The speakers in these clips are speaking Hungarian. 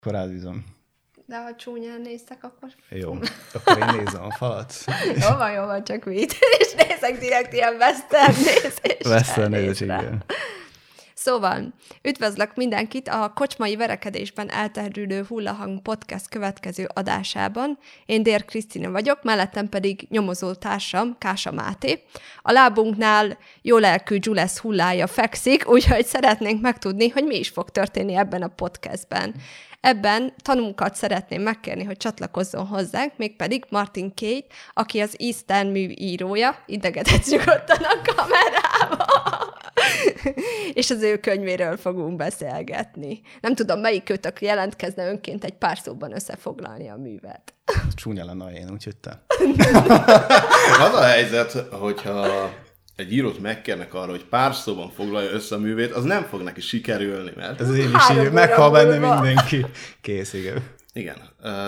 Akkor átbízom. De ha csúnyán néztek, akkor... Jó, akkor én nézem a falat. Jó van, csak mit. És nézek direkt ilyen western nézést. Western nézés, igen. Szóval, üdvözlök mindenkit a Kocsmai Verekedésben elterülő Hullahang Podcast következő adásában. Én Dér Krisztina vagyok, mellettem pedig nyomozó társam, Kása Máté. A lábunknál jó lelkű Jules hullája fekszik, úgyhogy szeretnénk megtudni, hogy mi is fog történni ebben a podcastben. Ebben tanunkat szeretném megkérni, hogy csatlakozzon hozzánk, mégpedig Martin Kate, aki az Eastern mű írója, idegedett nyugodtan a kamerába, és az ő könyvéről fogunk beszélgetni. Nem tudom, melyikőtök jelentkezne önként egy pár szóban összefoglalni a művet. Csúnya lenne én, úgyhogy te. Az a helyzet, hogyha egy írót megkérnek arra, hogy pár szóban foglalja össze a művét, az nem fog neki sikerülni, mert... Ez én is így meghal benne mindenki. Kész, igen. Igen.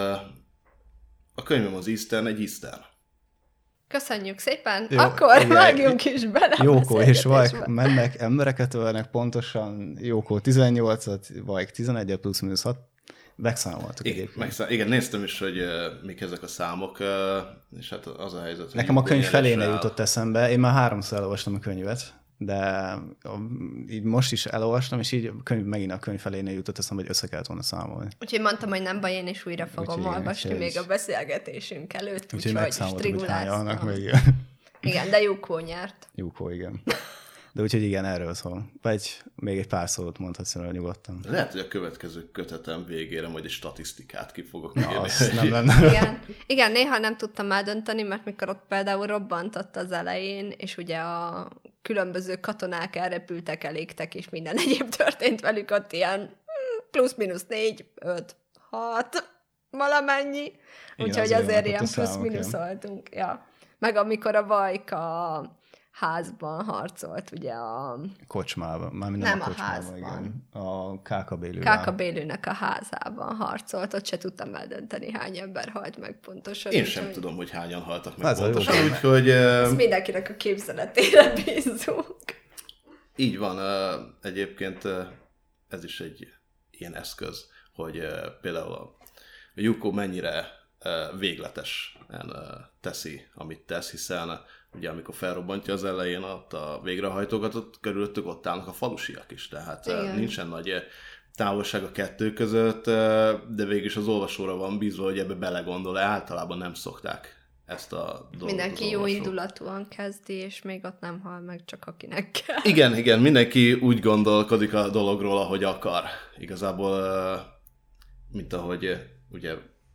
A könyvem az Eastern, egy Eastern. Köszönjük szépen, Jó, akkor igen. vágjunk is bele. Jókó és Vajk mennek, embereket ölnek, pontosan Jókó 18-at, Vajk 11-et, plusz-minusz 6. Megszámoltuk egyébként. Igen, néztem is, hogy mik ezek a számok, és hát az a helyzet, nekem a könyv feléne jutott eszembe, én már 3-szor elolvastam a könyvet, de így most is elolvastam, és így a könyv feléne jutott eszembe, hogy össze kellett volna számolni. Úgyhogy mondtam, hogy nem baj, én is újra fogom olvasni még a beszélgetésünk előtt, úgyhogy megszámoltam, hogy hányan még. Igen, de Jókó nyert. Jókó, igen. De úgyhogy igen, erről szól. Vagy még egy pár szót mondhatsz erről nyugodtan. Lehet, hogy a következő kötetem végére majd egy statisztikát ki fogok nem lenne. Igen, néha nem tudtam eldönteni, mert mikor ott például robbantott az elején, és ugye a különböző katonák elrepültek, elégtek, és minden egyéb történt velük, ott ilyen plusz-minusz 4, 5, 6, valamennyi. Úgyhogy azért ilyen plusz-minuszoltunk. Ja. Meg amikor a Vajk a házban harcolt, ugye a... Kocsmában, már nem a kocsmában, házban. Igen. A Kákabélőben. Kákabélőnek a házában harcolt, ott se tudtam eldönteni, hány ember halt meg pontosan. Én sem tudom, hogy hányan haltak meg ez pontosan, úgyhogy... Ezt mindenkinek a képzeletére bízunk. Így van, egyébként ez is egy ilyen eszköz, hogy például a Yuko mennyire végletesen teszi, amit tesz, hiszen ugye amikor felrobbantja az elején ott a végrehajtókat, ott körülöttük ott állnak a falusiak is, tehát igen. Nincsen nagy távolság a kettő között, de végülis az olvasóra van bízva, hogy ebbe belegondol, általában nem szokták ezt a dolgot. Mindenki jó indulatúan kezdi, és még ott nem hal meg, csak akinek kell. Igen, mindenki úgy gondolkodik a dologról, ahogy akar. Igazából, mint ahogy ugye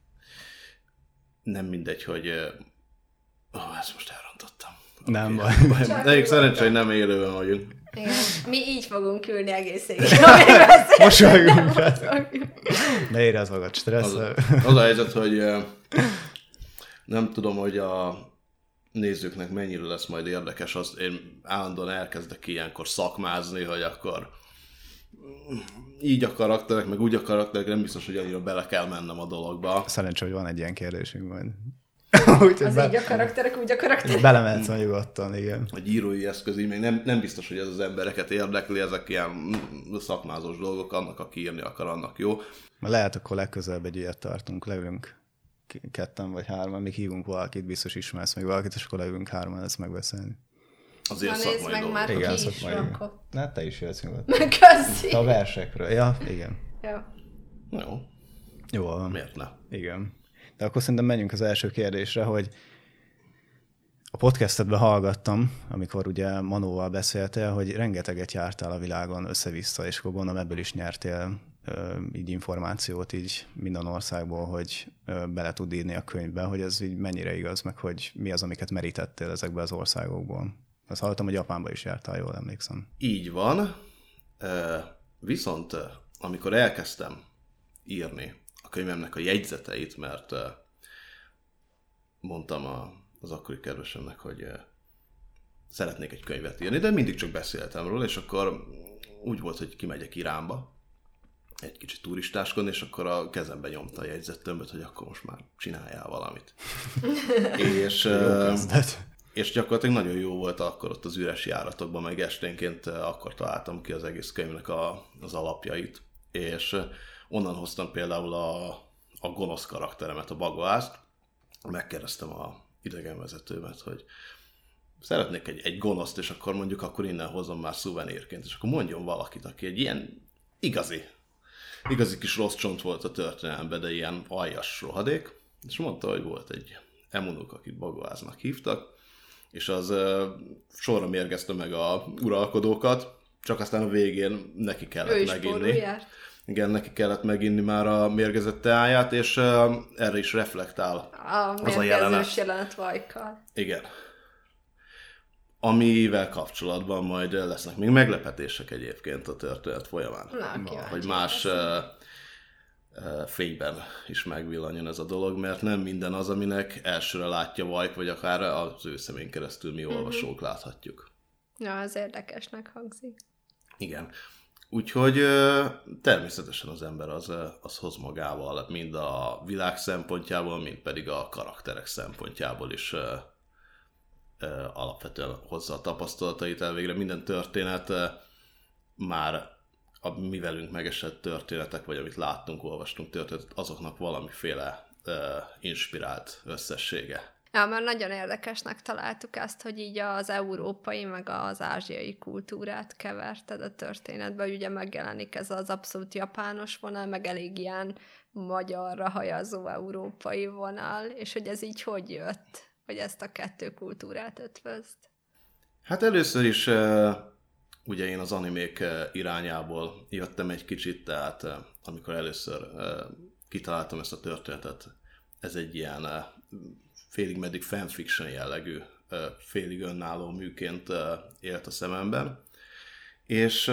nem mindegy, hogy ezt most elrontottam. Nem baj. De szerencsé, hogy nem élőben vagyunk. Igen. Mi így fogunk ülni egész mosolygunk rá. Ne érezd magad stresszel. Az a helyzet, hogy nem tudom, hogy a nézőknek mennyire lesz majd érdekes, azt én állandóan elkezdek ilyenkor szakmázni, hogy akkor így a karakterek, meg úgy a karakterek, nem biztos, hogy annyira bele kell mennem a dologba. Szerencsé, hogy van egy ilyen kérdésünk majd. Az így a karakterek, úgy a karakterek. Belemetsz a nyugodtan, igen. A írói eszköz, így még nem biztos, hogy ez az embereket érdekli, ezek ilyen szakmázós dolgok, annak, aki írni akar, annak jó. Lehet, akkor legközelebb egy ilyet tartunk, leülünk ketten vagy hárman, még hívunk valakit, biztos ismersz még valakit, és akkor leülünk hárman ezt megbeszélni. Azért szakmai dolog. Már igen, ki is rakott. Na, te is jössz nyugodtan. Köszi. A versekről. Ja, igen. Jó. Jó. Miért ne? Igen. De akkor szerintem menjünk az első kérdésre, hogy a podcastedben hallgattam, amikor ugye Manóval beszéltél, hogy rengeteget jártál a világon össze-vissza, és akkor gondolom ebből is nyertél így információt így minden országból, hogy bele tud írni a könyvbe, hogy ez így mennyire igaz, meg hogy mi az, amiket merítettél ezekbe az országokból. Azt hallottam, hogy Japánba is jártál, jól emlékszem. Így van. Viszont amikor elkezdtem írni a könyvemnek a jegyzeteit, mert mondtam az akkori kedvesemnek, hogy szeretnék egy könyvet írni, de mindig csak beszéltem róla, és akkor úgy volt, hogy kimegyek Iránba, egy kicsit turistáskodni, és akkor a kezembe nyomta a jegyzettömböt, hogy akkor most már csináljál valamit. És gyakorlatilag nagyon jó volt akkor ott az üres járatokban, meg esténként akkor találtam ki az egész könyvnek az alapjait. És onnan hoztam például a gonosz karakteremet, a Bagoászt. Megkérdeztem a idegenvezetőmet, hogy szeretnék egy gonoszt, és akkor mondjuk akkor innen hozom már szuvenírként, és akkor mondjon valakit, aki egy ilyen igazi kis rossz csont volt a történelemben, de ilyen aljas rohadék, és mondta, hogy volt egy emunuk, akit Bagoáznak hívtak, és az sorra mérgezte meg a uralkodókat, csak aztán a végén neki kellett meginni. Igen, neki kellett meginni már a mérgezett teáját, és erre is reflektál az a jelenet Vajkkal. Igen. Amivel kapcsolatban majd lesznek még meglepetések egyébként a történet folyamán. Hogy más fényben is megvillanjon ez a dolog, mert nem minden az, aminek elsőre látja Vajk, vagy akár az ő szemén keresztül mi olvasók láthatjuk. Ja, az érdekesnek hangzik. Igen. Úgyhogy természetesen az ember az hoz magával mind a világ szempontjából, mind pedig a karakterek szempontjából is alapvetően hozza a tapasztalatait. Elvégre minden történet már a mi velünk megesett történetek, vagy amit láttunk, olvastunk történetet, azoknak valamiféle inspirált összessége. Ja, mert nagyon érdekesnek találtuk ezt, hogy így az európai, meg az ázsiai kultúrát keverted a történetbe, hogy ugye megjelenik ez az abszolút japános vonal, meg elég ilyen magyarra hajazó európai vonal, és hogy ez így hogy jött, hogy ezt a kettő kultúrát ötvözd? Hát először is ugye én az animék irányából jöttem egy kicsit, tehát amikor először kitaláltam ezt a történetet, ez egy ilyen félig meddig fanfiction jellegű, félig önálló műként élt a szememben. És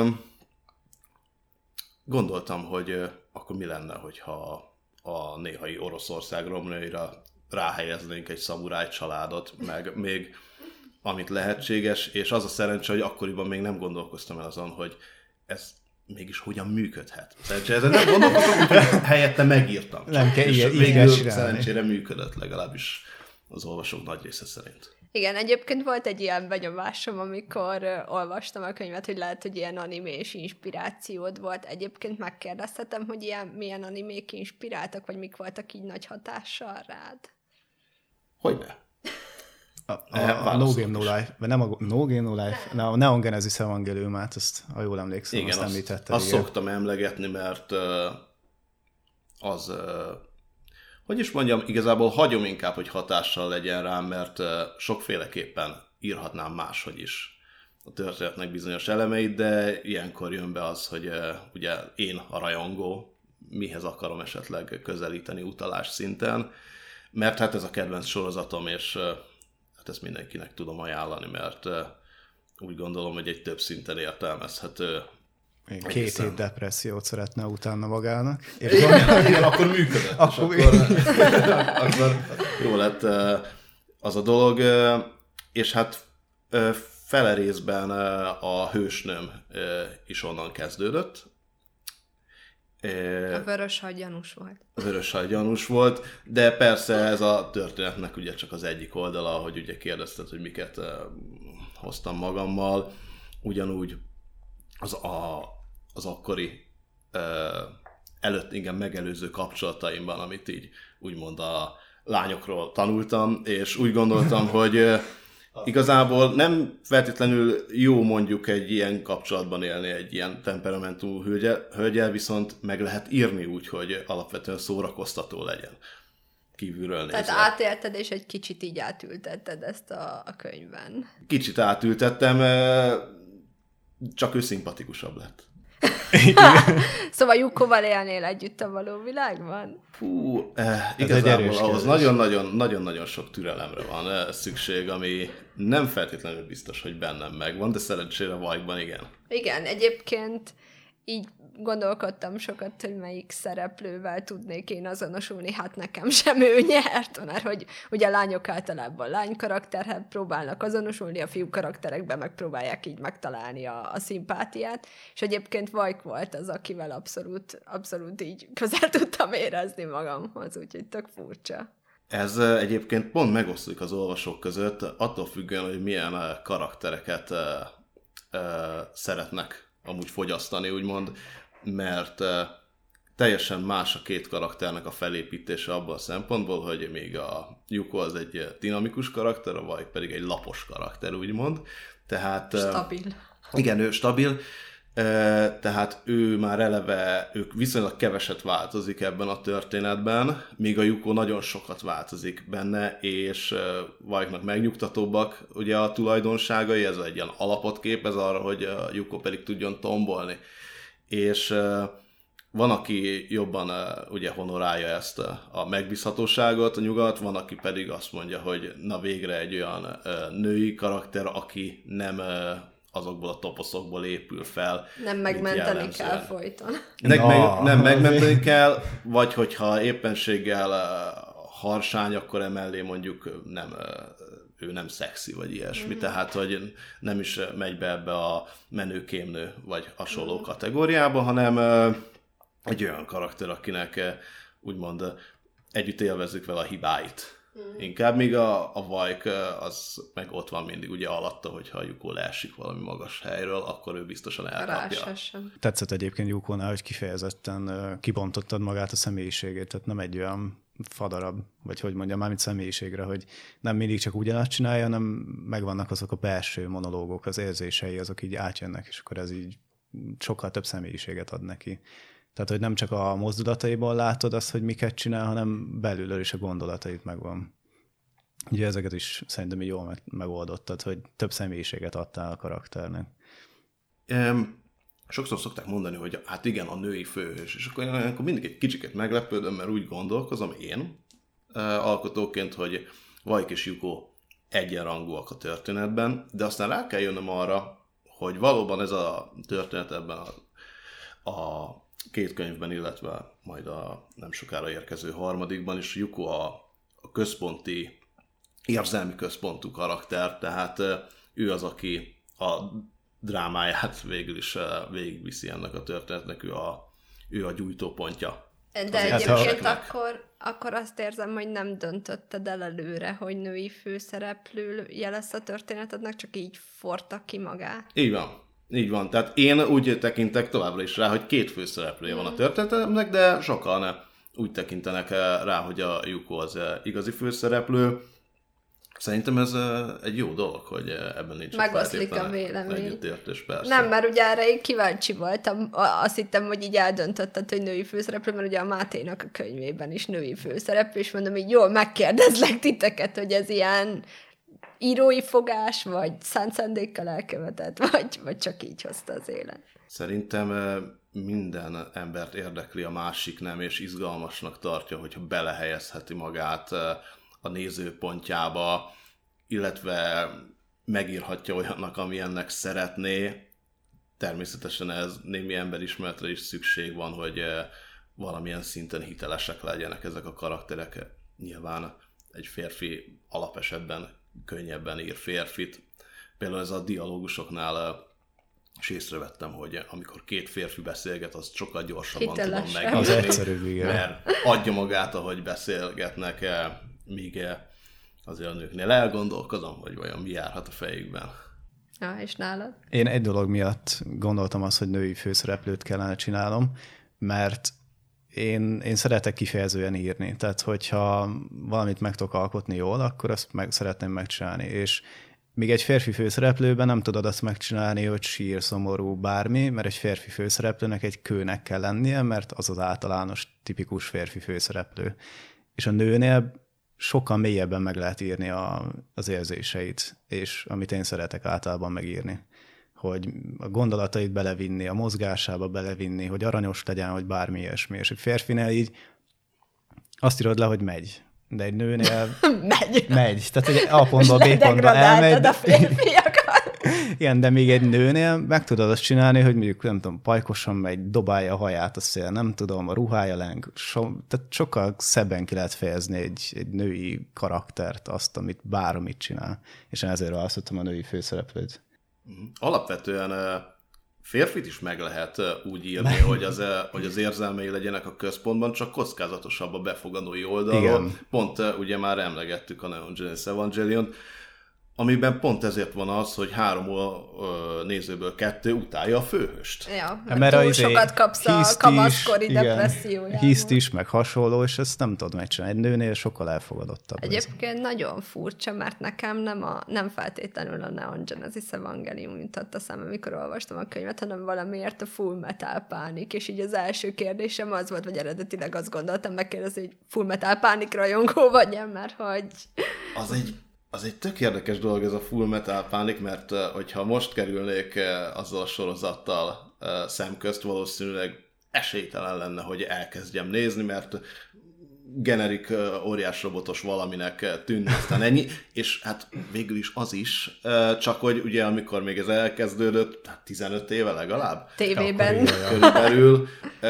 gondoltam, hogy akkor mi lenne, hogyha a néhai Oroszország romjaira ráhelyeznénk egy szamuráj családot, meg még amit lehetséges, és az a szerencse, hogy akkoriban még nem gondolkoztam el azon, hogy ez mégis hogyan működhet. Ezen nem gondolkoztam, úgyhogy helyette megírtam. Nem kell és végül szerencsére működött, legalábbis az olvasók nagy része szerint. Igen, egyébként volt egy ilyen benyomásom, amikor olvastam a könyvet, hogy lehet, hogy ilyen animés inspirációd volt. Egyébként megkérdezhetem, hogy milyen animék inspiráltak, vagy mik voltak így nagy hatással rád? Hogyne? A No Game No Life, vagy nem a No Game No Life, a Neon Genesis Evangeliumát, azt, ha jól emlékszem, igen, azt említette. Azt szoktam emlegetni, mert az, hogy is mondjam, igazából hagyom inkább, hogy hatással legyen rám, mert sokféleképpen írhatnám máshogy is a történetnek bizonyos elemeit, de ilyenkor jön be az, hogy ugye én a rajongó, mihez akarom esetleg közelíteni utalás szinten, mert hát ez a kedvenc sorozatom, és ezt mindenkinek tudom ajánlani, mert úgy gondolom, hogy egy több szinten értelmezhető. 2 hét depressziót szeretne utána magának. Igen, akkor működött. Akkor jó lett az a dolog. És hát fele részben a hősnőm is onnan kezdődött. A vörös haj gyanús volt. A vörös haj gyanús volt, de persze ez a történetnek ugye csak az egyik oldala, hogy ugye kérdezted, hogy miket hoztam magammal. Ugyanúgy az akkori előtt igen megelőző kapcsolataimban, amit így úgymond a lányokról tanultam, és úgy gondoltam, hogy igazából nem feltétlenül jó mondjuk egy ilyen kapcsolatban élni egy ilyen temperamentú hölgyel, viszont meg lehet írni úgy, hogy alapvetően szórakoztató legyen kívülről nézve. Tehát átélted, és egy kicsit így átültetted ezt a könyvben. Kicsit átültettem, csak ő szimpatikusabb lett. Szóval Jukóval élnél együtt a való világban? Fú, igazából ahhoz nagyon-nagyon sok türelemre van szükség, ami nem feltétlenül biztos, hogy bennem megvan, de szerencsére Vajkban igen. Igen, egyébként így gondolkodtam sokat, hogy melyik szereplővel tudnék én azonosulni, hát nekem sem ő nyert, mert hogy ugye a lányok általában lány karakterhez próbálnak azonosulni, a fiú karakterekben megpróbálják így megtalálni a szimpátiát, és egyébként Vajk volt az, akivel abszolút így közel tudtam érezni magamhoz, úgyhogy tök furcsa. Ez egyébként pont megoszlik az olvasók között, attól függően, hogy milyen karaktereket szeretnek amúgy fogyasztani, úgymond, mert teljesen más a két karakternek a felépítése abban a szempontból, hogy még a Yuko az egy dinamikus karakter, a Vaik pedig egy lapos karakter, úgymond. Tehát, stabil. Igen, ő stabil, tehát ő már eleve, ők viszonylag keveset változik ebben a történetben, míg a Yuko nagyon sokat változik benne, és Vaiknak megnyugtatóbbak ugye a tulajdonságai, ez egy ilyen alapot képez arra, hogy a Yuko pedig tudjon tombolni. És van, aki jobban ugye honorálja ezt a megbízhatóságot, a nyugat, van, aki pedig azt mondja, hogy na végre egy olyan női karakter, aki nem azokból a toposzokból épül fel. Nem megmenteni kell folyton. Nem megmenteni kell, vagy hogyha éppenséggel harsány, akkor emellé mondjuk ő nem szexi, vagy ilyesmi. Tehát, hogy nem is megy be ebbe a menő-kémnő, vagy hasonló kategóriába, hanem egy olyan karakter, akinek úgymond együtt élvezzük vele a hibáit. Inkább még a Vaik az meg ott van mindig ugye alatta, hogyha a Yuko leesik valami magas helyről, akkor ő biztosan elkapja. Tetszett egyébként Yukónál, hogy kifejezetten kibontottad magát a személyiségét, tehát nem egy olyan fadarab, vagy hogy mondjam, mármint személyiségre, hogy nem mindig csak ugyanazt csinálja, hanem megvannak azok a belső monológok, az érzései, azok így átjönnek, és akkor ez így sokkal több személyiséget ad neki. Tehát, hogy nem csak a mozdulataiból látod azt, hogy miket csinál, hanem belülről is a gondolatait megvan. Ugye ezeket is szerintem így jól megoldottad, hogy több személyiséget adtál a karakternek. Sokszor szokták mondani, hogy hát igen, a női főhős, és akkor mindig egy kicsiket meglepődöm, mert úgy gondolkozom én alkotóként, hogy Vaik és Yuko egyenrangúak a történetben, de aztán rá kell jönnöm arra, hogy valóban ez a történet ebben a két könyvben, illetve majd a nem sokára érkező harmadikban is Yuko a központi, érzelmi központú karakter, tehát ő az, aki a drámáját végül is végigviszi ennek a történetnek, ő a gyújtópontja. De egyébként akkor azt érzem, hogy nem döntötted el előre, hogy női főszereplője lesz a történetednek, csak így forta ki magát. Így van. Tehát én úgy tekintek továbbra is rá, hogy két főszereplője van a történetemnek, de sokan úgy tekintenek rá, hogy a Yuko az igazi főszereplő. Szerintem ez egy jó dolog, hogy ebben nincs megoszlik a vélemény. Együttértés, persze. Nem, mert ugye erre én kíváncsi voltam. Azt hittem, hogy így eldöntötted, hogy női főszereplő, mert ugye a Máténak a könyvében is női főszereplő, és mondom, hogy jól megkérdezlek titeket, hogy ez ilyen írói fogás, vagy szánt szándékkal elkövetett, vagy csak így hozta az élet. Szerintem minden embert érdekli a másik nem, és izgalmasnak tartja, hogyha belehelyezheti magát a nézőpontjába, illetve megírhatja olyannak, amilyennek szeretné. Természetesen ez némi emberismeretre is szükség van, hogy valamilyen szinten hitelesek legyenek ezek a karakterek. Nyilván egy férfi alapesetben könnyebben ír férfit. Például ez a dialógusoknál és észrevettem, hogy amikor két férfi beszélget, az sokkal gyorsabban tudom megírni. Az egyszerűbb, igen. Mert adja magát, ahogy beszélgetnek, míg azért a nőknél elgondolkozom, hogy vajon mi járhat a fejükben. És nálad? Én egy dolog miatt gondoltam azt, hogy női főszereplőt kellene csinálnom, mert én szeretek kifejezően írni. Tehát, hogyha valamit meg tudok alkotni jól, akkor azt szeretném megcsinálni. És még egy férfi főszereplőben nem tudod azt megcsinálni, hogy sír, szomorú, bármi, mert egy férfi főszereplőnek egy kőnek kell lennie, mert az az általános, tipikus férfi főszereplő. És a nőnél sokkal mélyebben meg lehet írni az érzéseit, és amit én szeretek általában megírni. Hogy a gondolatait belevinni, a mozgásába belevinni, hogy aranyos legyen, hogy bármi ilyesmi. És egy férfinél így azt írod le, hogy megy. De egy nőnél megy. Tehát egy A pontból B pontba elmegy. A férfiakat. Igen, de még egy nőnél meg tudod azt csinálni, hogy mondjuk, nem tudom, pajkosan megy, dobálja a haját a szél, nem tudom, a ruhája leng. Tehát sokkal szebben ki lehet fejezni egy női karaktert, azt, amit bármit csinál. És én ezért választottam a női főszereplőt. Alapvetően férfit is meg lehet úgy írni, hogy az érzelmei legyenek a központban, csak kockázatosabb a befogadói oldalról. Igen. Pont ugye már emlegettük a Neon Genesis Evangelion. amiben pont ezért van az, hogy 3 nézőből 2 utálja a főhőst. Ja, mert túl sokat kapsz a kamaszkori depressziójában. Hiszt is, meg hasonló, és ezt nem tudod megcsinálni. Egy nőnél sokkal elfogadottabb. Egyébként nagyon furcsa, mert nekem nem feltétlenül a Neon Genesis Evangelium jutott eszembe, amikor olvastam a könyvet, hanem valamiért a Full Metal Panic, és így az első kérdésem az volt, vagy eredetileg azt gondoltam megkérdezni, hogy Full Metal Panic rajongó vagy-e, mert hogy... Az egy tök érdekes dolog ez a Full Metal Panic, mert hogyha most kerülnék azzal a sorozattal szemközt, valószínűleg esélytelen lenne, hogy elkezdjem nézni, mert generik óriás robotos valaminek tűnne, aztán ennyi, és hát végül is az is, csak hogy ugye amikor még ez elkezdődött, tehát 15 éve legalább, tévében körülbelül,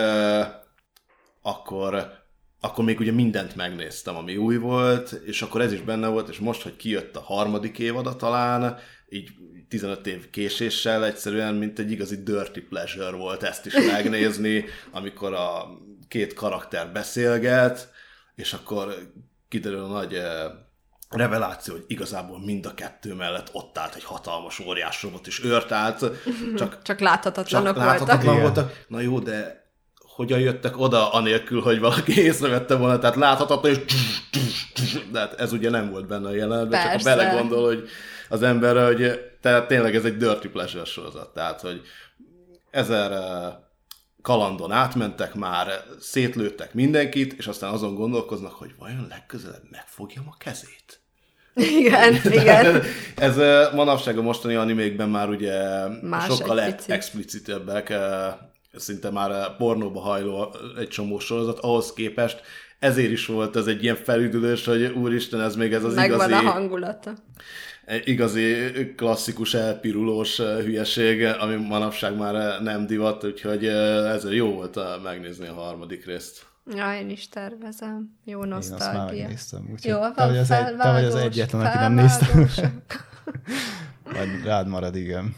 akkor még ugye mindent megnéztem, ami új volt, és akkor ez is benne volt, és most, hogy kijött a 3. évada talán, így 15 év késéssel egyszerűen, mint egy igazi dirty pleasure volt ezt is megnézni, amikor a 2 karakter beszélget, és akkor kiderül a nagy reveláció, hogy igazából mind a 2 mellett ott állt egy hatalmas óriás robot, és őrt állt. Csak láthatatlanok voltak. Na jó, de hogyan jöttek oda, anélkül, hogy valaki észrevette volna, tehát láthatatlan, és de hát ez ugye nem volt benne a jelenetben, csak ha belegondol, hogy az emberre, hogy tehát tényleg ez egy dirty pleasure sorozat, tehát, hogy 1000 kalandon átmentek már, szétlőttek mindenkit, és aztán azon gondolkoznak, hogy vajon legközelebb megfogjam a kezét. Igen. Ez manapság a mostani animékben már ugye más sokkal explicitebbek, szinte már pornóba hajló egy csomó sorozat, ahhoz képest ezért is volt ez egy ilyen felüdülés, hogy úristen, ez még ez az megvan a hangulata. Igazi klasszikus elpirulós hülyeség, ami manapság már nem divat, úgyhogy ezért jó volt megnézni a 3. részt. Ja, én is tervezem. Jó nosztalgia. Én azt már megnéztem. Úgyhogy jó, te vagy az egyetlen, aki nem néztem. Majd rád marad, igen.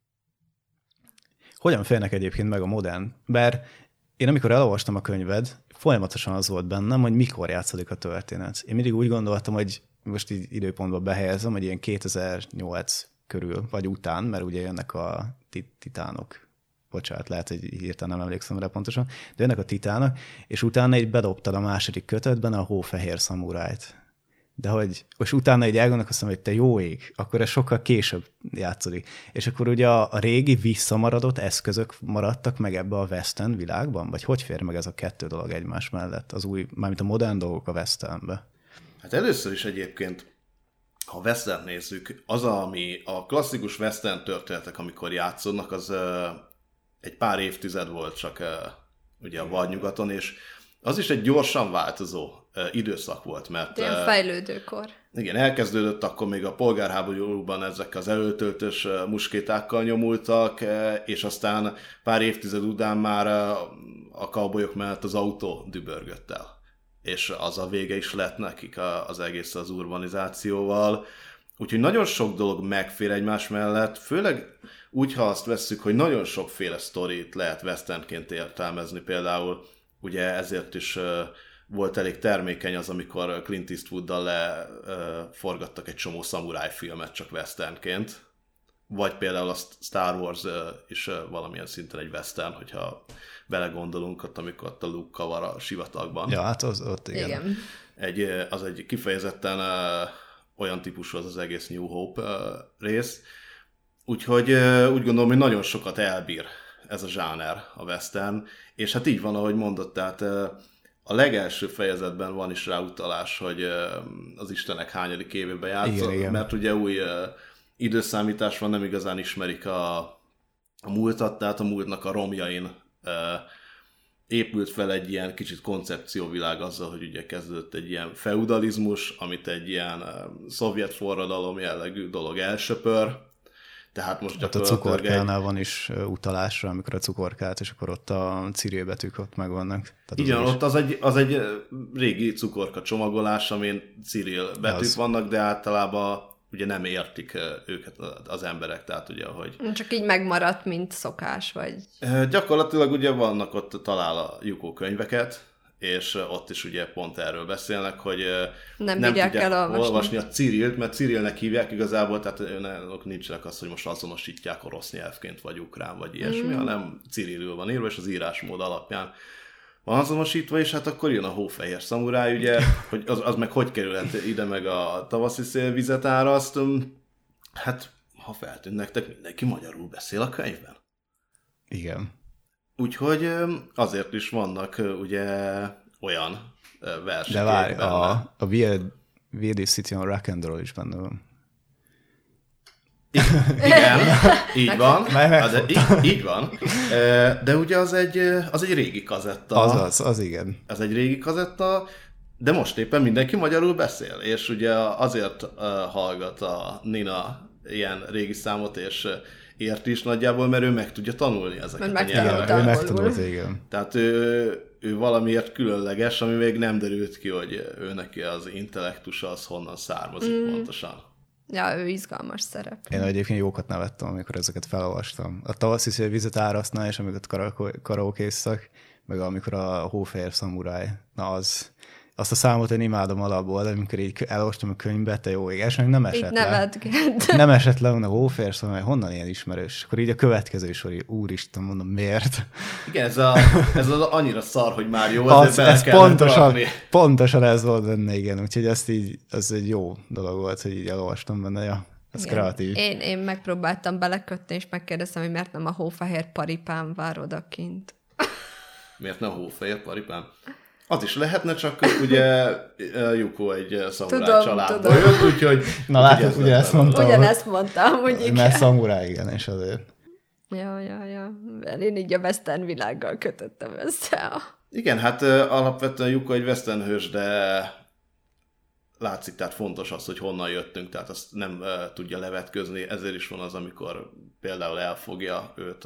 Hogyan félnek egyébként meg a modern? Bár én amikor elolvastam a könyved, folyamatosan az volt bennem, hogy mikor játszódik a történet. Én mindig úgy gondoltam, hogy most így időpontban behelyezem, hogy ilyen 2008 körül, vagy után, mert ugye jönnek a titánok. Bocsánat, lehet, hogy hirtelen nem emlékszem rá pontosan, de jönnek a titánok, és utána így bedobtad a 2. kötetben a hófehér szamurájt. De hogy most utána így elgondolkoztam, hogy te jó ég, akkor ez sokkal később játszódik. És akkor ugye a régi visszamaradott eszközök maradtak meg ebbe a western világban? Vagy hogy fér meg ez a 2 dolog egymás mellett? Az új, mármint a modern dolgok a westernbe? Hát először is egyébként, ha western nézzük, az, ami a klasszikus western történetek, amikor játszódnak, az egy pár évtized volt csak ugye a vadnyugaton, és az is egy gyorsan változó időszak volt, mert... Ilyen fejlődőkor. Igen, elkezdődött, akkor még a polgárháborúban ezek az előtöltös muskétákkal nyomultak, és aztán pár évtized után már a cowboyok mellett az autó dübörgött el. És az a vége is lett nekik az egész az urbanizációval. Úgyhogy nagyon sok dolog megfér egymás mellett, főleg úgy, ha azt vesszük, hogy nagyon sokféle sztorit lehet westernként értelmezni. Például ugye ezért is volt elég termékeny az, amikor Clint Eastwooddal leforgattak egy csomó szamuráj filmet csak westernként. Vagy például a Star Wars is valamilyen szinten egy western, hogyha belegondolunk ott, amikor ott a Luke kavar a sivatagban. Ja, hát ott igen. Az egy kifejezetten olyan típusú az egész New Hope rész. Úgyhogy úgy gondolom, hogy nagyon sokat elbír ez a zsáner, a western, és hát így van, ahogy mondott, tehát a legelső fejezetben van is rá utalás, hogy az Istenek hányadik évében játszott, igen. Mert ugye új időszámítás van, nem igazán ismerik a múltat, tehát a múltnak a romjain épült fel egy ilyen kicsit koncepcióvilág azzal, hogy ugye kezdődött egy ilyen feudalizmus, amit egy ilyen szovjet forradalom jellegű dolog elsöpör. Tehát most a cukorkánál van is utalásra, amikor a cukorkát, és akkor ott a Cyril betűk ott megvannak. Tehát igen, ott az egy régi cukorka csomagolás, amin Cyril betűk vannak, de általában ugye nem értik őket az emberek, tehát ugye, hogy... Csak így megmaradt, mint szokás, vagy... Gyakorlatilag ugye vannak ott, talál a Yukó könyveket, és ott is ugye pont erről beszélnek, hogy nem tudják elolvasni a Cirilt, mert Cirilnek hívják igazából, tehát önök nincsenek az, hogy most azonosítják orosz nyelvként, vagy ukrán, vagy ilyesmi, hanem Cirilül van írva, és az írásmód alapján van azonosítva, és hát akkor jön a hófehér szamuráj, ugye, hogy az meg hogy kerülhet ide meg a tavaszi szélvizet áraszt, hát ha feltűnt nektek, mindenki magyarul beszél a könyvben. Igen. Úgyhogy azért is vannak ugye olyan versenyek. De várj, a Weird City on Rock and Roll is benne van. Igen, így van. Így van. De ugye az egy régi kazetta. Az igen. Ez egy régi kazetta, de most éppen mindenki magyarul beszél, és ugye azért hallgat a Nina ilyen régi számot, és ért is nagyjából, mert ő meg tudja tanulni ezeket a nyelveket. Ő megtanult, igen. Tehát ő valamiért különleges, ami még nem derült ki, hogy ő neki az intellektusa az honnan származik pontosan. Ja, ő izgalmas szerep. Én egyébként jókat nevettem, amikor ezeket felolvastam. A tavaszi szélvizet árasznál, és amikor karaokéztak, meg amikor a hófehér szamuráj. Na azt a számot én imádom alapból, de amikor így elolvastam a könyvbe, te jó ég, és meg nem esett le. Nem esett le, a hófehér szamuráj, honnan ilyen ismerős? Akkor így a következő sor, úristen, mondom, miért? Igen, ez az annyira szar, hogy már jó, ez pontosan ez volt benne, igen. Úgyhogy az egy jó dolog volt, hogy így elolvastam benne, ja. Ez igen. Kreatív. Én megpróbáltam belekötni, és megkérdeztem, hogy miért nem a hófehér paripám vár odakint. Miért nem a hófehér paripám? Az is lehetne, csak ugye Yuko egy szamuráj családból jött, úgyhogy... Na látod, ugye ezt mondtam. Ugyanezt mondtam, hogy igen. Mert szamuráj, igen, és azért. Ja. Én így a western világgal kötöttem össze. Igen, hát alapvetően Yuko egy western hős, de látszik, tehát fontos az, hogy honnan jöttünk, tehát azt nem tudja levetközni, ezért is van az, amikor például elfogja őt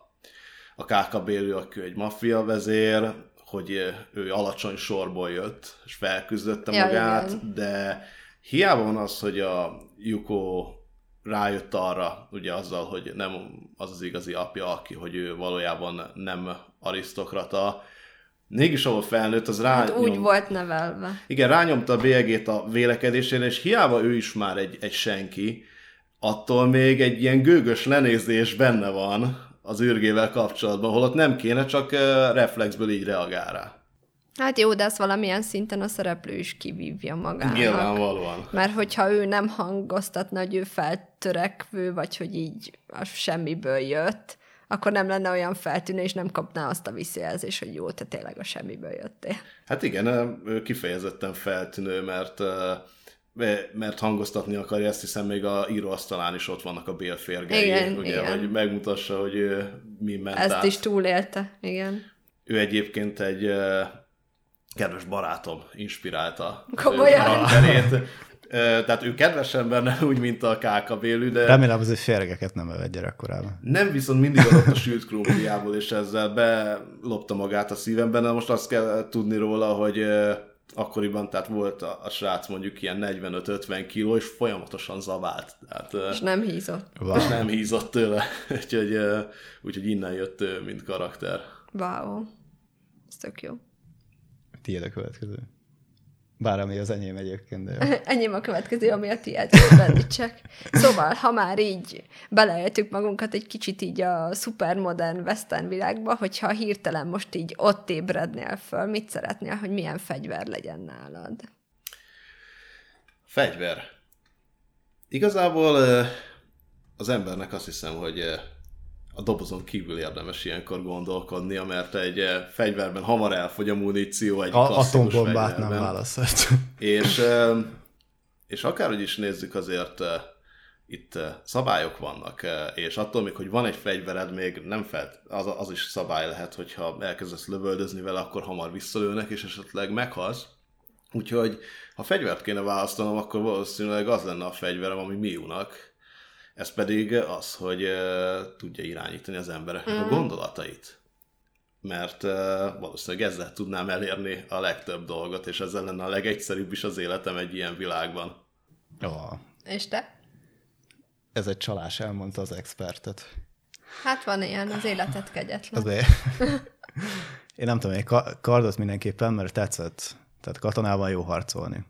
a KKB-lő, aki egy maffia vezér, hogy ő alacsony sorból jött, és felküzdötte magát, igen. De hiába van az, hogy a Yuko rájött arra, ugye azzal, hogy nem az igazi apja, hogy ő valójában nem arisztokrata, mégis ahol felnőtt, az úgy volt nevelve. Igen, rányomta a bélyegét a vélekedésére, és hiába ő is már egy senki, attól még egy ilyen gőgös lenézés benne van az űrgével kapcsolatban, holott nem kéne, csak reflexből így reagál rá. Hát jó, de ezt valamilyen szinten a szereplő is kivívja magának. Nyilvánvalóan. Mert hogyha ő nem hangoztatna, hogy ő feltörekvő, vagy hogy így a semmiből jött, akkor nem lenne olyan feltűnő, és nem kapná azt a visszajelzést, hogy jó, te tényleg a semmiből jöttél. Hát igen, ő kifejezetten feltűnő, mert hangoztatni akarja, ezt hiszem még a íróasztalán is ott vannak a bélférgei, igen, ugye, igen. Hogy megmutassa, hogy ő mi ment ezt át. is túlélte, igen. Ő egyébként egy kedves barátom inspirálta karakterét. Tehát ő kedves ember, nem úgy, mint a KKB-lű, de... Remélem, az egy férgeket nem evett gyerekkorában. Nem, viszont mindig adott a sült krumpliából, és ezzel belopta magát a szívemben, de most azt kell tudni róla, hogy akkoriban, tehát volt a srác mondjuk ilyen 45-50 kiló, és folyamatosan zavált. Tehát, és nem hízott. Wow. És nem hízott tőle. Úgyhogy innen jött ő, mint karakter. Wow. Ez tök jó. Tiéd a következő. Bár ami az enyém egyébként, de... Enyém a következő, ami a tiéd, csak. Szóval, ha már így beleéltük magunkat egy kicsit így a szupermodern western világba, hogyha hirtelen most így ott ébrednél föl, mit szeretnél, hogy milyen fegyver legyen nálad? Fegyver. Igazából az embernek azt hiszem, hogy a dobozon kívül érdemes ilyenkor gondolkodnia, mert egy fegyverben hamar elfogy a muníció, egy klasszikus atombombát nem választhat. És akárhogy is nézzük, azért itt szabályok vannak, és attól még, hogy van egy fegyvered, még nem az is szabály lehet, hogyha elkezdesz lövöldözni vele, akkor hamar visszalőnek, és esetleg meghalsz. Úgyhogy ha fegyvert kéne választanom, akkor valószínűleg az lenne a fegyverem, ami Miunak. Ez pedig az, hogy tudja irányítani az embereknek a gondolatait. Mert valószínűleg ezzel tudnám elérni a legtöbb dolgot, és ezzel lenne a legegyszerűbb is az életem egy ilyen világban. Oh. És te? Ez egy csalás, elmondta az expertet. Hát van ilyen, az életet kegyetlen. Azért. Én nem tudom, egy kardot mindenképpen, mert tetszett. Tehát katonával jó harcolni.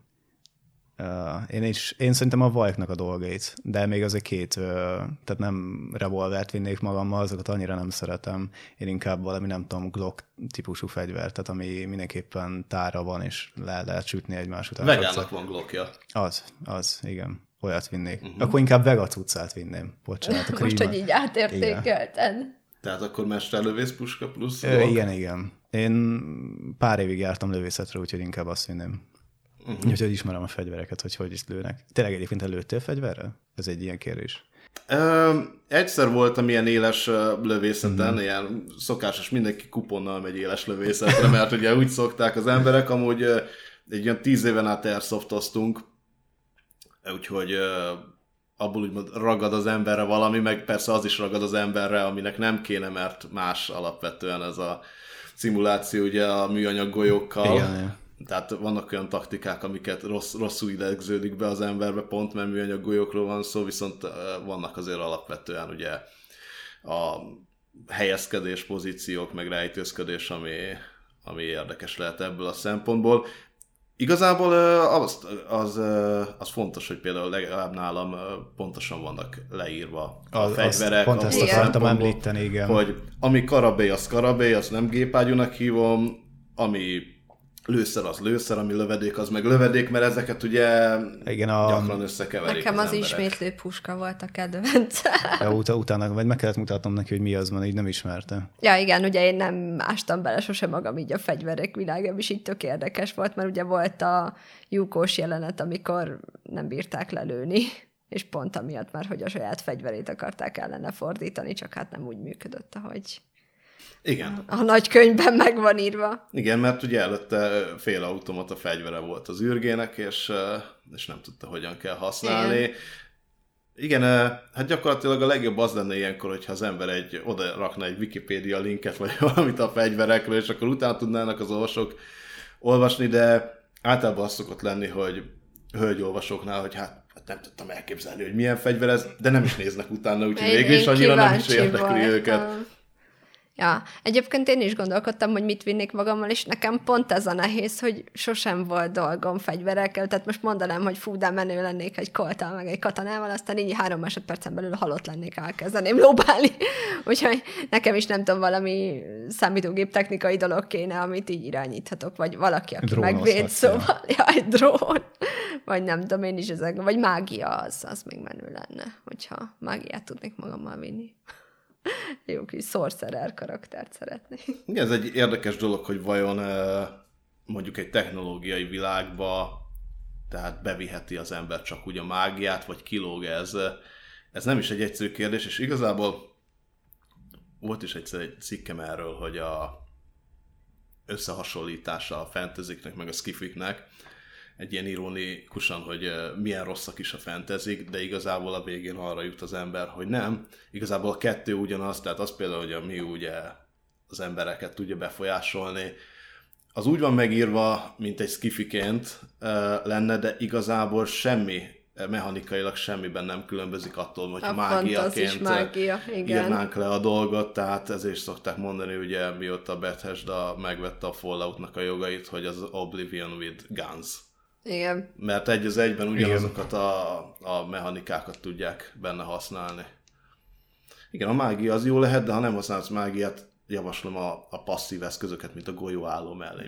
Én szerintem a vajknak a dolgait, de még azért tehát nem revolvert vinnék magammal, azokat annyira nem szeretem. Én inkább valami, nem tudom, Glock típusú fegyver, tehát ami mindenképpen tára van, és lehet sütni egymás után. Vegának van Glockja. Az, igen. Olyat vinnék. Akkor inkább Vega cuccát vinném. Bocsánat. Most, hogy így átértékelted. Tehát akkor mesterlövészpuska plusz Igen. Én pár évig jártam lövészetre, úgyhogy inkább azt vinném. Úgyhogy ismerem a fegyvereket, hogy is lőnek. Tényleg egyébként lőttél fegyverrel? Ez egy ilyen kérdés. Egyszer voltam ilyen éles lövészeten, ilyen szokásos, mindenki kuponnal megy éles lövészetre, mert ugye úgy szokták az emberek, amúgy egy ilyen 10 éven át airsoftoztunk, úgyhogy abból úgymond ragad az emberre valami, meg persze az is ragad az emberre, aminek nem kéne, mert más alapvetően ez a szimuláció ugye a műanyag golyókkal. Igen. Tehát vannak olyan taktikák, amiket rosszul idegződik be az emberbe, pont mert műanyag golyókról van szó, viszont vannak azért alapvetően ugye a helyezkedés, pozíciók, meg rejtőzködés, ami érdekes lehet ebből a szempontból. Igazából az fontos, hogy például legalább nálam pontosan vannak leírva a fegyverek. Pont ezt akartam említeni, igen. Hogy ami karabély, azt nem gépágyúnak hívom, ami lőszer az lőszer, ami lövedék az meg lövedék, mert ezeket ugye gyakran összekeverik. Nekem az ismétlő puska volt a kedvence. Utána, vagy meg kellett mutatnom neki, hogy mi az van, így nem ismerte. Ja, igen, ugye én nem ástam bele sose magam így a fegyverek világában, és így tök érdekes volt, mert ugye volt a lyukós jelenet, amikor nem bírták lelőni, és pont amiatt már, hogy a saját fegyverét akarták ellene fordítani, csak hát nem úgy működött, ahogy igen. A nagy könyvben meg van írva. Igen, mert ugye előtte félautomata fegyvere volt az űrgének, és nem tudta, hogyan kell használni. Igen, hát gyakorlatilag a legjobb az lenne ilyenkor, hogyha az ember oda rakna egy Wikipédia linket, vagy valamit a fegyverekről, és akkor utána tudnának az olvasók olvasni, de általában az szokott lenni, hogy hölgyolvasóknál, hogy hát nem tudtam elképzelni, hogy milyen fegyver ez, de nem is néznek utána, úgyhogy végül is annyira nem is érdekli őket. Ja, egyébként én is gondolkodtam, hogy mit vinnék magammal, és nekem pont ez a nehéz, hogy sosem volt dolgom fegyverekkel, tehát most mondanám, hogy fú, de menő lennék egy kolttal, meg egy katonával, aztán így 3 másodpercen belül halott lennék, elkezdeném lóbálni. Úgyhogy nekem is nem tudom, valami számítógép technikai dolog kéne, amit így irányíthatok, vagy valaki, aki megvéd, szóval. Ja, egy drón. Vagy nem tudom, én is ezek, vagy mágia, az még menő lenne, hogyha mágiát tudnék magammal vinni. Jó kis sorcerer karaktert szeretnék. Igen, ez egy érdekes dolog, hogy vajon mondjuk egy technológiai világba tehát beviheti az ember csak úgy a mágiát, vagy kilóg ez. Ez nem is egy egyszerű kérdés, és igazából volt is egyszer egy cikkem erről, hogy a összehasonlítása a fantasyeknek meg a skifiknek, egy ilyen ironikusan, hogy milyen rosszak is a fantasy, de igazából a végén arra jut az ember, hogy nem. Igazából a kettő ugyanaz, tehát az például, hogy a mi ugye az embereket tudja befolyásolni, az úgy van megírva, mint egy skifiként lenne, de igazából mechanikailag semmiben nem különbözik attól, hogy mágiaként írnánk le a dolgot, tehát ezért szokták mondani, ugye mióta Bethesda megvette a Falloutnak a jogait, hogy az Oblivion with Guns. Igen. Mert egy az egyben ugyanazokat a mechanikákat tudják benne használni. Igen, a mágia az jó lehet, de ha nem használsz mágiát, javaslom a passzív eszközöket, mint a golyóálló mellé.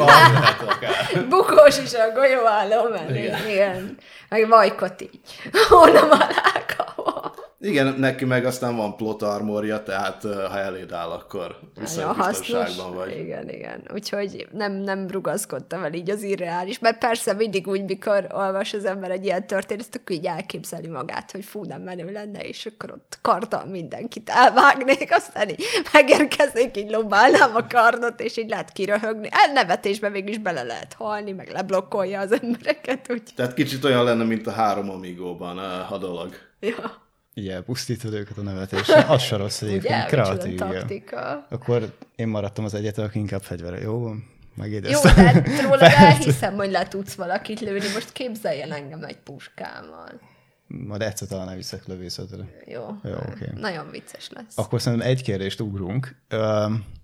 Például Bukós is a golyóálló mellé. Igen. Meg vajkot így. Honnan aláka. Igen, neki meg aztán van plot armorja, tehát ha eléd áll, akkor viszont biztonságban vagy. Igen. Úgyhogy nem rugaszkodtam el így az irreális, mert persze mindig úgy, mikor olvas az ember egy ilyen történetet, akkor így elképzeli magát, hogy fú, nem menő lenne, és akkor ott karddal mindenkit elvágnék, aztán így megérkeznék, így lombálnám a kardot, és így lehet kiröhögni. Nevetésben mégis bele lehet halni, meg leblokkolja az embereket. Úgy. Tehát kicsit olyan lenne, mint a 3 Amigóban a dolog. Ja. Igen, pusztítod őket a nevetésre. Az se rossz egyébként, kreatív. Taktika. Akkor én maradtam az egyetem, aki inkább fegyvere. Jó van? Jó, de rólad elhiszem, hogy le tudsz valakit lőni. Most képzeljen engem egy puskámmal. Majd egyszer talán elviszek lövészetre. Jó, okay. Nagyon vicces lesz. Akkor szerintem egy kérdést ugrunk.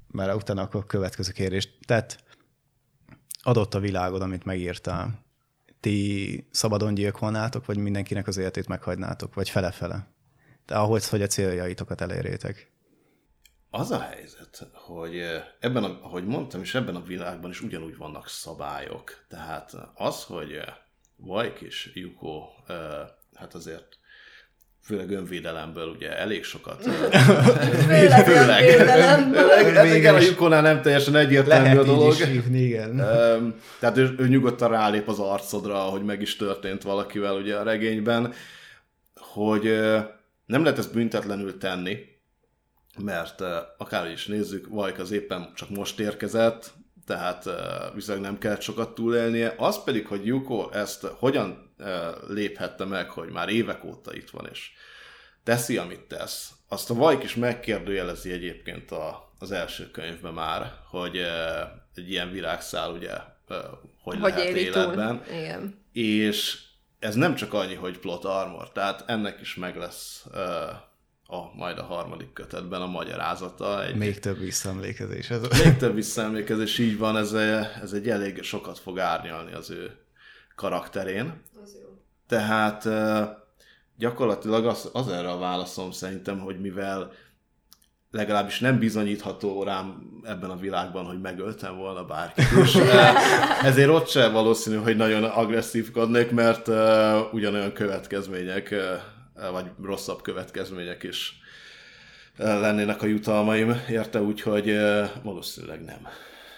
mert utána akkor következő kérdés. Tehát adott a világod, amit megírtál. Ti szabadon gyilkolnátok, vagy mindenkinek az életét meghagynátok, vagy fele-fele? De ahhoz, hogy a céljaitokat elérjétek. Az a helyzet, hogy ahogy mondtam is, ebben a világban is ugyanúgy vannak szabályok. Tehát az, hogy Vajk és Yuko, hát azért főleg önvédelemből ugye elég sokat... Főleg önvédelemből. Igen, a Yukónál nem teljesen egyértelmű a dolog. Hívni, igen. Tehát ő nyugodtan rálép az arcodra, hogy meg is történt valakivel ugye a regényben, hogy nem lehet ezt büntetlenül tenni, mert akárhogy is nézzük, Vajk az éppen csak most érkezett, tehát viszont nem kellett sokat túlélnie. Az pedig, hogy Yuko ezt hogyan léphette meg, hogy már évek óta itt van, és teszi, amit tesz. Azt a Vajk is megkérdőjelezi egyébként az első könyvben már, hogy egy ilyen virágszál ugye hogy lehet életben. Igen. És ez nem csak annyi, hogy plot armor, tehát ennek is meg lesz majd a harmadik kötetben a magyarázata. Még több visszaemlékezés. Még több visszaemlékezés, így van, ez egy elég sokat fog árnyalni az ő karakterén. Az jó. Tehát gyakorlatilag az erre a válaszom szerintem, hogy mivel legalábbis nem bizonyítható rám ebben a világban, hogy megöltem volna bárkit is. Ezért ott sem valószínű, hogy nagyon agresszívkodnék, mert ugyanolyan következmények, vagy rosszabb következmények is lennének a jutalmaim érte, úgyhogy valószínűleg nem.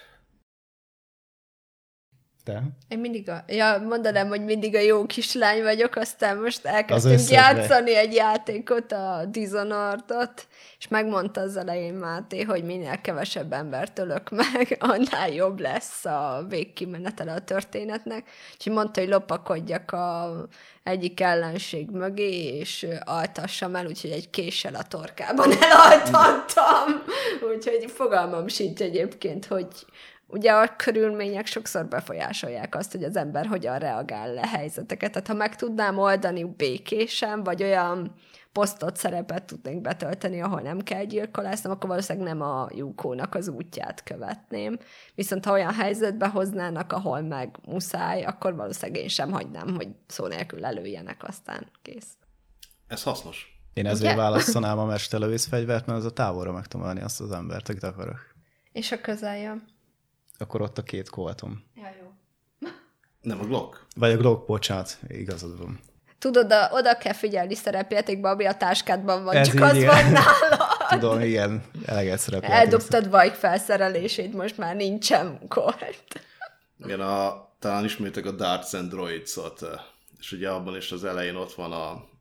Te? Én mindig mondanám, hogy mindig a jó kislány vagyok, aztán most elkezdtünk játszani egy játékot, a Dishonored-ot, és megmondta az elején Máté, hogy minél kevesebb embert ölök meg, annál jobb lesz a végkimenetele a történetnek. Úgyhogy mondta, hogy lopakodjak egyik ellenség mögé, és altassam el, úgyhogy egy késsel a torkában elaltattam. Úgyhogy fogalmam sincs egyébként, hogy ugye a körülmények sokszor befolyásolják azt, hogy az ember hogyan reagál le helyzeteket. Tehát ha meg tudnám oldani békésen, vagy olyan posztot, szerepet tudnék betölteni, ahol nem kell gyilkolásnom, akkor valószínűleg nem a Yukónak az útját követném. Viszont ha olyan helyzetbe hoznának, ahol meg muszáj, akkor valószínűleg én sem hagynám, hogy szó nélkül előjjenek, aztán kész. Ez hasznos. Én ezért választanám a mesterlövész fegyvert, mert az a távolra meg tudom ölni azt az embert, akit akarok. És a közeljem? Akkor ott a 2 koltom. Ja, jó. Nem a Glock? Vagy a Glock, bocsánat, igazad van. Tudod, oda kell figyelni szerepjátékban, ami a táskádban van, ez csak az igen. van nála. Tudom, igen, eleget szerepjáték. Eldobtad Vajk felszerelését, most már nincsen kolt. Igen, talán ismétek a Darts and Droids-ot, és ugye abban is az elején ott van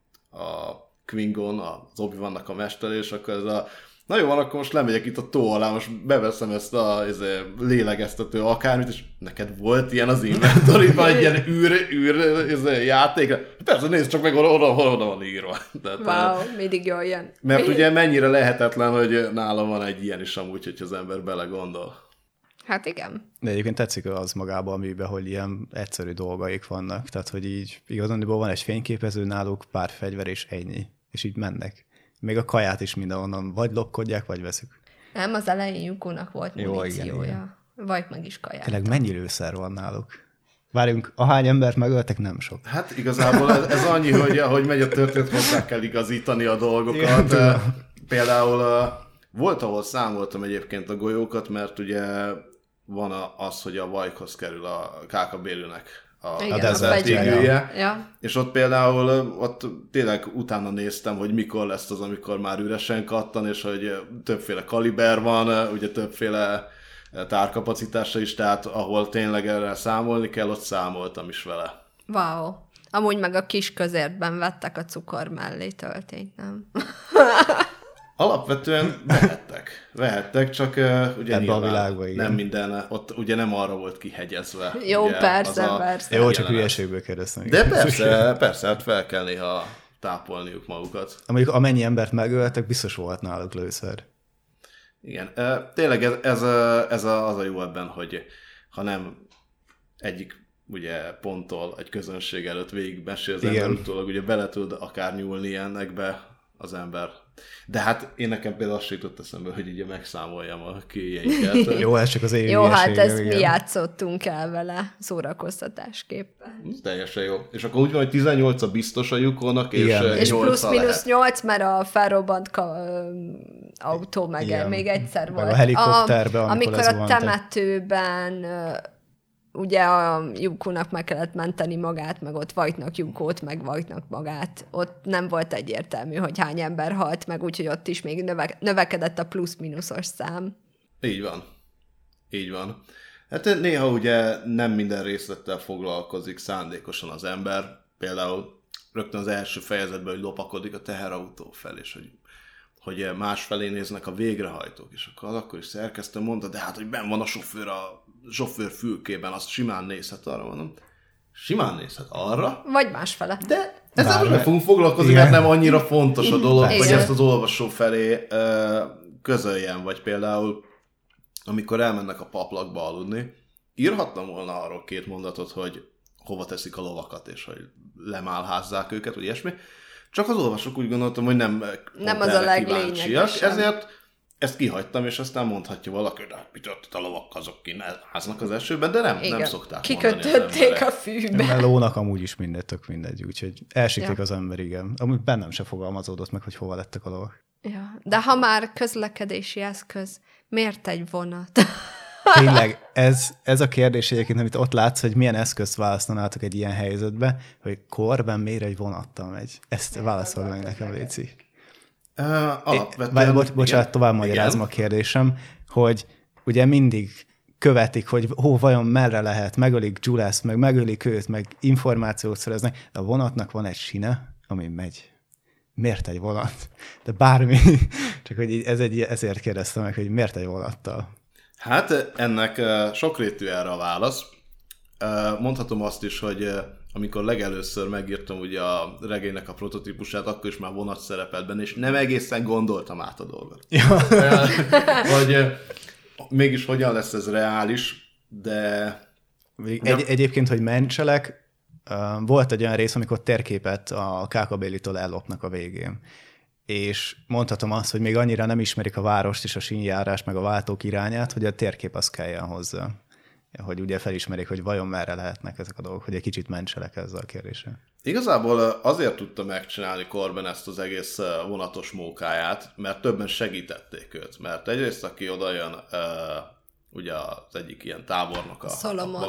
a Qui-Gon, az Obi-Wannak a mester, és akkor ez na jó, van, akkor most lemegyek itt a tó alá, most beveszem ezt a lélegeztető akármit, és neked volt ilyen az inventoryban egy ilyen űr játék? Persze, nézd csak meg, oda van írva. Tehát, wow, mindig jól jön. Mert ugye mennyire lehetetlen, hogy nálam van egy ilyen is amúgy, hogy az ember belegondol. Hát igen. De egyébként tetszik az magában, amiben, hogy ilyen egyszerű dolgaik vannak. Tehát, hogy így igazándiból van egy fényképező náluk, pár fegyver és ennyi. És így mennek. Még a kaját is mindenhonnan vagy lopkodják, vagy veszük. Nem, az elején Yukónak volt muníciója. Igen. Vagy meg is kaját. Tényleg mennyi lőszer van náluk? Várjunk, ahány embert megöltek, nem sok. Hát igazából ez annyi, hogy ahogy megy a történet, hozzá kell igazítani a dolgokat. Igen, például volt, ahol számoltam egyébként a golyókat, mert ugye van az, hogy a Vajkhoz kerül a kákabélőnek a desert égője. Ja. És ott például ott tényleg utána néztem, hogy mikor lesz az, amikor már üresen kattan, és hogy többféle kaliber van, ugye többféle tárkapacitása is, tehát ahol tényleg erre számolni kell, ott számoltam is vele. Wow. Amúgy meg a kis közértben vettek a cukor mellé töltényt, nem? Alapvetően vehettek, csak ugye ebben a világban, nem minden, ott ugye nem arra volt kihegyezve. Jó, ugye, persze. Jó, csak hülyeségből kérdeztem. De persze, hát fel kell néha tápolniuk magukat. Mondjuk amennyi embert megöltek, biztos volt náluk lőszer. Igen, tényleg ez az a jó ebben, hogy ha nem egyik ugye ponttól egy közönség előtt végigmesél az ember utólag, ugye bele tud akár nyúlni ilyenekbe, az ember. De hát én nekem például azt jutott eszembe, hogy ugye megszámoljam a kőjeiket. Jó, ez csak az én Jó, hát ezt igen. mi játszottunk el vele szórakoztatásképpen. Teljesen jó. És akkor úgy van, hogy 18 a biztos a Yukónak, és Igen. 8 És plusz-minusz lehet. 8, mert a felrobbant autó, meg Igen. még egyszer Meg volt. a helikopterben, amikor amikor ez a van, temetőben ugye a Yukónak meg kellett menteni magát, meg ott White-nak Yukót, meg White-nak magát. Ott nem volt egyértelmű, hogy hány ember halt meg, úgyhogy ott is még növekedett a plusz-minuszos szám. Így van. Így van. Hát néha ugye nem minden részlettel foglalkozik szándékosan az ember. Például rögtön az első fejezetben, hogy lopakodik a teherautó fel, és hogy másfelé néznek a végrehajtók, és akkor az akkor is szerkesztő mondta, de hát, hogy benn van a sofőr fülkében, azt simán nézhet arra, mondom. Simán nézhet arra, Vagy másfele. de ezzel most nem fogunk foglalkozni, mert nem annyira fontos a dolog, Igen. hogy ezt az olvasó felé közöljen, vagy például amikor elmennek a paplakba aludni, írhattam volna arról 2 mondatot, hogy hova teszik a lovakat, és hogy lemálházzák őket, vagy ilyesmi. Csak az olvasók úgy gondoltam, hogy nem az a leglényegesebb. ezért ezt kihagytam, és aztán mondhatja valaki, hogy mit ott a lovak, azok kínáznak az esőben, de nem szokták mondani az Kikötötték emberek. a fűbe. Mert lónak amúgy is mindegy, tök mindegy, úgyhogy elsiklik Ja. az ember, igen. Amúgy bennem se fogalmazódott meg, hogy hova lettek a lovak. Ja. De ha már közlekedési eszköz, miért egy vonat? Tényleg, ez a kérdés egyébként, amit ott látsz, hogy milyen eszközt választanátok egy ilyen helyzetbe, hogy korban miért egy vonattal megy. Ezt válaszol meg nekem, Léci. Alapvetően... Bocsánat, tovább magyarázom a kérdésem, hogy ugye mindig követik, hogy vajon merre lehet, megölik Jules-t, meg megölik őt, meg információt szereznek, de a vonatnak van egy sine, ami megy. Miért egy vonat? De bármi, csak hogy ezért kérdeztem meg, hogy miért egy vonattal. Hát ennek sokrétű erre a válasz. Mondhatom azt is, hogy amikor legelőször megírtam ugye a regénynek a prototípusát, akkor is már vonat szerepelt benne, és nem egészen gondoltam át a dolgot. Ja. Hogy mégis hogyan lesz ez reális, de... Egyébként, hogy mentselek, volt egy olyan rész, amikor térképet a Kákabélitól ellopnak a végén. És mondhatom azt, hogy még annyira nem ismerik a várost és a sínjárást, meg a váltók irányát, hogy a térkép az kelljen hozzá. Hogy ugye felismerik, hogy vajon merre lehetnek ezek a dolgok, hogy egy kicsit mentselek ezzel a kérdéssel. Igazából azért tudta megcsinálni Corben ezt az egész vonatos mókáját, mert többen segítették őt. Mert egyrészt, aki oda jön, ugye az egyik ilyen tábornok a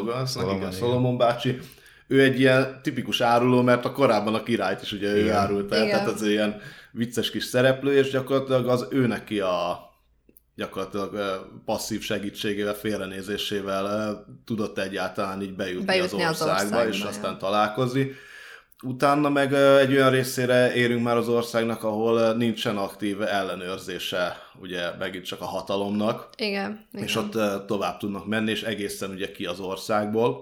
Solomon bácsi, ő egy ilyen tipikus áruló, mert a korábban a királyt is ugye ő árult el, tehát az ilyen vicces kis szereplő, és gyakorlatilag az ő neki a gyakorlatilag passzív segítségével, félrenézésével tudott egyáltalán így bejutni az országba, és aztán találkozni. Utána meg egy olyan részére érünk már az országnak, ahol nincsen aktív ellenőrzése, ugye megint csak a hatalomnak. Igen. És ott tovább tudnak menni, és egészen ugye ki az országból.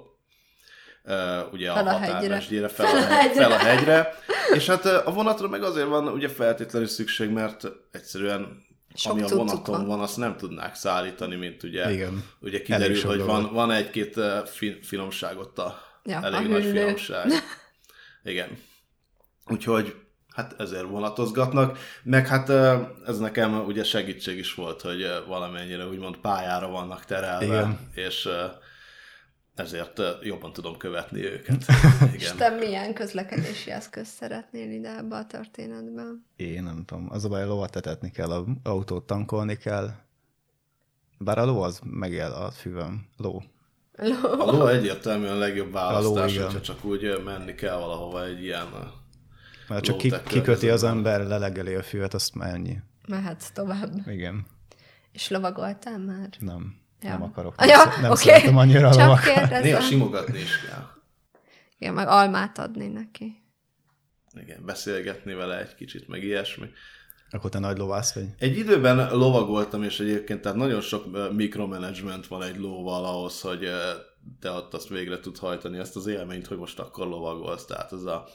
Ugye fel a határmesdjére, fel a hegyre. És hát a vonatra meg azért van ugye feltétlenül szükség, mert egyszerűen sok ami a vonaton van. van, azt nem tudnák szállítani, mint ugye, Igen. ugye kiderül, hogy van egy-két finomság ott elég nagy finomság. Igen. Úgyhogy hát ezért vonatozgatnak, meg hát ez nekem ugye segítség is volt, hogy valamennyire úgymond pályára vannak terelve, igen. És ezért jobban tudom követni őket. Igen. És te milyen közlekedési eszközt szeretnél ide ebbe a történetben? Én nem tudom. Az a baj, a lovat etetni kell, az autót tankolni kell. Bár a ló az megél a füvem. Ló. A ló egyértelműen a legjobb választás, ló, hogyha csak úgy menni kell valahova egy ilyen mert csak kiköti az ember, lelegeli a füvet, azt már ennyi. Mehetsz tovább. Igen. És lovagoltál már? Nem. Ja. Nem akarok. Nem szeretem annyira a lovakat. Néha simogatni is kell. Igen, meg almát adni neki. Igen, beszélgetni vele egy kicsit, meg ilyesmi. Akkor te nagy lovász vagy? Egy időben lovagoltam, és egyébként tehát nagyon sok mikromanagement van egy lóval ahhoz, hogy te ott azt végre tud hajtani, ezt az élményt, hogy most akkor lovagolsz. Tehát ez a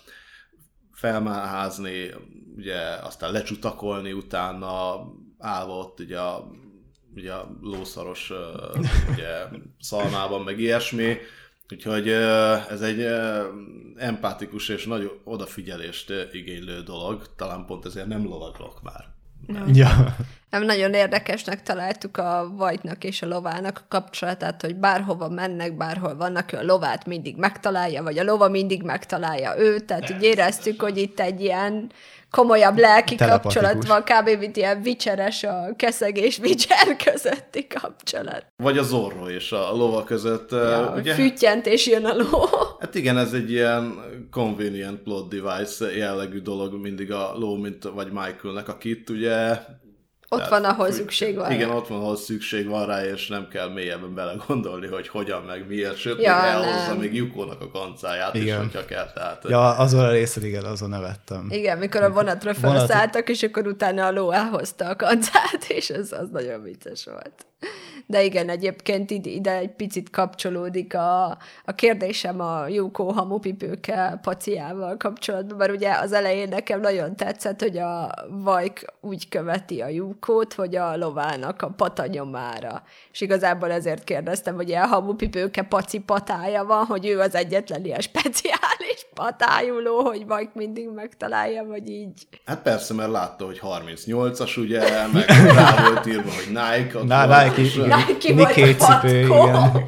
felmáházni, ugye aztán lecsutakolni utána, állva ott ugye a lószaros ugye, szalmában, meg ilyesmi. Úgyhogy ez egy empatikus és nagy odafigyelést igénylő dolog, talán pont ezért nem lovaglok már. Ja. Nem nagyon érdekesnek találtuk a Vajtnak és a lovának a kapcsolatát, hogy bárhova mennek, bárhol vannak, ő a lovát mindig megtalálja, vagy a lova mindig megtalálja őt, tehát úgy éreztük, hogy itt egy ilyen komolyabb lelki kapcsolat van, kb. Mint ilyen vicseres a keszeg és vicser közötti kapcsolat. Vagy a Zorro és a lova között. Ja, ugye? Füttyent és jön a ló. Hát igen, ez egy ilyen convenient plot device jellegű dolog mindig a ló, vagy Michaelnek, akit ugye... Ott van, ahol szükség van. Igen, ott van, ahol szükség van rá, és nem kell mélyebben belegondolni, hogy hogyan, meg miért, sőt, ja, még elhozza még Yukónak a kancáját is, hogyha kell. Tehát... Ja, azon a részed, igen, azon nevettem. Igen, mikor a vonatra felszálltak, és akkor utána a ló elhozta a kancát, és az nagyon vicces volt. De igen, egyébként ide egy picit kapcsolódik a kérdésem a Yuko hamupipőke paciával kapcsolatban, mert ugye az elején nekem nagyon tetszett, hogy a Vajk úgy követi a Yukót, hogy a lovának a patanyomára. És igazából ezért kérdeztem, hogy a hamupipőke paci patája van, hogy ő az egyetlen ilyen speciális patájuló, hogy Vajk mindig megtalálja, vagy így. Hát persze, mert látta, hogy 38-as, ugye, meg rá volt írva, hogy Nike. Nike volt patkó.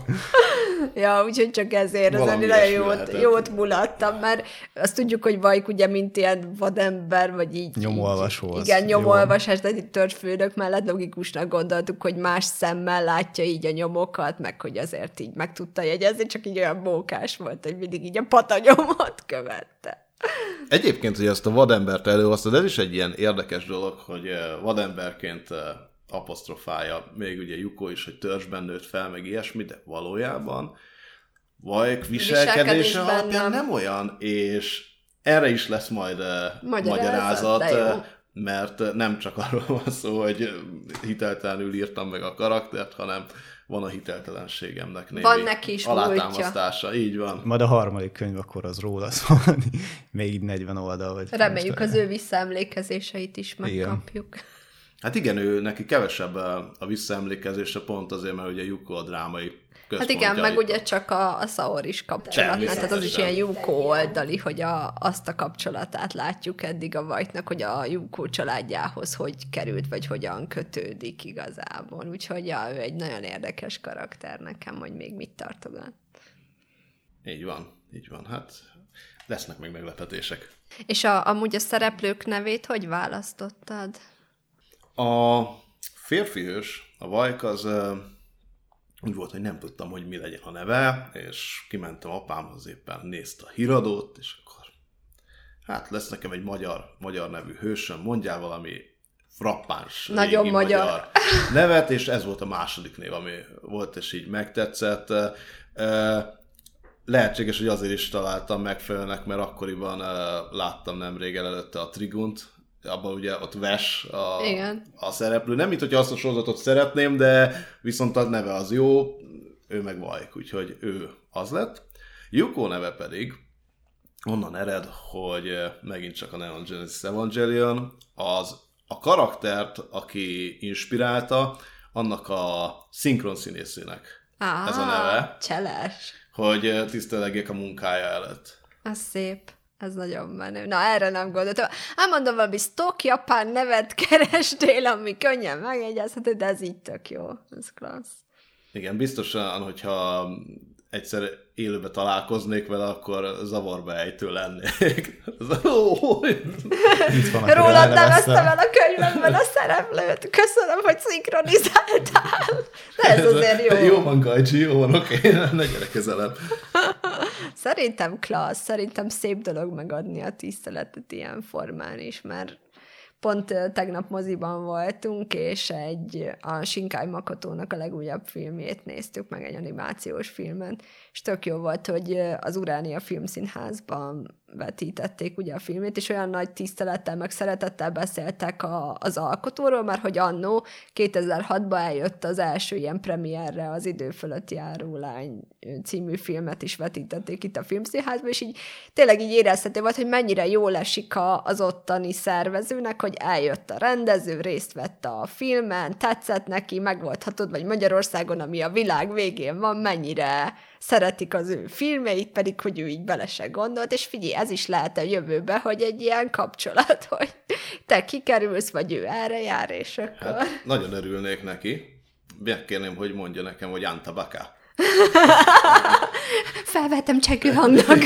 Ja, úgyhogy csak ezért az nagyon jót mulattam, mert azt tudjuk, hogy Vajk ugye mint ilyen vadember, vagy így. Nyomolvasó. Igen, nyomolvasás, tehát itt törzsfőnök mellett logikusnak gondoltuk, hogy más szemmel látja így a nyomokat, meg hogy azért így meg tudta jegyezni, csak így olyan mókás volt, hogy mindig így a patanyomot követte. Egyébként, hogy ezt a vadembert előhoztad, ez is egy ilyen érdekes dolog, hogy vademberként apostrofálja még ugye Yuko is, hogy törzsben nőtt fel, meg ilyesmi, de valójában Vajk viselkedése alapján nem olyan, és erre is lesz majd magyarázat, mert nem csak arról van szó, hogy hiteltelenül írtam meg a karaktert, hanem van a hiteltelenségemnek némi alátámasztása. Így van. Majd a harmadik könyv akkor az róla szól, még így 40 oldal. Vagy reméljük az ő visszaemlékezéseit is megkapjuk. Igen. Hát igen, ő neki kevesebb a visszaemlékezése pont azért, mert ugye Yuko a drámai központja. Hát igen, meg ugye csak a Saori is kapcsolat, tehát az is ilyen Yuko oldali, hogy azt a kapcsolatát látjuk eddig a Vajtnak, hogy a Yuko családjához hogy került, vagy hogyan kötődik igazából. Úgyhogy ja, ő egy nagyon érdekes karakter nekem, hogy még mit tartogat. Így van. Hát lesznek még meglepetések. És amúgy a szereplők nevét hogy választottad? A férfi hős, a Vajk, az úgy volt, hogy nem tudtam, hogy mi legyen a neve, és kimentem apámhoz, éppen nézte a híradót, és akkor hát lesz nekem egy magyar nevű hősöm, mondjál valami frappáns, nagyon magyar nevet, és ez volt a második név, ami volt, és így megtetszett. Lehetséges, hogy azért is találtam megfelelőnek, mert akkoriban láttam nemrég előtte a Trigunt, abban ugye ott Ves a szereplő. Nem, mint hogy azt a sorozatot szeretném, de viszont a neve az jó, ő meg Vajk, úgyhogy ő az lett. Yuko neve pedig onnan ered, hogy megint csak a Neon Genesis Evangelion, az a karaktert, aki inspirálta, annak a szinkron színészének ez a neve. Cseles. Hogy tisztelegjék a munkája előtt. Az szép. Ez nagyon menő. Na, erre nem gondoltam. Mondom, valami sztok japán nevet kerestél, ami könnyen megjegyezhető, de ez így tök jó. Ez klassz. Igen, biztosan, hogyha egyszer élőben találkoznék vele, akkor zavarba ejtő lennék. Rólad neveztem el a könyvemben a szereplőt. Köszönöm, hogy szinkronizáltál. De ez azért jó. Jó van, Gajcsi, jó van, oké, ne gyere közelem. Szerintem klassz, szerintem szép dolog megadni a tiszteletet ilyen formán is, mert pont tegnap moziban voltunk, és a Shinkai Makotónak a legújabb filmjét néztük meg, egy animációs filmet, és tök jó volt, hogy az Uránia Filmszínházban vetítették ugye a filmét, és olyan nagy tisztelettel, meg szeretettel beszéltek az alkotóról, mert hogy annó 2006-ban eljött az első ilyen premierre, az Idő fölött járó lány című filmet is vetítették itt a Filmszínházban, és így tényleg így érezhető volt, hogy mennyire jól esik az ottani szervezőnek, hogy eljött a rendező, részt vett a filmen, tetszett neki, megoldhatod, vagy Magyarországon, ami a világ végén van, mennyire szeretik az ő filmeit, pedig hogy ő így bele se gondolt, és figyelj, ez is lehet a jövőben, hogy egy ilyen kapcsolat, hogy te kikerülsz, vagy ő erre jár, és akkor... Hát, nagyon örülnék neki. Megkérném, hogy mondja nekem, hogy Anta Baka. Felvettem csengő hangnak.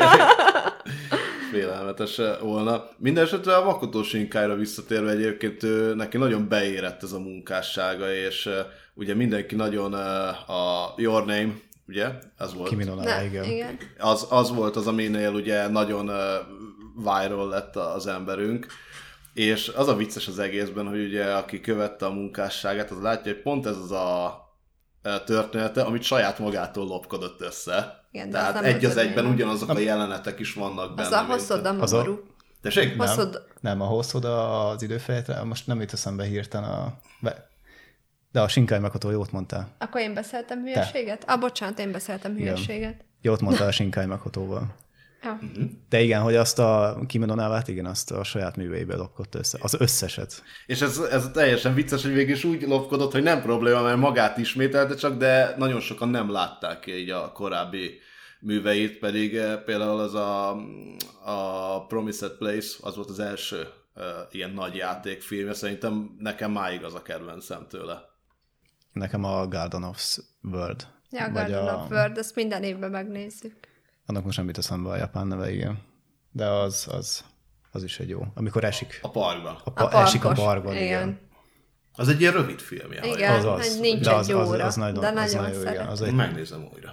Félelmetes volna. Mindenesetre a Makoto Shinkai-ra visszatérve egyébként neki nagyon beérett ez a munkássága, és ugye mindenki nagyon a Your Name, ugye? Az volt. Kimi no Na wa, igen. Az volt az, aminél ugye nagyon viral lett az emberünk. És az a vicces az egészben, hogy ugye aki követte a munkásságát, az látja, hogy pont ez az a története, amit saját magától lopkodott össze. Igen, tehát egy az egyben ugyanazok a jelenetek is vannak benne. Az a Hosoda Mamoru. Tessék? Nem, a Hosoda az időfejtre, most nem jut eszembe hirtelen de a Shinkai Makoto jót mondtál. Akkor én beszéltem hülyeséget? Bocsánat, én beszéltem hülyeséget. Igen. Jót mondtál a Shinkai Makotóval. Ja. De igen, hogy azt a Kimi no na wa-t, igen, azt a saját műveiből lopkodta össze. Az összeset. És ez teljesen vicces, hogy végül is úgy lopkodott, hogy nem probléma, mert magát ismételte csak, de nagyon sokan nem látták így a korábbi műveit, pedig például az a Promised Place, az volt az első ilyen nagy játékfilmje, szerintem nekem máig az a kedvencem tőle. Nekem a Garden of World. Ja, a Garden of World, ezt minden évben megnézzük. Annak most nem jut eszembe a japán neve, igen. De az is egy jó. Amikor esik. A parkban. Esik a parkban, igen. Az egy ilyen rövid filmje. Igen, az nincs egy óra, az de nagyon szeretem. Megnézem újra.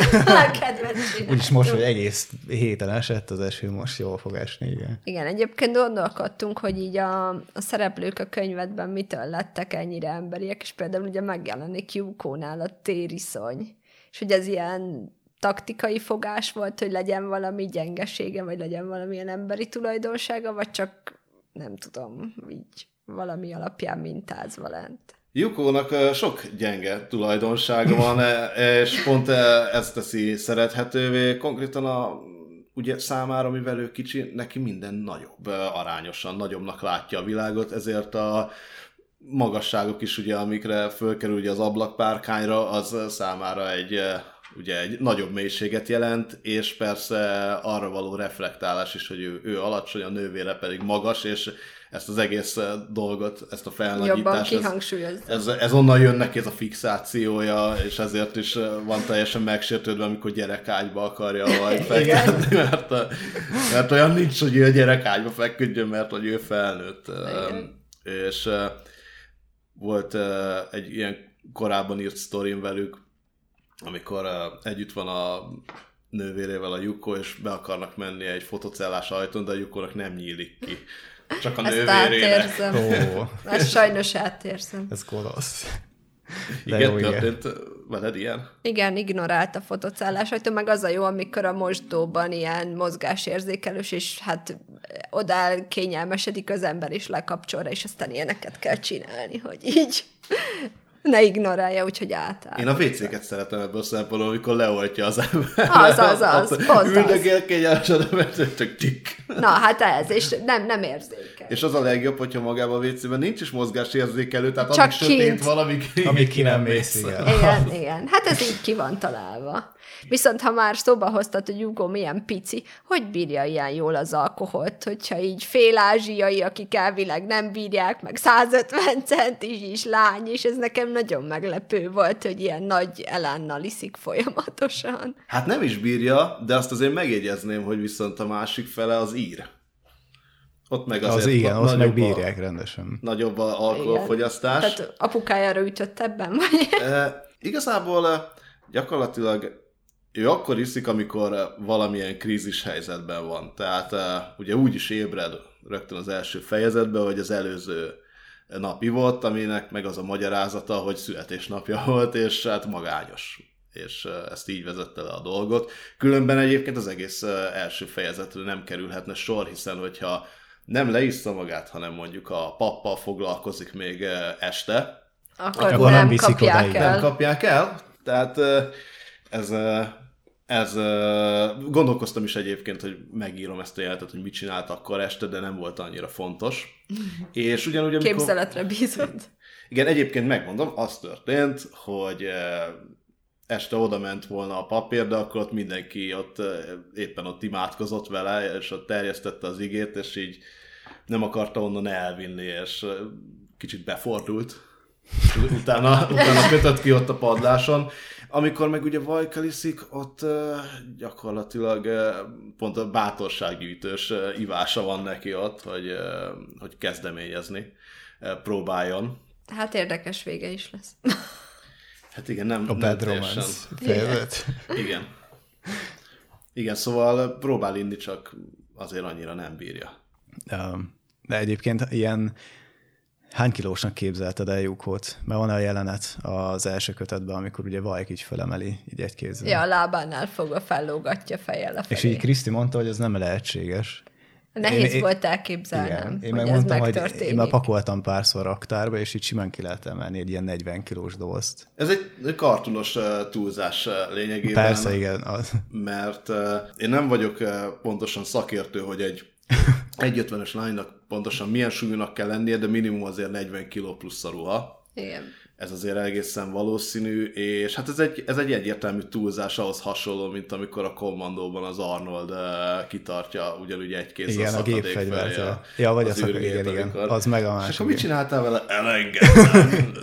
Úgyis most, hogy egész héten esett, az eső most jól fog esni, igen. Igen, egyébként gondolkodtunk, hogy így a szereplők a könyvedben mitől lettek ennyire emberiek, és például ugye megjelenik Yukónál a tériszony, és hogy ez ilyen taktikai fogás volt, hogy legyen valami gyengesége, vagy legyen valamilyen emberi tulajdonsága, vagy csak, nem tudom, így valami alapján mintázva lent. Yukónak sok gyenge tulajdonsága van, és pont ez teszi szerethetővé. Konkrétan ugye számára, mivel ő kicsi, neki minden nagyobb, arányosan nagyobbnak látja a világot, ezért a magasságok is, ugye, amikre fölkerül ugye az ablakpárkányra, az számára egy nagyobb mélységet jelent, és persze arra való reflektálás is, hogy ő alacsony, a nővére pedig magas, és ezt az egész dolgot, ezt a felnagyítást. Jobban kihangsúlyozza. Ez onnan jön neki ez a fixációja, és ezért is van teljesen megsértődve, amikor gyerekágyba akarja majd feküdni, mert olyan nincs, hogy ő a gyerekágyba feküdjön, mert hogy ő felnőtt. És volt egy ilyen korábban írt sztorim velük, amikor együtt van a nővérével a Yuko, és be akarnak menni egy fotocellás ajtón, de a Yukónak nem nyílik ki. Csak a nővérének. Ezt átérzem. Ezt sajnos átérzem. Ez kolosz. Igen, történt veled ilyen? Igen, ignorált a fotocellás ajtón, meg az a jó, amikor a mosdóban ilyen mozgásérzékelős, és hát oda kényelmesedik az ember, és lekapcsolra, és aztán ilyeneket kell csinálni, hogy így ne ignorálja, úgyhogy átáll. Én a WC-ket szeretem ebből a szempontból, amikor leoltja az ember. Az. Üldögél kényelmesen, mert csak tik. Na, hát ez, és nem érzékel. És az a legjobb, hogyha magában a WC-ben nincs is mozgásérzékelő, tehát csak amíg sötét valami amíg ki nem mész, igen. Hát ez így ki van találva. Viszont ha már szóba hoztad, hogy Yuko milyen pici, hogy bírja ilyen jól az alkoholt, hogyha így fél-ázsiai, akik elvileg nem bírják, meg 150 centis is lány, és ez nekem nagyon meglepő volt, hogy ilyen nagy elánnal iszik folyamatosan. Hát nem is bírja, de azt azért megjegyezném, hogy viszont a másik fele az ír. Ott meg azért igen, ott meg bírják rendesen. Nagyobb a alkoholfogyasztás. Tehát apukájára ütött ebben, vagy? Igazából gyakorlatilag ő akkor iszik, amikor valamilyen krízis helyzetben van. Tehát ugye úgy is ébred rögtön az első fejezetben, hogy az előző nap ivott, aminek meg az a magyarázata, hogy születésnapja volt, és hát magányos. És ezt így vezette le a dolgot. Különben egyébként az egész első fejezetről nem kerülhetne sor, hiszen hogyha nem leissza magát, hanem mondjuk a pappal foglalkozik még este, akkor nem kapják el. Nem kapják el. Tehát ez gondolkoztam is egyébként, hogy megírom ezt a jelentet, hogy mit csinált akkor este, de nem volt annyira fontos. És ugyanúgy, amikor... Képzeletre bízott. Igen, egyébként megmondom, az történt, hogy este oda ment volna a papír, de akkor ott mindenki éppen ott imádkozott vele, és ott terjesztette az igét, és így nem akarta onnan elvinni, és kicsit befordult. Utána kötött ki ott a padláson. Amikor meg ugye vajkal iszik, ott gyakorlatilag pont a bátorsággyűjtős ivása van neki ott, hogy kezdeményezni, próbáljon. Hát érdekes vége is lesz. Hát igen, nem a Bad Romance fejezet. Igen. Igen, szóval próbál inni, csak azért annyira nem bírja. De egyébként ilyen hány kilósnak képzelted el Yukót? Mert van a jelenet az első kötetben, amikor ugye Vajk így felemeli, így egy kézzel. Ja, a lábánál fogva fellógatja fejjel lefelé. És így Kriszti mondta, hogy ez nem lehetséges. Nehéz volt elképzelnem, igen, hogy megmondtam, ez megtörténik. Hogy én már pakoltam párszor raktárba, és így simán ki lehet emelni egy ilyen 40 kilós dobozt. Ez egy kartonos túlzás lényegében. Persze, igen. Az. Mert én nem vagyok pontosan szakértő, hogy egy 1,50-es lánynak pontosan milyen súlyúnak kell lennie, de minimum azért 40 kg plusz a ruha. Igen. Ez azért egészen valószínű, és hát ez egy egyértelmű túlzás, ahhoz hasonló, mint amikor a Kommandóban az Arnold kitartja ugyanúgy egy kézzel igen, a gépfegyvert. Ja, vagy az űrgét, igen. Az meg a másik. És akkor mit csináltál vele? Elengedtem.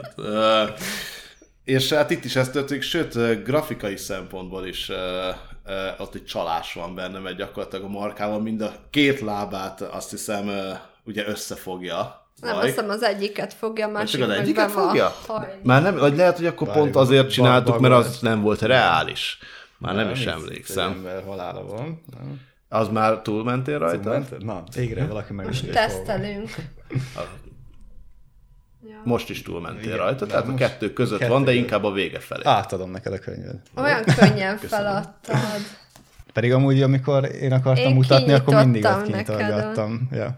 És hát itt is ez történik, sőt, grafikai szempontból is ott egy csalás van benne, mert gyakorlatilag a markával mind a két lábát azt hiszem ugye összefogja. Nem, azt hiszem az egyiket fogja, a másik csak az egyiket fogja? Hajni. Már nem, vagy lehet, hogy akkor pont azért csináltuk, mert az nem volt reális. Már nem is emlékszem. Ember halála van. Az már túlmentél rajta? Na, végre valaki meg is tesztelünk. Most is túlmentél rajta, tehát a kettő között van, de inkább a vége felé. Átadom neked a könyvet. Olyan könnyen feladtad. Pedig amúgy, amikor én akartam mutatni, akkor mindig ott kintargattam. Ja.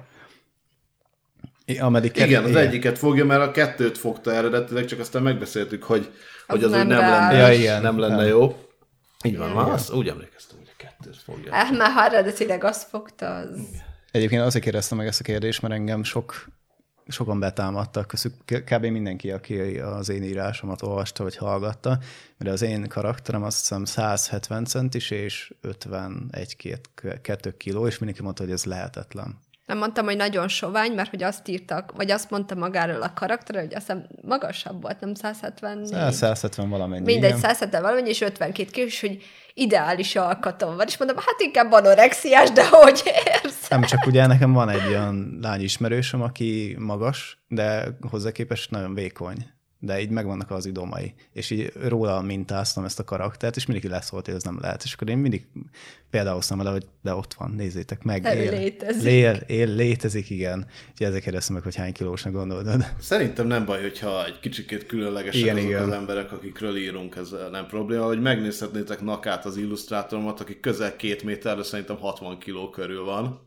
Igen, az egyiket fogja, mert a kettőt fogta eredetileg, csak aztán megbeszéltük, hogy az úgy nem lenne jó. Így van, már azt úgy emlékeztem, hogy a kettőt fogja. Már ha eredetileg azt fogta, az... Egyébként azért kérdeztem meg ezt a kérdést, mert engem sokan betámadtak, kb. Mindenki, aki az én írásomat olvasta, vagy hallgatta, mert az én karakterem azt hiszem 170 centis és 51-2 kiló, és mindenki mondta, hogy ez lehetetlen. Nem mondtam, hogy nagyon sovány, mert hogy azt írtak, vagy azt mondta magáról a karakter, hogy azt hiszem magasabb volt, nem 170? 170 valamennyi. Mindegy, 170 valamennyi, és 52 kilós, hogy ideális alkatom van. És mondom, hát inkább anorexiás, de hogy érsz? Nem, csak ugye nekem van egy olyan lányismerősöm, aki magas, de hozzá képest nagyon vékony. De így megvannak az idomai. És így róla mintáztam ezt a karaktert, és mindig leszólt, hogy ez nem lehet. És akkor én mindig példáloztam vele, hogy de ott van, nézzétek meg. Létezik, igen. Úgyhogy ezzel kérdeztem meg, hogy hány kilósnak gondolod. Szerintem nem baj, hogyha egy kicsikét különlegesek azok az emberek, akikről írunk, ez nem probléma. Hogy megnézhetnétek Nakát, az illusztrátoromat, aki közel 2 méterre szerintem 60 kiló körül van.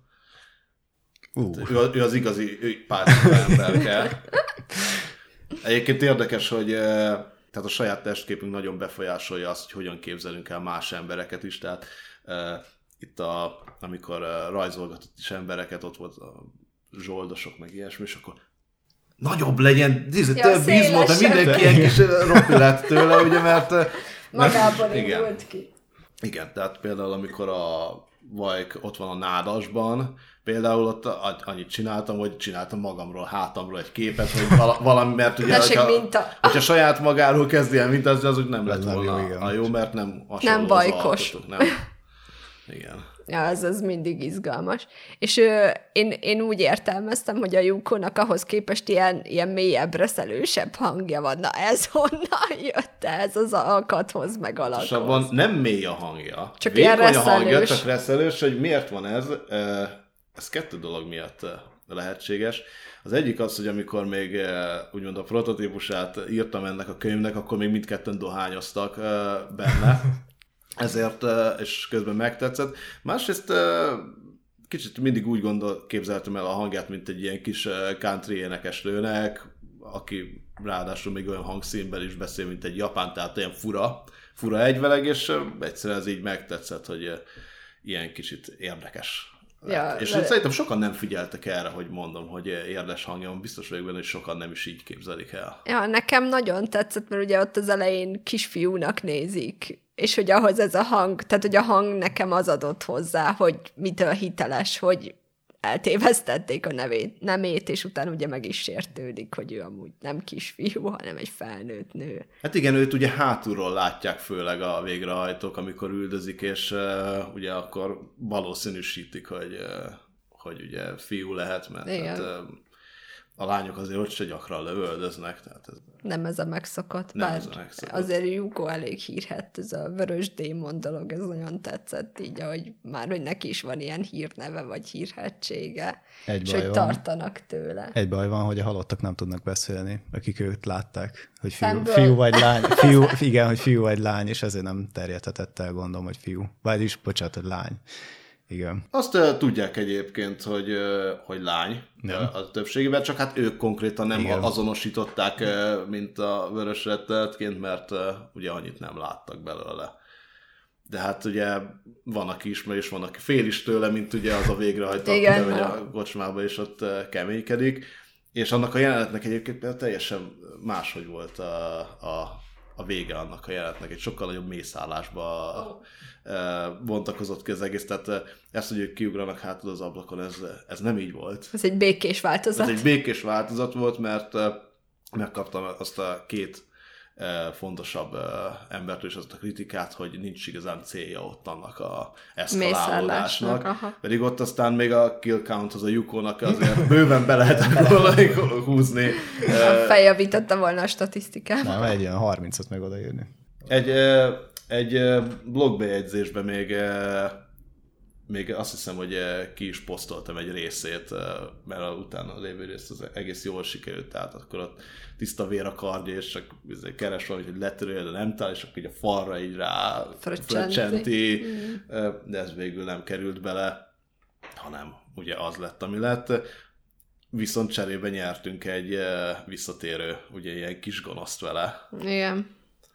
Ő az igazi pártfő emberke. Egyébként érdekes, hogy tehát a saját testképünk nagyon befolyásolja azt, hogy hogyan képzelünk el más embereket is, tehát itt amikor rajzolgatott is embereket, ott volt a zsoldosok, meg ilyesmi, és akkor nagyobb legyen, több izmot, de mindenki ilyen kis ropi lett tőle, ugye, mert magából indult ki. Igen, tehát például amikor a Vajk ott van a nádasban, például ott annyit csináltam, hogy csináltam magamról, hátamról egy képet, hogy valami, mert ugye, hogyha saját magáról kezdi el mintázni, az úgy nem lett volna jó, mert nem hasonló nem bajkos. Nem. Igen. Ja, ez mindig izgalmas. És én úgy értelmeztem, hogy a Yukónak ahhoz képest ilyen mélyebb, reszelősebb hangja van. Na ez honnan jött? Ez az alkathoz meg alakhoz. Sabban nem mély a hangja. Csak vékony ilyen reszelős. A hangja, csak reszelős, hogy miért van ez? Ez 2 dolog miatt lehetséges. Az egyik az, hogy amikor még úgymond a prototípusát írtam ennek a könyvnek, akkor még mindketten dohányoztak benne. Ezért, és közben megtetszett. Másrészt kicsit mindig úgy képzeltem el a hangját, mint egy ilyen kis country énekesnőnek, aki ráadásul még olyan hangszínben is beszél, mint egy japán, tehát olyan fura egyveleg, és egyszerűen ez így megtetszett, hogy ilyen kicsit érdekes Ja, és szerintem sokan nem figyeltek erre, hogy mondom, hogy érdes hangja van, biztos vagyok benne, hogy sokan nem is így képzelik el. Ja, nekem nagyon tetszett, mert ugye ott az elején kisfiúnak nézik, és hogy ahhoz ez a hang, tehát hogy a hang nekem az adott hozzá, hogy mitől hiteles, hogy eltévesztették a nemét, és utána ugye meg is sértődik, hogy ő amúgy nem kisfiú, hanem egy felnőtt nő. Hát igen, őt ugye hátulról látják főleg a végrehajtók, amikor üldözik, és ugye akkor valószínűsítik, hogy ugye fiú lehet, mert hát, a lányok azért ott se gyakran lövöldöznek. Tehát ez nem ez a megszokott, nem bár ez a megszokott. azért Yuko elég hírhett, ez a vörös démon dolog, ez nagyon tetszett így, ahogy már, hogy neki is van ilyen hírneve, vagy hírhettsége, és hogy tartanak tőle. Egy baj van, hogy a halottak nem tudnak beszélni, akik őt látták, hogy fiú vagy lány. Igen, hogy fiú vagy lány, és ezért nem terjedhetett el, gondolom, hogy fiú. Vagyis, bocsánat, hogy lány. Igen. Azt tudják egyébként, hogy lány a többségében, csak hát ők konkrétan nem azonosították, mint a vörös retteltként, mert ugye annyit nem láttak belőle. De hát ugye van, aki ismer, és van, aki fél is tőle, mint ugye az a végrehajtó, aki bemegy a kocsmába, és ott keménykedik. És annak a jelenetnek egyébként teljesen máshogy volt a vége annak a jelenetnek, egy sokkal nagyobb mészállásba bontakozott ki az egész, tehát ezt, hogy ők kiugranak hátul az ablakon, ez nem így volt. Ez egy békés változat. Ez egy békés változat volt, mert megkaptam azt a két fontosabb embertől is azt a kritikát, hogy nincs igazán célja ott annak a eszkalálódásnak. Pedig ott aztán még a kill count az a Yukónak azért bőven be lehetett volna húzni. Feljavította volna a statisztikát. Nem, egy ilyen 30-ot meg odaírni. Egy blogbejegyzésben még azt hiszem, hogy ki is posztoltam egy részét, mert a utána lévő részt az egész jól sikerült, tehát akkor ott tiszta vér a kardja, és csak keres valamit, hogy letörölje, de nem talál, és akkor így a falra így rá fröccsenti, de ez végül nem került bele, hanem ugye az lett, ami lett. Viszont cserébe nyertünk egy visszatérő, ugye ilyen kis gonoszt vele. Igen.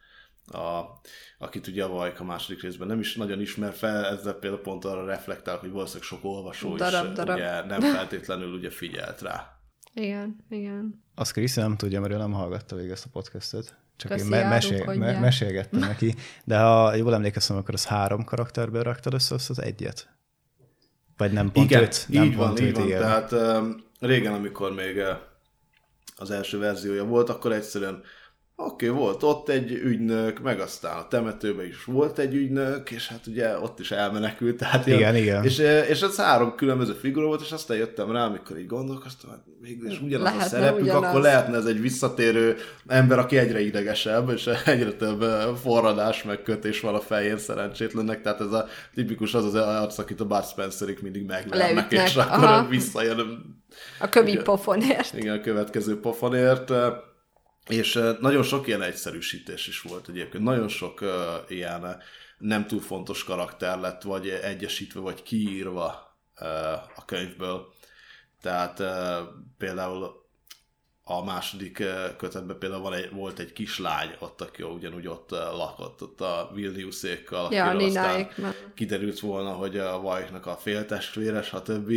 Akit ugye a Vajka második részben nem is nagyon ismer fel, ezzel például pont arra reflektál, hogy valószínűleg sok olvasó darab. Ugye nem feltétlenül ugye figyelt rá. Igen. Azt Kriszi nem tudja, mert ő nem hallgatta végig ezt a podcastot. Csak köszi, én mesélgettem neki. De ha jól emlékeztem, akkor az 3 karakterből raktad össze az egyet? Vagy nem pont igen, 5? Így van. Tehát régen, amikor még az első verziója volt, akkor egyszerűen volt ott egy ügynök, meg aztán a temetőben is volt egy ügynök, és hát ugye ott is elmenekült. Tehát igen. És ez 3 különböző figura volt, és aztán jöttem rá, amikor így gondolkoztam, hogy végül is ugyanaz lehetne a szerepük, akkor lehetne ez egy visszatérő ember, aki egyre idegesebb, és egyre több forradás, meg kötés van a fején szerencsétlennek, tehát ez a tipikus az arc, akit a Bud Spencerik mindig megvernek, és akkor visszajön a kövi pofonért. Igen, a következő pofonért. És nagyon sok ilyen egyszerűsítés is volt egyébként. Nagyon sok ilyen nem túl fontos karakter lett, vagy egyesítve, vagy kiírva a könyvből. Tehát például a második kötetben például volt egy kislány ott, aki ugyanúgy ott lakott, ott a Vilniusékkal, akiről aztán kiderült volna, hogy a Vajknak a féltestvére, stb.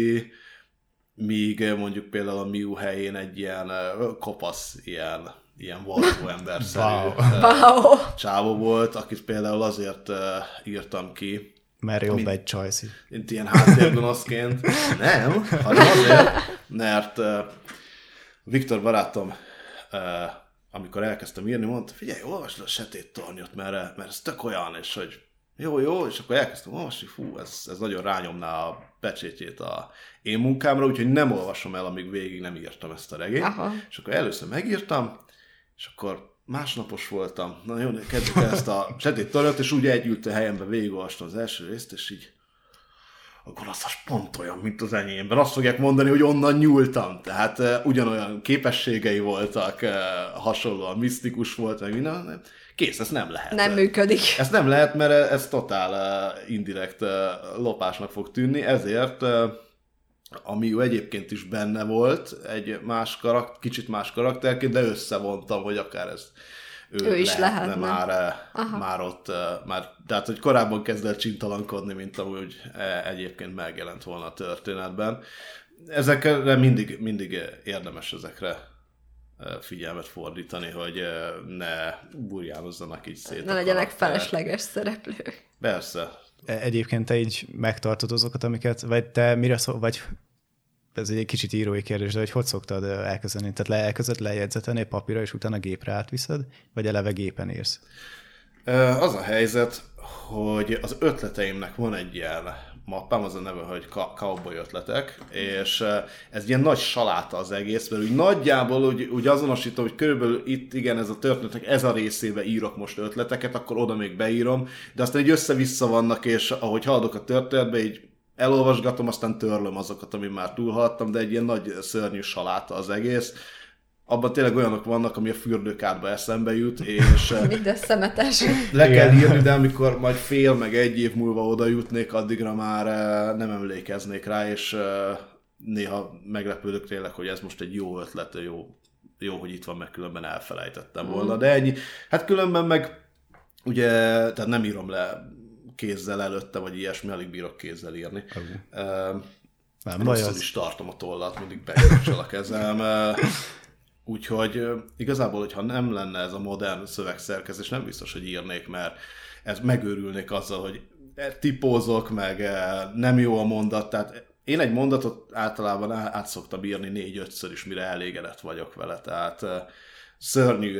Míg mondjuk például a Miu helyén egy ilyen kopasz, ilyen való emberszerű csávó volt, akit például azért írtam ki. Mert jobb egy csajszi. Mint ilyen háttérgonoszként. Nem, hanem azért, mert Viktor barátom, amikor elkezdtem írni, mondta, figyelj, olvasd a Sötét Tornyot, mert ez tök olyan, és hogy jó, és akkor elkezdtem olvasni, ez nagyon rányomná a pecsétjét a én munkámra, úgyhogy nem olvasom el, amíg végig nem írtam ezt a regényt. Aha. És akkor először megírtam, és akkor másnapos voltam. Na jó, kezdjük el ezt a Sötét Tornyot, és úgy egyült a helyemben végigolvastam az első részt, és így a gonoszas pont olyan, mint az enyémben. Azt fogják mondani, hogy onnan nyúltam. Tehát ugyanolyan képességei voltak, hasonlóan misztikus volt, meg minden. Kész, ez nem lehet. Nem működik. Ez nem lehet, mert ez totál indirekt lopásnak fog tűnni, ezért a Miu egyébként is benne volt egy kicsit más karakterként, de összevontam, hogy akár ez ő is lehetne már ott, tehát hogy korábban kezdett csintalankodni, mint amúgy egyébként megjelent volna a történetben. Ezekre mindig érdemes ezekre figyelmet fordítani, hogy ne burjánozzanak így szét. Ne legyenek felesleges szereplők. Persze. Egyébként te így megtartod azokat, amiket, vagy te mire vagy ez egy kicsit írói kérdés, de hogy szoktad elkezdeni? Tehát elkezded lejegyzetelni papírra, és utána gépre átviszed, vagy eleve gépen írsz? Az a helyzet, hogy az ötleteimnek van egy ilyen mappám, az a neve, hogy cowboy ötletek, és ez ilyen nagy saláta az egész, mert úgy nagyjából úgy azonosítom, hogy körülbelül itt igen, ez a történetnek ez a részébe írok most ötleteket, akkor oda még beírom, de aztán így össze-vissza vannak, és ahogy haladok a történetbe, így elolvasgatom, aztán törlöm azokat, amit már túlhaladtam, de egy ilyen nagy szörnyű saláta az egész. Abban tényleg olyanok vannak, ami a fürdőkádba eszembe jut, és minden szemetes. Le kell írni, de amikor majd fél, meg egy év múlva oda jutnék, addigra már nem emlékeznék rá, és néha meglepődök tényleg, hogy ez most egy jó ötlet, jó, hogy itt van, meg különben elfelejtettem volna. De ennyi. Hát különben meg ugye, tehát nem írom le kézzel előtte, vagy ilyesmi, alig bírok kézzel írni. Rosszul is tartom a tollat, mindig bekapcsol a kezem. Úgyhogy igazából, hogyha nem lenne ez a modern szövegszerkezés, nem biztos, hogy írnék, mert megőrülnék azzal, hogy tipózok, meg nem jó a mondat. Tehát én egy mondatot általában át szoktam írni 4-5-ször is, mire elégedett vagyok vele. Tehát szörnyű,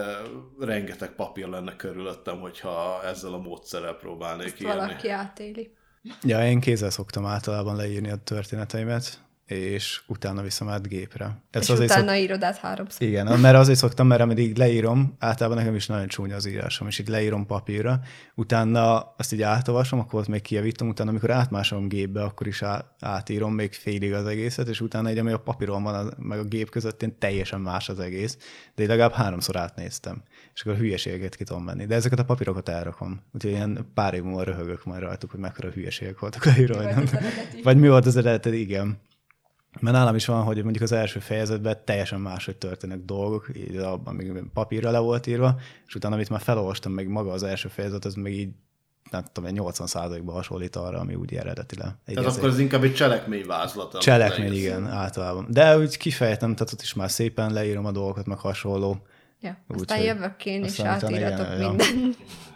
rengeteg papír lenne körülöttem, hogyha ezzel a módszerrel próbálnék ezt írni. Valaki átéli. Ja, én kézzel szoktam általában leírni a történeteimet, és utána viszem át gépre. És utána írod át 3-szor. Igen, mert azért szoktam, mert ameddig leírom, általában nekem is nagyon csúnya az írásom, és így leírom papírra, utána azt így átolvasom, akkor ott még kijavítom, utána amikor átmásolom gépbe, akkor is átírom még félig az egészet, és utána egy, ami a papíron van, meg a gép között, én teljesen más az egész, de én legalább 3-szor átnéztem, és akkor hülyeségeket ki tudom menni. De ezeket a papírokat elrakom, úgyhogy ilyen pár év múlva röhögök majd rajtuk, hogy mekkora hülyeségek voltak leírva. Vagy mi volt az eredet, igen. Mert nálam is van, hogy mondjuk az első fejezetben teljesen máshogy történnek dolgok, így amíg papírra le volt írva, és utána, amit már felolvastam, meg maga az első fejezet, az meg így, nem tudom, 80%-ban hasonlít arra, ami úgy eredetileg. Tehát akkor ez inkább egy cselekményvázlat. Cselekmény, igen, általában. De úgy kifejtem, tehát ott is már szépen leírom a dolgokat, meg hasonló. Ja, aztán jövök én, és átíratok minden.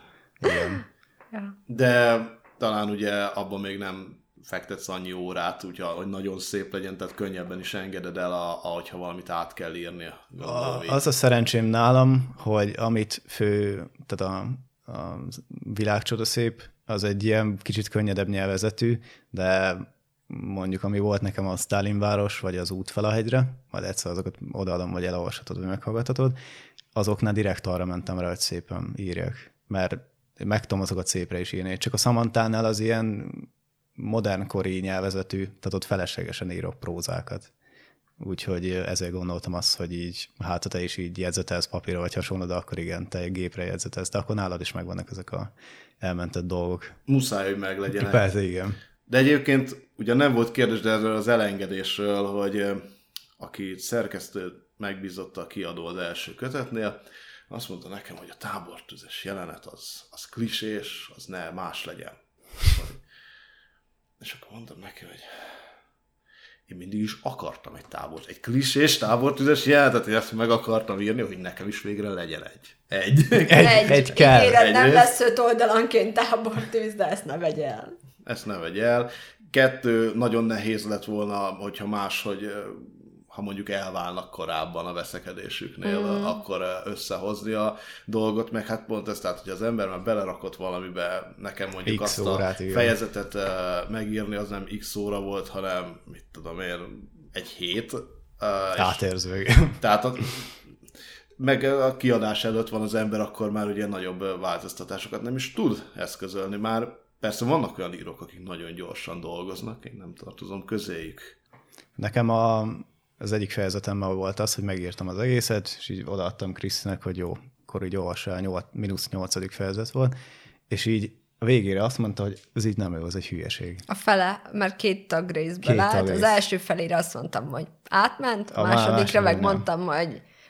Igen. Ja. De talán ugye abban még nem fektetsz annyi órát, úgyhogy hogy nagyon szép legyen, tehát könnyebben is engeded el, ahogyha valamit át kell írnia. Az a szerencsém nálam, hogy amit tehát a világcsoda szép, az egy ilyen kicsit könnyedebb nyelvezetű, de mondjuk ami volt nekem a Sztálinváros, vagy az Út fel a hegyre, majd egyszer azokat odaadom, vagy elolvashatod, vagy meghallgathatod, azoknál direkt arra mentem rá, hogy szépen írjak, mert meg tudom azokat szépre is írni. Csak a Samantánál az ilyen modernkori nyelvezetű, tehát ott feleslegesen írok prózákat. Úgyhogy ezért gondoltam azt, hogy így, hát te is így jegyzetelsz papírra vagy hasonló, de akkor igen, te gépre jegyzetelsz, de akkor nálad is megvannak ezek a elmentett dolgok. Muszáj, hogy meglegyenek. Persze, igen. De egyébként ugye nem volt kérdés, de erről az elengedésről, hogy aki szerkesztő megbízotta a kiadó az első kötetnél, azt mondta nekem, hogy a tábortüzes jelenet az klisés, az ne más legyen. És akkor mondtam neki, hogy én mindig is akartam egy klisés tábortüzes jelenetet, hogy ezt meg akartam írni, hogy nekem is végre legyen egy kell. Ígéret, nem lesz 5 oldalanként tábortűz, de ezt ne vegy el. Ezt ne vegy el. 2, nagyon nehéz lett volna, hogyha máshogy, ha mondjuk elválnak korábban a veszekedésüknél, akkor összehozni a dolgot, meg hát pont ez, tehát, hogy az ember már belerakott valamibe, nekem mondjuk X azt órát, a igen. fejezetet megírni, az nem X óra volt, hanem, mit tudom én, egy hét. Átérző. Tehát meg a kiadás előtt van az ember, akkor már ugye nagyobb változtatásokat nem is tud eszközölni. Már persze vannak olyan írók, akik nagyon gyorsan dolgoznak, én nem tartozom közéjük. Nekem az egyik fejezetemmel volt az, hogy megírtam az egészet, és így odaadtam Krisztinek, hogy jó, akkor így olvassa el, -8. fejezet volt, és így a végére azt mondta, hogy ez így nem jó, ez egy hülyeség. A fele, mert 2 tagrészből állt. Az első felére azt mondtam, hogy átment, a másodikra meg mondtam, hogy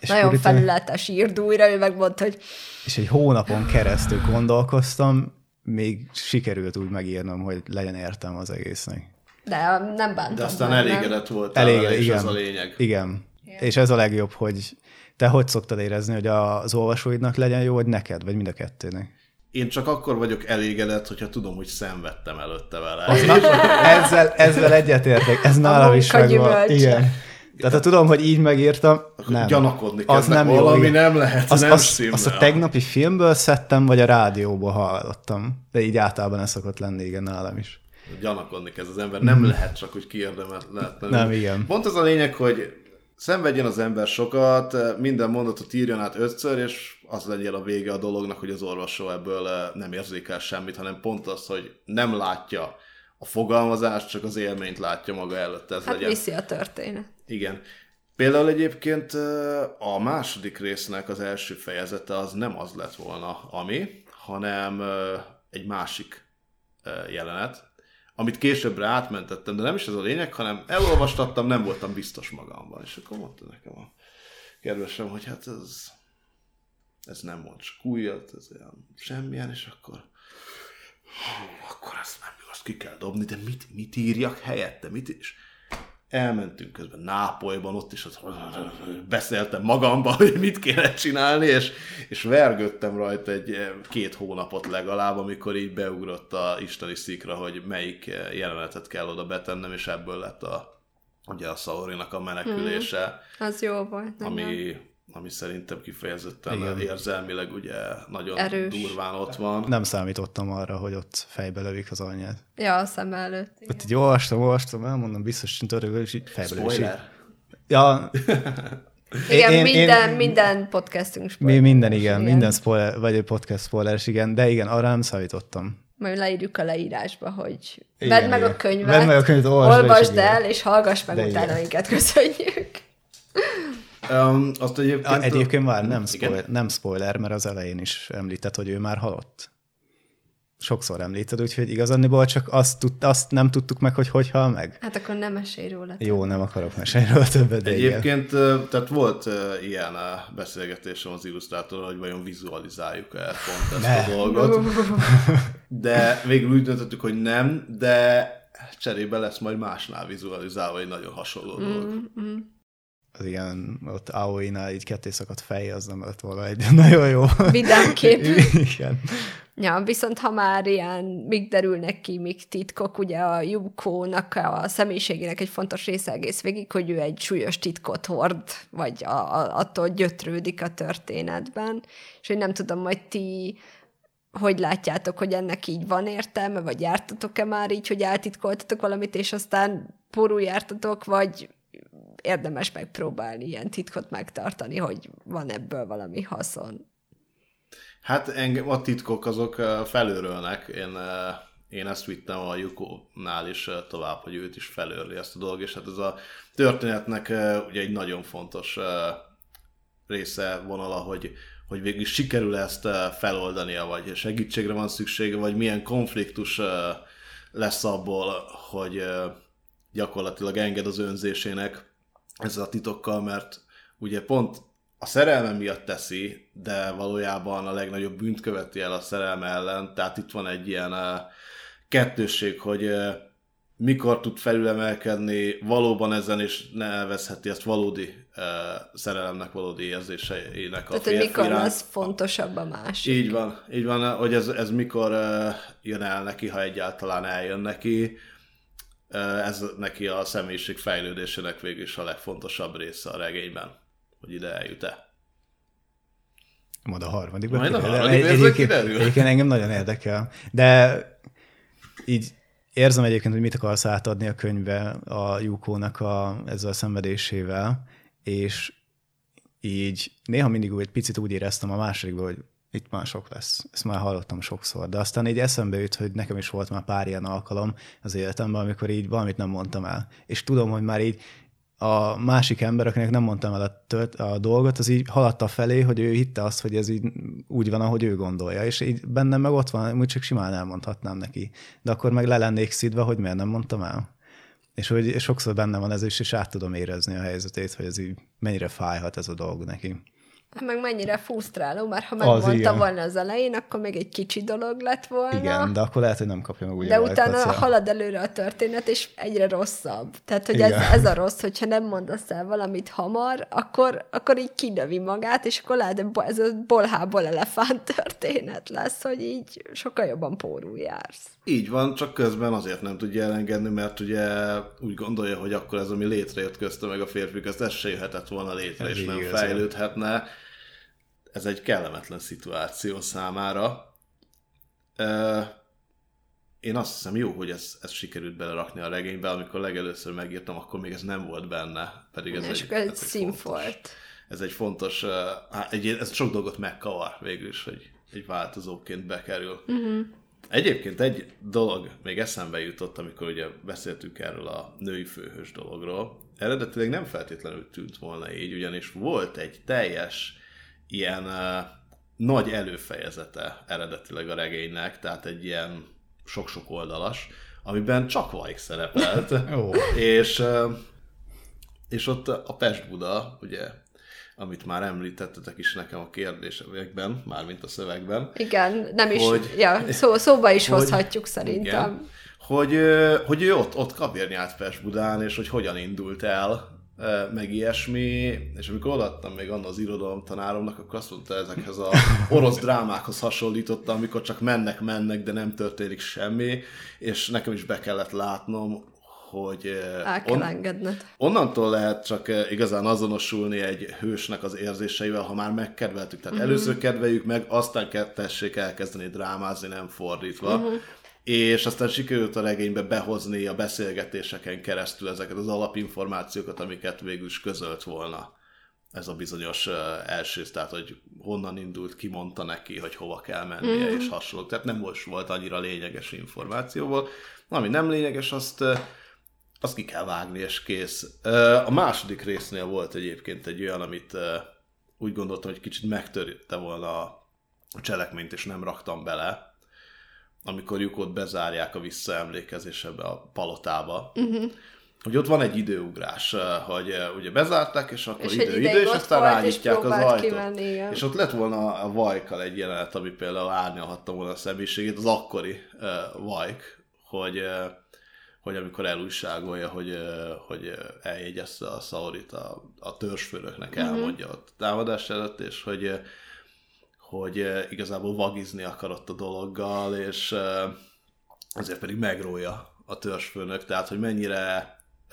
nagyon felületes írd újra, ő megmondta, hogy... És egy hónapon keresztül gondolkoztam, még sikerült úgy megírnom, hogy legyen értelme az egésznek. De nem bántam. De aztán elégedett voltál, és ez a lényeg. Igen. És ez a legjobb, hogy te hogy szoktad érezni, hogy az olvasóidnak legyen jó, vagy neked, vagy mind a kettőnek? Én csak akkor vagyok elégedett, hogyha tudom, hogy szenvedtem előtte vele. Ezzel egyetértek, ez nálam is megvan. Igen. Tehát ha tudom, hogy így megírtam, nem. Gyanakodni az nem jó, valami nem lehet, nem stimmel. Azt a tegnapi filmből szedtem, vagy a rádióból hallottam. De így általában ez szokott lenni, igen, nálam is. Gyanakodni kezd az ember, nem lehet csak, hogy kiérdemetlenül. Nem, igen. Pont az a lényeg, hogy szenvedjen az ember sokat, minden mondatot írjon át 5-ször, és az legyen a vége a dolognak, hogy az olvasó ebből nem érzékel semmit, hanem pont az, hogy nem látja a fogalmazást, csak az élményt látja maga előtt. Ez hát legyen. viszi a történet. Igen. Például egyébként a második résznek az első fejezete az nem az lett volna, hanem egy másik jelenet, amit későbbre átmentettem, de nem is ez a lényeg, hanem elolvastattam, nem voltam biztos magamban. És akkor mondta nekem a kedvesem, hogy hát ez nem mond csak újat, ez olyan semmilyen, és akkor ezt nem jó, azt ki kell dobni, de mit írjak helyette, mit is? Elmentünk közben Nápolyban, ott is beszéltem magamba, hogy mit kéne csinálni, és vergődtem rajta 2 hónapot legalább, amikor így beugrott a isteni szikra, hogy melyik jelenetet kell oda betennem, és ebből lett ugye a Saorinak a menekülése. Az jó volt. Ami szerintem kifejezetten érzelmileg ugye nagyon erős. Durván ott van. Nem számítottam arra, hogy ott fejbe lövik az anyját. Ja, a szem előtt. Ott így olvastam, elmondom, biztos, hogy törögül, és így fejbe lövik. Spoiler? Ja. Igen, minden podcastünk spoiler. Minden spoiler, vagy egy podcast spoileres, igen, de igen, arra nem számítottam. Majd leírjuk a leírásba, hogy vedd meg a könyvet, vedd meg a könyvet, olvasd el, és hallgass meg utána minket, köszönjük. Azt egyébként már nem spoiler, mert az elején is említett, hogy ő már halott. Sokszor említed, úgyhogy igazándiból csak azt nem tudtuk meg, hogy hal meg. Hát akkor nem mesélj róla. Többet. Jó, nem akarok mesélni róla többet, de egyébként, tehát volt ilyen beszélgetésem az illusztrátorral, hogy vajon vizualizáljuk-e pont ezt a dolgot. De végül úgy döntöttük, hogy nem, de cserébe lesz majd másnál vizualizálva egy nagyon hasonló dolog. Az igen, ott Aoi-nál így ketté szakadt fej, az nem lett volna egy nagyon jó. Vidámkép. Igen. Ja, viszont ha már ilyen, még derülnek ki, még titkok, ugye a Yukónak a személyiségének egy fontos része egész végig, hogy ő egy súlyos titkot hord, vagy attól gyötrődik a történetben, és hogy nem tudom, majd ti hogy látjátok, hogy ennek így van értelme, vagy jártatok-e már így, hogy eltitkoltatok valamit, és aztán porul jártatok, vagy érdemes megpróbálni ilyen titkot megtartani, hogy van ebből valami haszon. Hát engem a titkok azok felőrölnek. Én ezt vittem a Yukónál is tovább, hogy őt is felőrli ezt a dolog, és hát ez a történetnek ugye egy nagyon fontos része, vonala, hogy végül sikerül ezt feloldania, vagy segítségre van szüksége, vagy milyen konfliktus lesz abból, hogy gyakorlatilag enged az önzésének ezzel a titokkal, mert ugye pont a szerelme miatt teszi, de valójában a legnagyobb bűnt követi el a szerelme ellen, tehát itt van egy ilyen kettősség, hogy mikor tud felülemelkedni valóban ezen, és ne elveszheti ezt valódi szerelemnek, valódi érzéseinek a férfi iránt. Mikor lesz fontosabb a másik. Így van, hogy ez mikor jön el neki, ha egyáltalán eljön neki. Ez neki a személyiség fejlődésének végül is a legfontosabb része a regényben, hogy ide eljut-e. Majd a harmadikban. Majd a harmadikban kiderül. Egyébként engem nagyon érdekel. De így érzem egyébként, hogy mit akarsz átadni a könyvbe a Yukónak ezzel a szenvedésével, és így néha mindig egy picit úgy éreztem a másodikban, hogy itt már sok lesz. Ezt már hallottam sokszor. De aztán így eszembe jut, hogy nekem is volt már pár ilyen alkalom az életemben, amikor így valamit nem mondtam el. És tudom, hogy már így a másik ember, akinek nem mondtam el a dolgot, az így haladta felé, hogy ő hitte azt, hogy ez így úgy van, ahogy ő gondolja. És így bennem meg ott van, úgy csak simán elmondhatnám neki. De akkor meg le lennék szidva, hogy miért nem mondtam el. és sokszor benne van ez is, és át tudom érezni a helyzetét, hogy ez így mennyire fájhat ez a dolog neki. Meg mennyire frusztráló, mert ha megmondta volna az elején, akkor még egy kicsi dolog lett volna. Igen, de akkor lehet, hogy nem kapja meg úgy de utána halad előre a történet, és egyre rosszabb. Tehát, hogy ez a rossz, hogyha nem mondasz el valamit hamar, akkor így kinövi magát, és akkor lehet, hogy ez a bolhából elefánt történet lesz, hogy így sokkal jobban pórul jársz. Így van, csak közben azért nem tudja elengedni, mert ugye úgy gondolja, hogy akkor ez, ami létrejött közte meg a férfi közt, ez se jöhetett volna létre, és nem fejlődhetne. Ez egy kellemetlen szituáció számára. Én azt hiszem, jó, hogy ezt sikerült belerakni a regénybe, amikor legelőször megírtam, akkor még ez nem volt benne. Pedig ez egy színfolt. Ez egy fontos, ez sok dolgot megkavar végül is, hogy egy változóként bekerül. Uh-huh. Egyébként egy dolog még eszembe jutott, amikor ugye beszéltünk erről a női főhős dologról. Eredetileg nem feltétlenül tűnt volna így, ugyanis volt egy teljes ilyen nagy előfejezete eredetileg a regénynek, tehát egy ilyen sok-sok oldalas, amiben csak Vajk szerepelt. És ott a Pest-Buda, ugye, amit már említettetek is nekem a kérdésekben, mármint a szövegben. Igen, nem is, szóba is hozhatjuk szerintem. Igen, hogy ő ott kabérnyált Pest-Budán, és hogy hogyan indult el, meg ilyesmi, és amikor odaadtam még annak az irodalomtanáromnak, akkor azt mondta, ezekhez az orosz drámákhoz hasonlította, amikor csak mennek, de nem történik semmi, és nekem is be kellett látnom, hogy el kell engedned. Onnantól lehet csak igazán azonosulni egy hősnek az érzéseivel, ha már megkedveltük. Tehát először kedveljük meg, aztán tessék elkezdeni drámázni, nem fordítva. És aztán sikerült a regénybe behozni a beszélgetéseken keresztül ezeket az alapinformációkat, amiket végül is közölt volna ez a bizonyos első, tehát hogy honnan indult, ki mondta neki, hogy hova kell mennie, és hasonlók. Tehát nem volt annyira lényeges információból. Ami nem lényeges, azt ki kell vágni, és kész. A második résznél volt egyébként egy olyan, amit úgy gondoltam, hogy kicsit megtörte volna a cselekményt, és nem raktam bele, amikor Yukót bezárják a visszaemlékezésebe a palotába. Hogy ott van egy időugrás, hogy ugye bezárták, és akkor idő, és aztán rányitják az ajtót. Kimenni, és ott lett volna a Vajkkal egy jelenet, ami például árnyalhatta volna a személyiségét, az akkori Vajk, hogy amikor elújságolja, hogy eljegyezte a Saorit a törzsfőnöknek, elmondja ott a támadás előtt, és hogy igazából vagizni akarott a dologgal, és azért pedig megrója a törzsfőnök, tehát hogy mennyire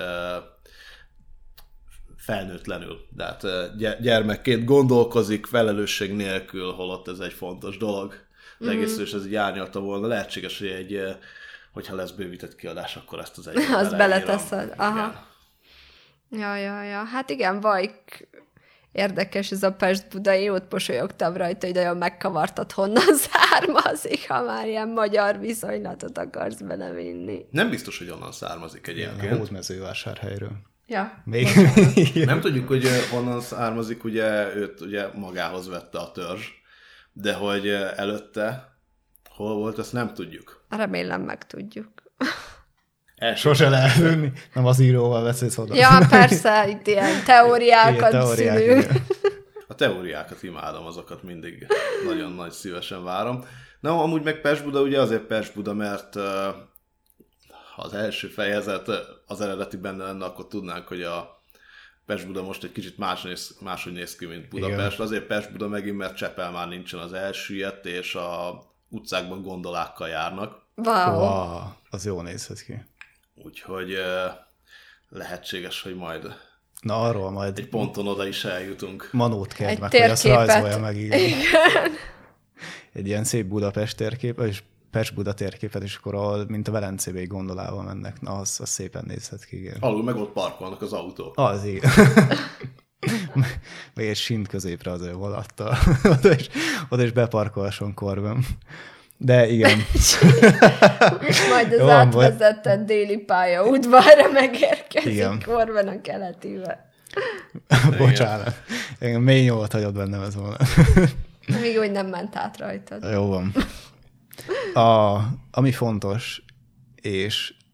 felnőtlenül, tehát gyermekként gondolkozik felelősség nélkül, holott ez egy fontos dolog. Az egész, és ez így árnyalta volna. Lehetséges, hogy hogyha lesz bővített kiadás, akkor ezt az egyet azt beleteszed. Aha. Ja. Hát igen, Vajk érdekes ez a Pest-Budai, ott mosolyogtam rajta, hogy nagyon megkavartad, honnan származik, ha már ilyen magyar viszonylatot akarsz belevinni. Nem biztos, hogy onnan származik egyébként. Hódmezővásárhelyről. Ja. Még. Nem tudjuk, hogy honnan származik, ugye őt ugye magához vette a törzs, de hogy előtte hol volt, azt nem tudjuk. Remélem megtudjuk. Sose lehet tudni, nem az íróval beszélsz oda. Ja, persze, itt ilyen teóriákat szülünk. A teóriákat imádom, azokat mindig nagyon nagy szívesen várom. Na, amúgy meg Pest-Buda, ugye azért Pest-Buda, mert az első fejezet az eredeti benne lenne, akkor tudnánk, hogy a Pest-Buda most egy kicsit máshogy néz ki, mint Budapest. Igen. Azért Pest-Buda megint, mert Csepel már nincsen, az elsüllyedt, és a utcákban gondolákkal járnak. Wow, az jól nézhet ki. Úgyhogy lehetséges, hogy majd arról majd egy ponton oda is eljutunk. Manót kért meg, hogy azt rajzolja meg így. Egy ilyen szép Budapest térkép, és Pest-Buda térképet, és akkor mint a Velencébe gondolával mennek. Na, az szépen nézhet ki, igen. Alul meg ott parkolnak az autók. Az igen. Meg egy sint középre az ő volattal. Oda is beparkolson korban. De igen. Majd az átvezetett déli pályaudvarra megérkezik korban a keletibe. Bocsánat. Mély nyolvat hagyott bennem ez volna. Még úgy nem ment át rajtad. Jó van. Ami fontos, és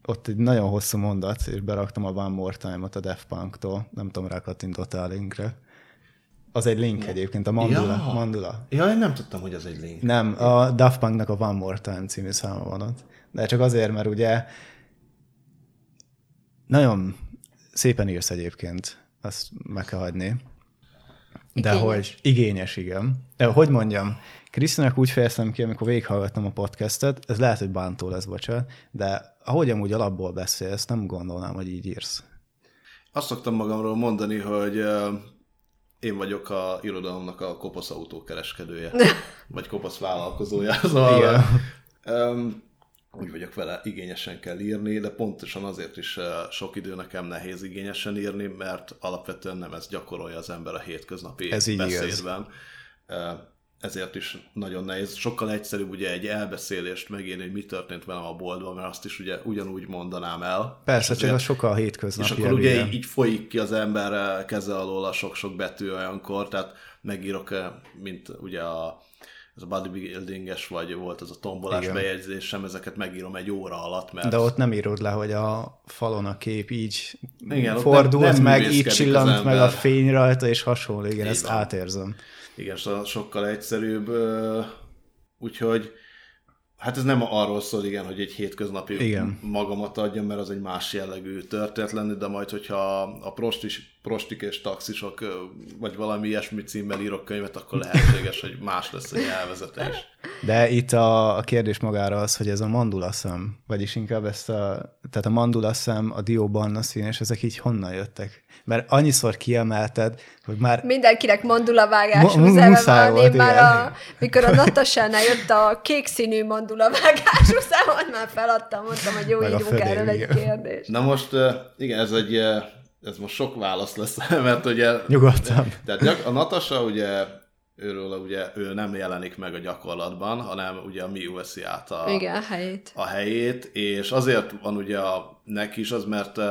ott egy nagyon hosszú mondat, és beraktam a One More Time-ot a Daft Punk-tól, nem tudom, rákattintottál a linkre. Az egy link egyébként, a Mandula. Ja, én nem tudtam, hogy az egy link. Nem, a Daft Punknak a One More Time című száma van ott. De csak azért, mert ugye nagyon szépen írsz egyébként, azt meg kell hagyni. De igényes. hogy igényes, igen. De hogy mondjam, Krisztinek úgy fejeztem ki, amikor végighallgattam a podcastet, ez lehet, hogy bántó lesz, bocsánat, de ahogy amúgy alapból beszélsz, nem gondolnám, hogy így írsz. Azt szoktam magamról mondani, hogy én vagyok a irodalomnak a kopasz autókereskedője, vagy kopasz vállalkozója. Szóval, úgy vagyok vele, igényesen kell írni, de pontosan azért is sok idő nekem nehéz igényesen írni, mert alapvetően nem ezt gyakorolja az ember a hétköznapi beszédben. Ezért is nagyon nehéz. Sokkal egyszerűbb ugye egy elbeszélést megírni, hogy mi történt velem a boltban, mert azt is ugye ugyanúgy mondanám el. Persze, csak az sokkal hétköznapi. És akkor ugye így folyik ki az ember keze alól a sok-sok betű olyankor, tehát megírok, mint ugye ez a bodybuildinges, vagy volt az a tombolás bejegyzésem, ezeket megírom egy óra alatt. Mert... De ott nem írod le, hogy a falon a kép így fordult, nem meg, így csillant meg a fény rajta, és hasonló. Igen, ezt átérzem. Igen, sokkal egyszerűbb, úgyhogy hát ez nem arról szól, igen, hogy egy hétköznapi magamat adjam, mert az egy más jellegű történet lenni, de majd, hogyha a prostik és taxisok, vagy valami ilyesmi címmel írok könyvet, akkor lehetséges, hogy más lesz a nyelvezete is. De itt a kérdés magára az, hogy ez a mandulaszem, vagyis inkább tehát a mandulaszem, a dióbarna szín, és ezek így honnan jöttek? Mert annyiszor kiemelted, hogy már... Mindenkinek mandulavágású zene van. Én már mikor a Natasánál jött a kék színű mandulavágású számot, már feladtam, mondtam, hogy jó, írunk erről egy kérdést. Na most, igen, ez most sok válasz lesz, mert ugye... Nyugodtan. Tehát a Natasa ugye... ő nem jelenik meg a gyakorlatban, hanem ugye a Miu veszi át a helyét, és azért van ugye neki is az,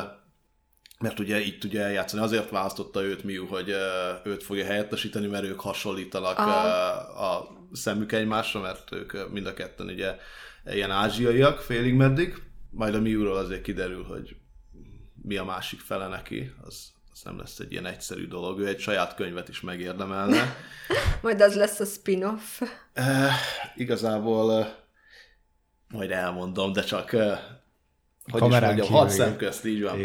mert ugye így tudja eljátszani. Azért választotta őt Miu, hogy őt fogja helyettesíteni, mert ők hasonlítanak a szemük egymásra, mert ők mind a ketten ugye ilyen ázsiaiak félig meddig. Majd a Miuról azért kiderül, hogy mi a másik fele neki, az nem lesz egy ilyen egyszerű dolog. Ő egy saját könyvet is megérdemelne. Majd az lesz a spin-off. Igazából majd elmondom, de csak hogy is mondjam, 6 szem közt, így van.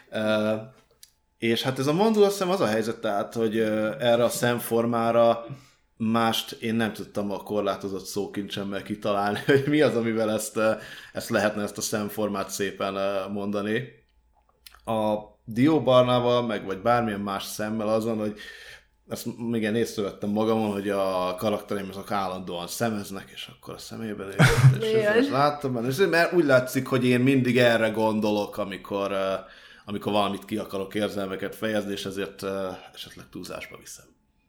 És hát ez a mandula, azt hiszem az a helyzet, tehát, hogy erre a szemformára mást én nem tudtam a korlátozott szókincsemmel kitalálni, hogy mi az, amivel ezt lehetne, ezt a szemformát szépen mondani. A dióbarnával, meg vagy bármilyen más szemmel azon, hogy ezt igen, észrevettem magamon, hogy a karaktereim azok állandóan szemeznek, és akkor a szemében és láttam benne. Mert úgy látszik, hogy én mindig erre gondolok, amikor valamit ki akarok érzelmeket fejezni, és ezért esetleg túlzásba viszem.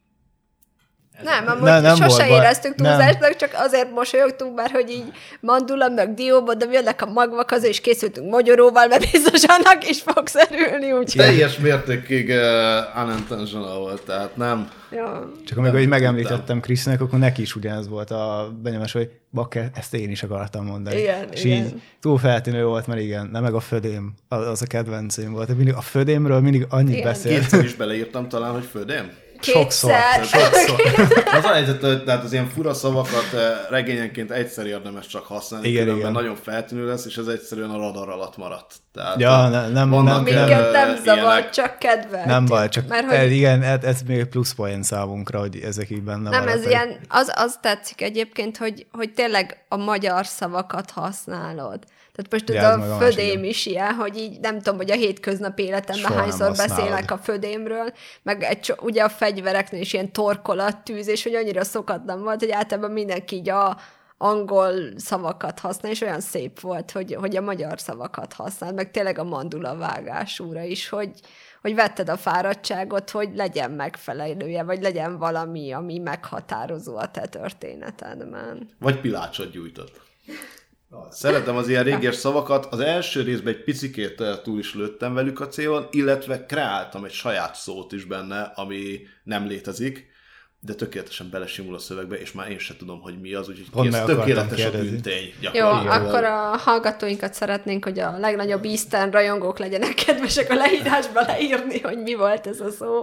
Nem sose éreztük túlzásnak, csak azért mosolyogtunk már, hogy így mandula, meg dióba, de jönnek a magvak az, és készültünk magyaróval, mert biztos annak is fogsz örülni, úgyhogy... Teljes mértékig unintentional volt, tehát nem... Ja. Csak amikor így megemlítettem Krisztinek, akkor neki is ugyanez volt a benyomás, hogy bakker, ezt én is akartam mondani. Igen, és így túl feltűnő volt, mert igen, nem meg a födém, az a kedvencém volt. Mindig a födémről mindig annyit beszélt. Kétszer is beleírtam talán, hogy födém? Sokszor. Az a helyzet, hogy tehát az ilyen fura szavakat regényenként egyszer érdemes csak használni, különben nagyon feltűnő lesz, és ez egyszerűen a radar alatt maradt. Tehát minket nem zavart, csak kedvelt. Nem baj, csak igen, ez még pluszpoén számunkra, hogy ezek így benne nem, ez ilyen, az tetszik egyébként, hogy tényleg a magyar szavakat használod. Tehát most ez a födém is ilyen, hogy így nem tudom, hogy a hétköznapi életemben hányszor beszélek a födémről, meg ugye a fegyvereknél is ilyen torkolattűz, és hogy annyira szokatlan volt, hogy általában mindenki így a angol szavakat használ, és olyan szép volt, hogy a magyar szavakat használ, meg tényleg a mandulavágásúra is, hogy vetted a fáradtságot, hogy legyen megfelelője, vagy legyen valami, ami meghatározó a te történetedben. Vagy pilácsot gyújtott. Szeretem az ilyen régies szavakat. Az első részben egy picikét túl is lőttem velük a célon, illetve kreáltam egy saját szót is benne, ami nem létezik. de tökéletesen belesimul a szövegbe, és már én sem tudom, hogy mi az, úgyhogy Pont ez tökéletes a bűntény. Jó, akkor a hallgatóinkat szeretnénk, hogy a legnagyobb Eastern rajongók legyenek kedvesek a leírásba leírni, hogy mi volt ez a szó.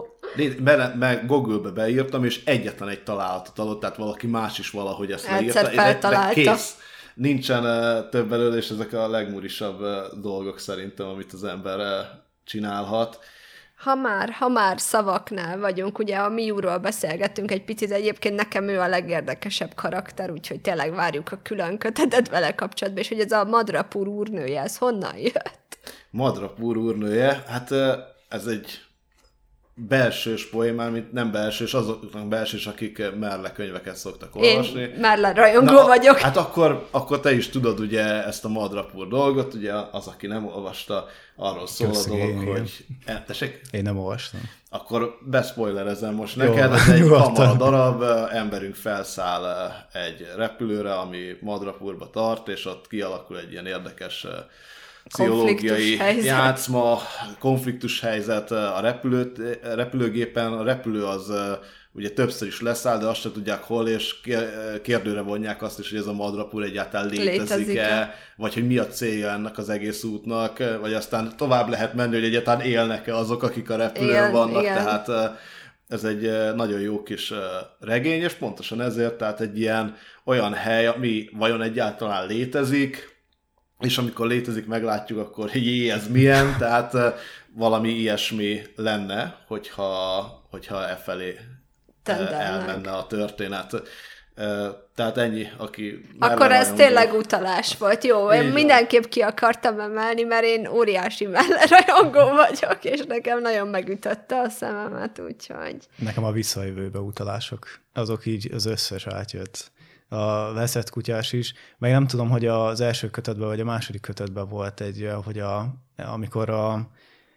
Meg Google-be beírtam, és egyetlen egy találatot adott, tehát valaki más is valahogy ezt leírta. Egyszer feltalálta. Kész. Nincsen több belőle, és ezek a legmurisabb dolgok szerintem, amit az ember csinálhat. Ha már szavaknál vagyunk, ugye a Miúról beszélgettünk egy picit, egyébként nekem ő a legérdekesebb karakter, úgyhogy tényleg várjuk a külön kötetet vele kapcsolatban, és hogy ez a Madrapur úrnője, ez honnan jött? Madrapur úrnője, hát ez egy belsős poém, mint nem belsős, azoknak belsős, akik Merle könyveket szoktak olvasni. Én Merle rajongó vagyok. Hát akkor te is tudod ugye ezt a Madrapur dolgot, ugye az, aki nem olvasta, arról szól a dolog, hogy... Tessék? Én nem olvastam. Akkor beszpoilerezem most neked, ez egy kamara darab, emberünk felszáll egy repülőre, ami Madrapurba tart, és ott kialakul egy ilyen érdekes pszichológiai játszma, konfliktus helyzet a repülőgépen. A repülő az ugye többször is leszáll, de azt sem tudják hol, és kérdőre vonják azt is, hogy ez a Madrapur egyáltalán létezik-e, vagy hogy mi a célja ennek az egész útnak, vagy aztán tovább lehet menni, hogy egyáltalán élnek-e azok, akik a repülőn vannak, igen. Tehát ez egy nagyon jó kis regény, és pontosan ezért, tehát egy ilyen olyan hely, ami vajon egyáltalán létezik, és amikor létezik, meglátjuk, akkor jé, ez milyen, tehát valami ilyesmi lenne, hogyha e felé elmenne a történet. Tehát ennyi, aki... Akkor ez tényleg utalás volt. Jó, én mindenképp ki akartam emelni, mert én óriási rajongó vagyok, és nekem nagyon megütötte a szememet, úgyhogy... Nekem a visszajövőbe utalások, azok így az összes átjött. A veszett kutyás is, meg nem tudom, hogy az első kötetben vagy a második kötetben volt egy, hogy amikor a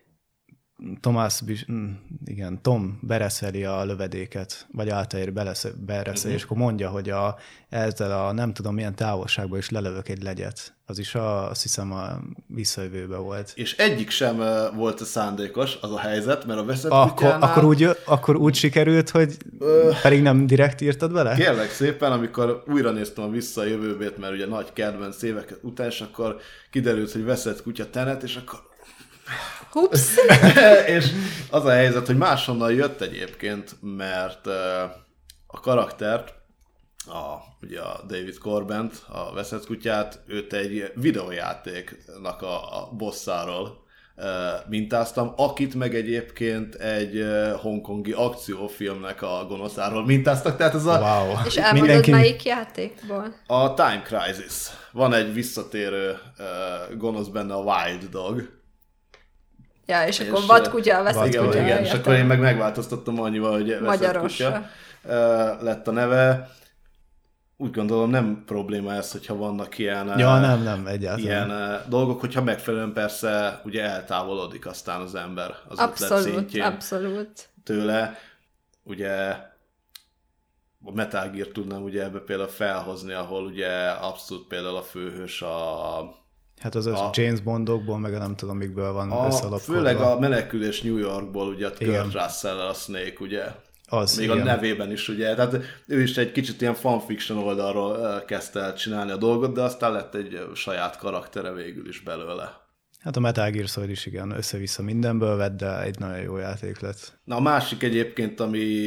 Tom bereszeli a lövedéket, vagy Altair bereszeli, és akkor mondja, hogy ezzel a nem tudom milyen távolságban is lelövök egy legyet. Az is azt hiszem a visszajövőben volt. És egyik sem volt szándékos az a helyzet, mert a veszett kutyánál... Akkor úgy sikerült, hogy pedig nem direkt írtad vele? Kérlek szépen, amikor újra néztem a visszajövőbét, mert ugye nagy kedvenc évek után, és akkor kiderült, hogy veszett kutya Tenet, és akkor... Hups! És az a helyzet, hogy máshonnan jött egyébként, mert a karaktert, ugye a David Corbent, a veszett kutyát, őt egy videójátéknak a bosszáról mintáztam, akit meg egyébként egy hongkongi akciófilmnek a gonoszáról mintáztak, tehát ez a... Wow. És elmondod melyik játékból? A Time Crisis. Van egy visszatérő gonosz benne, a Wild Dog. Ja, és akkor vadkutya, a veszett kutya. Igen, és akkor én meg megváltoztattam annyival, hogy veszett kutya lett a neve. Úgy gondolom nem probléma ez, hogyha vannak ilyen, nem, egyáltalán. Ilyen dolgok, hogyha megfelelően persze ugye eltávolodik aztán az ember az ötlet szintjén abszolút. tőle. Ugye a Metal Gear tudnám ugye ebbe például felhozni, ahol ugye abszolút például a főhős Hát az James Bondokból, meg nem tudom, mikből van összalapkodva. Főleg a Menekülés New Yorkból, ugye a Kurt Russell a Snake, ugye. Az, még igen. A nevében is, ugye. Tehát ő is egy kicsit ilyen fanfiction oldalról kezdte el csinálni a dolgot, de aztán lett egy saját karaktere végül is belőle. Hát a Metal Gear Solid is igen, össze-vissza mindenből vett, de egy nagyon jó játék lett. Na a másik egyébként,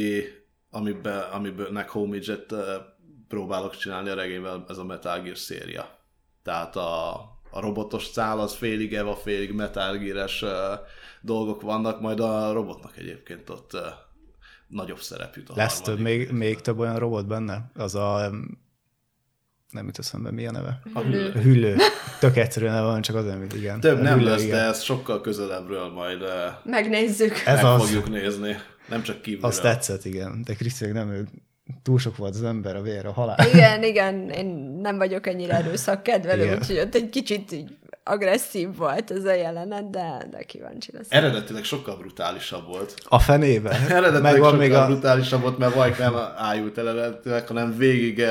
amiben homage-et próbálok csinálni a regényvel, ez a Metal Gear széria. Tehát a robotos szál az félig Eva, félig Metal Gear-es dolgok vannak, majd a robotnak egyébként ott nagyobb szerep jut a lesz több, még több olyan robot benne? Az nem jut eszembe, mi a neve? A Hüllő. Hüllő. Tök egyszerű neve van, csak azért, mint igen. Több nem lesz, igen. De ez sokkal közelebbről majd megnézzük. Fogjuk nézni. Nem csak kívülről. Azt tetszett, igen. De Krisztinek nem túl sok volt az ember, a vér, a halál. Igen, én nem vagyok ennyire erőszakkedvelő, úgyhogy ott egy kicsit így agresszív volt ez a jelenet, de kíváncsi lesz. Eredetileg sokkal brutálisabb volt. A fenében? Eredetileg sokkal brutálisabb volt, mert Vajk nem ájult eredetileg, hanem végig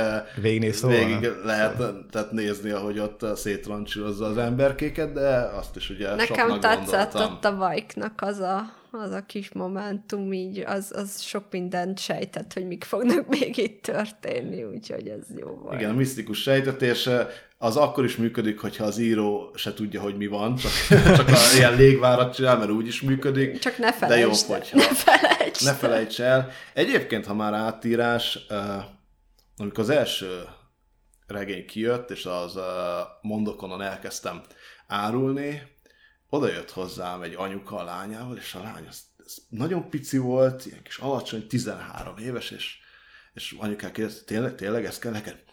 lehetett nézni, ahogy ott szétrancsírozza az emberkéket, de azt is ugye nekem soknak tetszett gondoltam. ott a Vajknak az a kis momentum, így az sok mindent sejtett, hogy mik fognak még itt történni, úgyhogy ez jó volt. Igen, a misztikus sejtetés az akkor is működik, hogyha az író se tudja, hogy mi van, csak ilyen légvárat csinál, mert úgy is működik. Csak ne felejtsd, ne felejts el. Egyébként, ha már átírás, amikor az első regény kijött, és az Mondokonon elkezdtem árulni, oda jött hozzám egy anyuka a lányával, és a lány az nagyon pici volt, ilyen kis alacsony, 13 éves, és anyukák kérdezte, tényleg ez kell neked?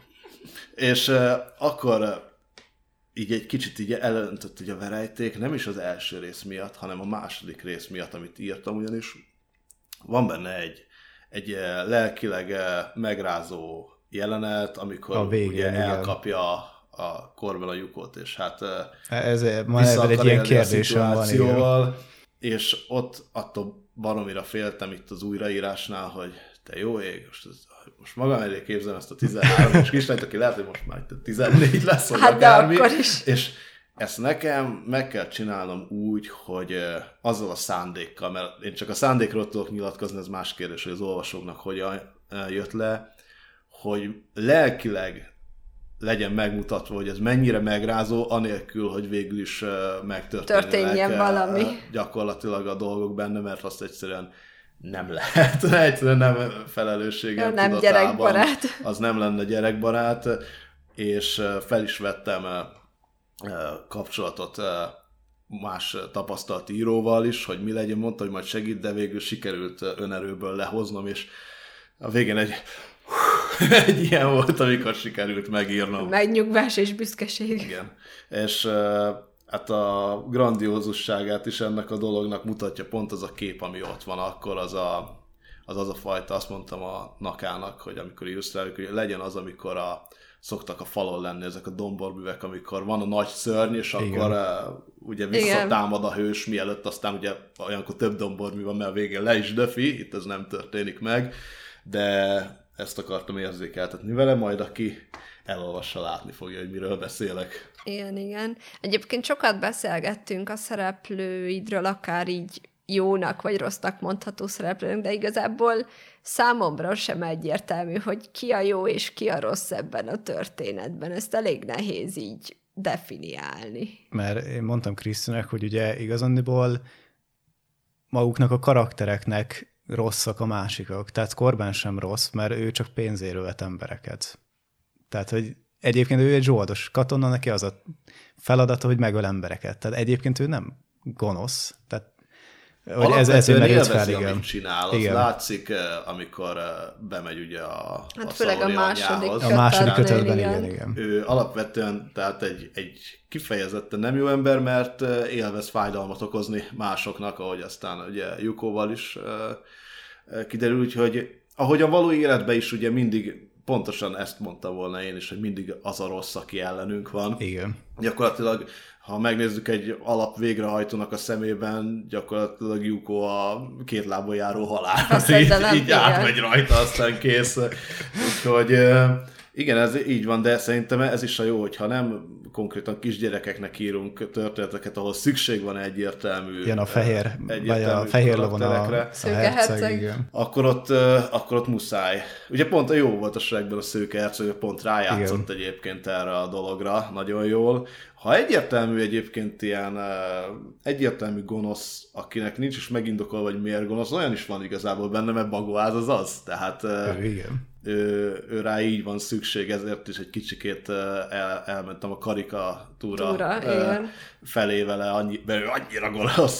És akkor így egy kicsit így elöntött így a verejték, nem is az első rész miatt, hanem a második rész miatt, amit írtam, ugyanis van benne egy lelkileg megrázó jelenet, amikor a végén, ugye elkapja a Corbell a Yukót, és hát vissza egy ilyen kérdésem van, igen. És ott attól baromira féltem itt az újraírásnál, hogy te jó ég, most magam elé képzelem ezt a 13 és kislányt, aki lehet, hogy most már 14 lesz, vagy hát akármi, is. És ezt nekem meg kell csinálnom úgy, hogy azzal a szándékkal, mert én csak a szándékról tudok nyilatkozni, ez más kérdés, hogy az olvasóknak hogyan jött le, hogy lelkileg legyen megmutatva, hogy ez mennyire megrázó, anélkül, hogy végül is megtörténjen valami. Gyakorlatilag a dolgok benne, mert azt egyszerűen nem lehet. Egyszerűen nem felelősségem nem gyerekbarát. Az nem lenne gyerekbarát, és fel is vettem kapcsolatot más tapasztalt íróval is, hogy mi legyen, mondta, hogy majd segít, de végül sikerült önerőből lehoznom, és a végén egy ilyen volt, amikor sikerült megírnom. Megnyugvás és büszkeség. Igen. És hát a grandiózusságát is ennek a dolognak mutatja pont az a kép, ami ott van, akkor az a fajta, azt mondtam a Nakának, hogy amikor illusztráljuk, hogy legyen az, amikor szoktak a falon lenni ezek a domborművek, amikor van a nagy szörny, és igen. Akkor ugye visszatámad a hős, mielőtt aztán ugye olyankor több dombormű van, mert a végén le is döfi, itt ez nem történik meg, de ezt akartam érzékeltetni vele, majd aki elolvassa, látni fogja, hogy miről beszélek. Igen. Egyébként sokat beszélgettünk a szereplőidről, akár így jónak vagy rossznak mondható szereplőnek, de igazából számomra sem egyértelmű, hogy ki a jó és ki a rossz ebben a történetben. Ezt elég nehéz így definiálni. Mert én mondtam Krisztinek, hogy ugye igazándiból maguknak a karaktereknek rosszak a másikak. Tehát Corbell sem rossz, mert ő csak pénzért ölt embereket. Tehát, hogy egyébként ő egy zsoldos katona, neki az a feladata, hogy megöl embereket. Tehát egyébként ő nem gonosz. Tehát ez merült fel, igen. Amit csinál, az igen. Látszik, amikor bemegy ugye a főleg a második kötetben, igen. Ő alapvetően tehát egy kifejezetten nem jó ember, mert élvez fájdalmat okozni másoknak, ahogy aztán ugye Yukóval is kiderül, úgyhogy ahogy a való életben is ugye mindig pontosan ezt mondta volna én is, hogy mindig az a rossz, aki ellenünk van. Igen. Gyakorlatilag, ha megnézzük egy alap végrehajtónak a szemében, gyakorlatilag Yuko a két lábon járó halál. Így átmegy rajta, aztán kész. Úgyhogy igen, ez így van, de szerintem ez is a jó, hogyha nem konkrétan kisgyerekeknek írunk történeteket, ahol szükség van egyértelmű ilyen a fehér, vagy a fehér lovon a herceg, akkor ott muszáj. Ugye pont a jó volt a Shrekben a szőke herceg, pont rájátszott igen. Egyébként erre a dologra nagyon jól. Ha egyértelmű egyébként ilyen egyértelmű gonosz, akinek nincs is megindokolva, hogy miért gonosz, olyan is van igazából benne, mert Bagoáz az. Tehát ő rá így van szükség, ezért is egy kicsikét elmentem a karikatúra felé vele, mert ő annyira gonosz,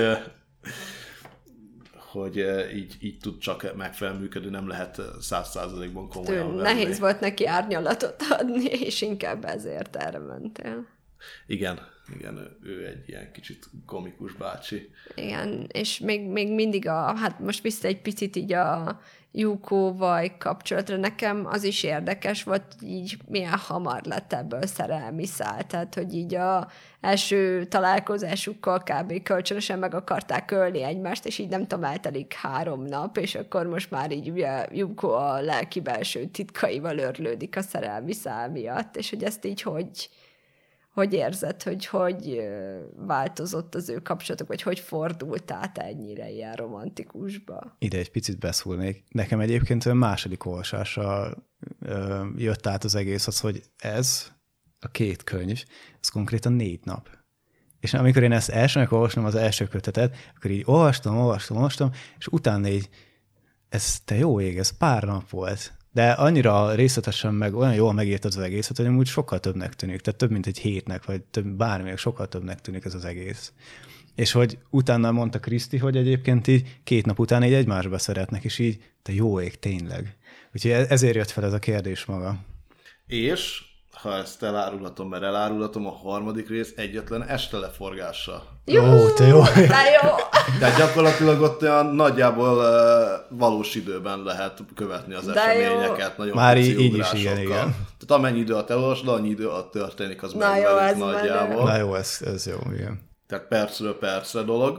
hogy így tud csak megfelelően működni, nem lehet 100%-ban komolyan venni. Nehéz volt neki árnyalatot adni, és inkább ezért erre mentél. Igen, ő egy ilyen kicsit komikus bácsi. Igen, és még mindig hát most vissza egy picit így a Yuko-val kapcsolatra, nekem az is érdekes volt, így milyen hamar lett ebből szerelmi szál, tehát hogy így a első találkozásukkal kb. Kölcsönösen meg akarták ölni egymást, és így nem tudom, eltelik 3 nap, és akkor most már így ugye Yuko a lelki belső titkaival örlődik a szerelmi szál miatt, és hogy ezt így hogy érzed, hogy változott az ő kapcsolatok, vagy hogy fordult át ennyire ilyen romantikusba? Ide egy picit beszúrnék. Nekem egyébként olyan második olvasásra jött át az egész az, hogy ez a 2 könyv, ez konkrétan 4 nap. És amikor én ezt elsőnek olvastam az első kötetet, akkor így olvastam, és utána így, ez te jó ég, ez pár nap volt. De annyira részletesen meg olyan jól megírtad az egészet, hogy amúgy sokkal többnek tűnik. Tehát több, mint egy hétnek, vagy bármilyen sokkal többnek tűnik ez az egész. És hogy utána mondta Kriszti, hogy egyébként így 2 nap után így egymásba szeretnek, és így, te jó ég, tényleg. Úgyhogy ezért jött fel ez a kérdés maga. És, ha ezt elárulhatom, mert elárulhatom, a 3. rész egyetlen este leforgása. Jó, te jó. jó. Tehát gyakorlatilag ott olyan nagyjából valós időben lehet követni az eseményeket. Nagyon már így is, igen. Tehát amennyi idő alatt elolvasod, annyi idő alatt történik, az megvelik nagyjából. Na jó, ez jó, igen. Tehát percről percre dolog.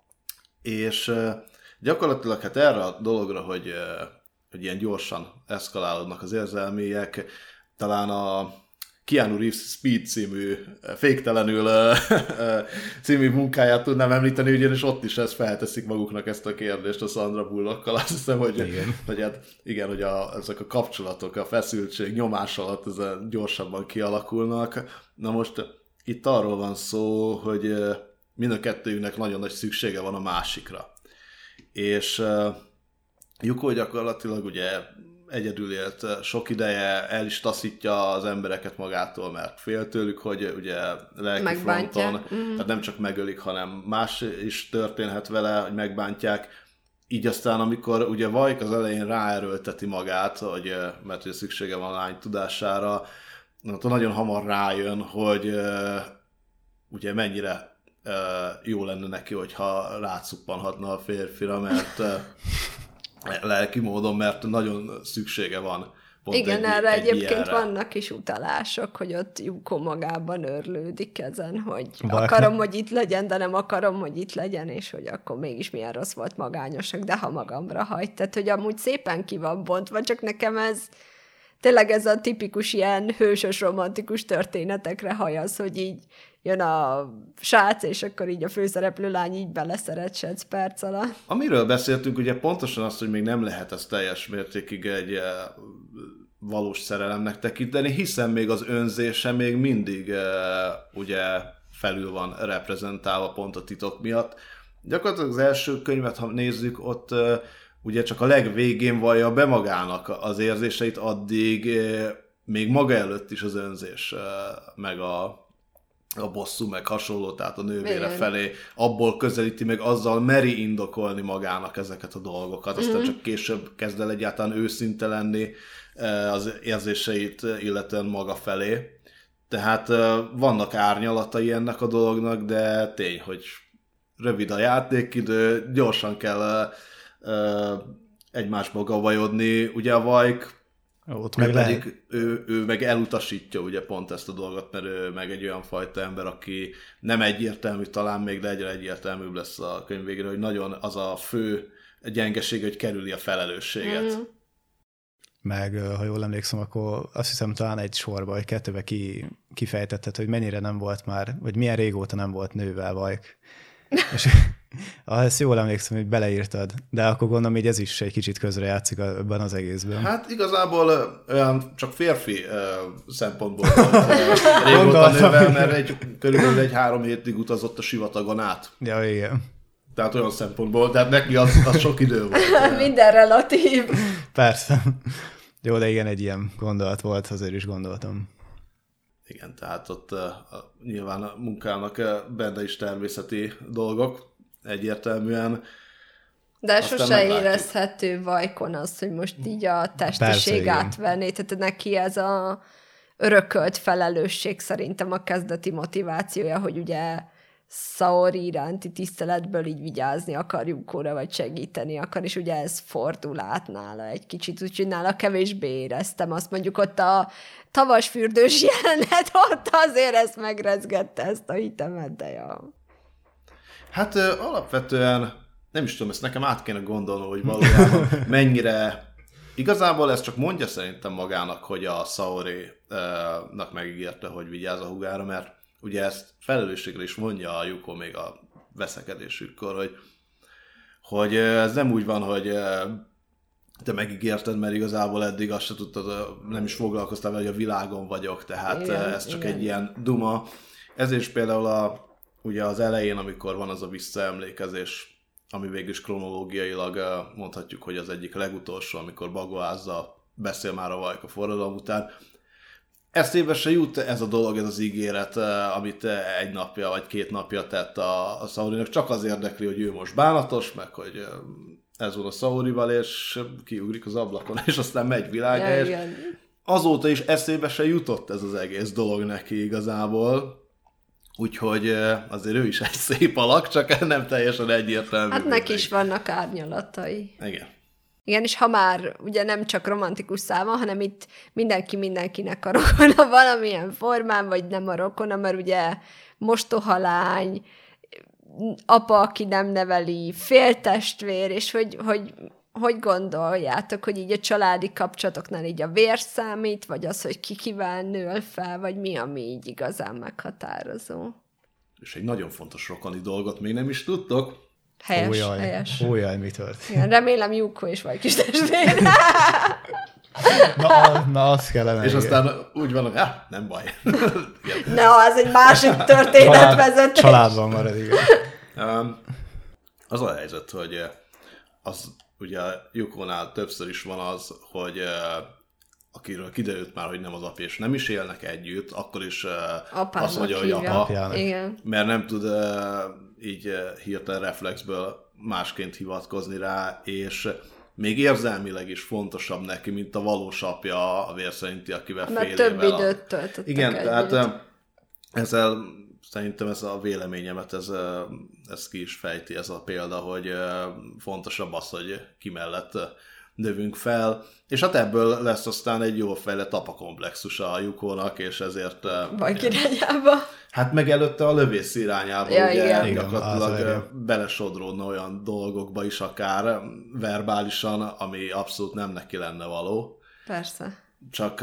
És gyakorlatilag hát erre a dologra, hogy ilyen gyorsan eszkalálódnak az érzelmiek, talán a Keanu Reeves Speed című, féktelenül című munkáját tudnám említeni, ugyanis ott is felteszik maguknak ezt a kérdést a Sandra Bullockkal. Azt hiszem, hogy ezek a kapcsolatok, a feszültség, nyomás alatt gyorsabban kialakulnak. Na most itt arról van szó, hogy mind a kettőjüknek nagyon nagy szüksége van a másikra. És Yuko gyakorlatilag ugye egyedül élt sok ideje, el is taszítja az embereket magától, mert fél tőlük, hogy ugye lelki fronton, tehát nem csak megölik, hanem más is történhet vele, hogy megbántják. Így aztán, amikor ugye Vajk az elején ráerőlteti magát, mert ugye szüksége van a lány tudására, nagyon hamar rájön, hogy ugye mennyire jó lenne neki, hogyha rátszuppanhatna a férfira, mert lelki módon, mert nagyon szüksége van. Igen, erre egyébként vannak is utalások, hogy ott Yuko magában örlődik ezen, hogy akarom, hogy itt legyen, de nem akarom, hogy itt legyen, és hogy akkor mégis milyen rossz volt magányosak, de ha magamra hagy. Tehát, hogy amúgy szépen ki van bontva, csak nekem ez tényleg ez a tipikus ilyen hősös, romantikus történetekre hajaz, hogy így jön a srác, és akkor így a főszereplő lány így beleszeret perc alatt. Amiről beszéltünk, ugye pontosan azt, hogy még nem lehet ez teljes mértékig egy valós szerelemnek tekinteni, hiszen még az önzése még mindig ugye felül van reprezentálva pont a titok miatt. Gyakorlatilag az első könyvet, ha nézzük, ott ugye csak a legvégén vallja be magának az érzéseit, addig még maga előtt is az önzés, meg a bosszú, meg hasonló, tehát a nővére felé abból közelíti, meg azzal meri indokolni magának ezeket a dolgokat. Aztán csak később kezd el egyáltalán őszinte lenni az érzéseit, illetően maga felé. Tehát vannak árnyalatai ennek a dolognak, de tény, hogy rövid a játékidő, gyorsan kell egymásba gavajodni. Ugye a Vajk pedig ő meg elutasítja ugye pont ezt a dolgot, mert ő meg egy olyan fajta ember, aki nem egyértelmű, talán még, de egyre egyértelműbb lesz a könyv végére, hogy nagyon az a fő gyengeség, hogy kerüli a felelősséget. Meg, ha jól emlékszem, akkor azt hiszem talán egy sorba, vagy 2-be kifejtetted, hogy mennyire nem volt már, vagy milyen régóta nem volt nővel Vajk. És ezt jól emlékszem, hogy beleírtad, de akkor gondolom, hogy ez is egy kicsit közrejátszik ebben az egészben. Hát igazából olyan csak férfi szempontból régóta nővel, mert körülbelül egy 3 hétig utazott a sivatagon át. Ja, igen. Tehát olyan szempontból, tehát neki az sok idő volt. Minden relatív. Persze. Jó, de igen, egy ilyen gondolat volt, azért is gondoltam. Igen, tehát ott nyilván a munkának benne is természeti dolgok, egyértelműen. De sose érezhető Vajkon az, hogy most így a testiség átvenné. Tehát neki ez a örökölt felelősség szerintem a kezdeti motivációja, hogy ugye Saori iránti tiszteletből így vigyázni akar Yukóra, vagy segíteni akar, és ugye ez fordul át nála egy kicsit, úgyhogy nála kevésbé éreztem azt, mondjuk ott a tavasfürdős jelenet, ott azért ezt megrezgette, ezt a hitemet, de ja. Hát alapvetően nem is tudom, ezt nekem át kéne gondolnom, hogy valójában mennyire... Igazából ezt csak mondja szerintem magának, hogy a Saori-nak megígérte, hogy vigyáz a húgára, mert ugye ezt felelősségre is mondja a Yuko még a veszekedésükkor, hogy ez nem úgy van, hogy te megígérted, mert igazából eddig azt se tudtad, nem is foglalkoztál vele, hogy a világon vagyok, tehát igen, ez csak egy ilyen duma. Ezért is például ugye az elején, amikor van az a visszaemlékezés, ami végül is kronológiailag mondhatjuk, hogy az egyik legutolsó, amikor Bagoázza beszél már a Vajka forradalom után. Eszébe se jut ez a dolog, ez az ígéret, amit egy napja vagy 2 napja tett a Saorinak, csak az érdekli, hogy ő most bánatos, meg hogy ez van a Saorival, és kiugrik az ablakon, és aztán megy világa, ja, és azóta is eszébe se jutott ez az egész dolog neki igazából. Úgyhogy azért ő is egy szép alak, csak nem teljesen egyértelmű. Hát neki is vannak árnyalatai. Igen. Igen, és ha már ugye nem csak romantikus száma, hanem itt mindenkinek a rokona valamilyen formán, vagy nem a rokona, mert ugye mostohalány, apa, aki nem neveli, féltestvér, és hogy gondoljátok, hogy így a családi kapcsolatoknál így a vér számít, vagy az, hogy ki kivel nől fel, vagy mi, ami így igazán meghatározó. És egy nagyon fontos rokoni dolgot még nem is tudtok. Helyes. Ójaj, mi történt? Igen, remélem Yuko is vagy kis testvér. Na, azt kellene. És aztán úgy van, hogy nem baj. Az egy másik történetvezetés. Családban marad, igen. Az a helyzet, hogy az ugye Yukónál többször is van az, hogy akiről kiderült már, hogy nem az apja, és nem is élnek együtt, akkor is azt mondja, hogy apa, igen. Mert nem tud így hirtelen reflexből másként hivatkozni rá, és még érzelmileg is fontosabb neki, mint a valós apja, a vérszerinti, akivel fél évvel... több időt töltöttek. Igen, tehát ezzel szerintem ez a véleményemet, ez ki is fejti ez a példa, hogy fontosabb az, hogy ki mellett növünk fel, és hát ebből lesz aztán egy jól fejlett apakomplexus a Yukónak, és ezért... Vagy irányába. Hát meg előtte a lövész irányába, ja, ugye gyakorlatilag belesodródna olyan dolgokba is akár verbálisan, ami abszolút nem neki lenne való. Persze. Csak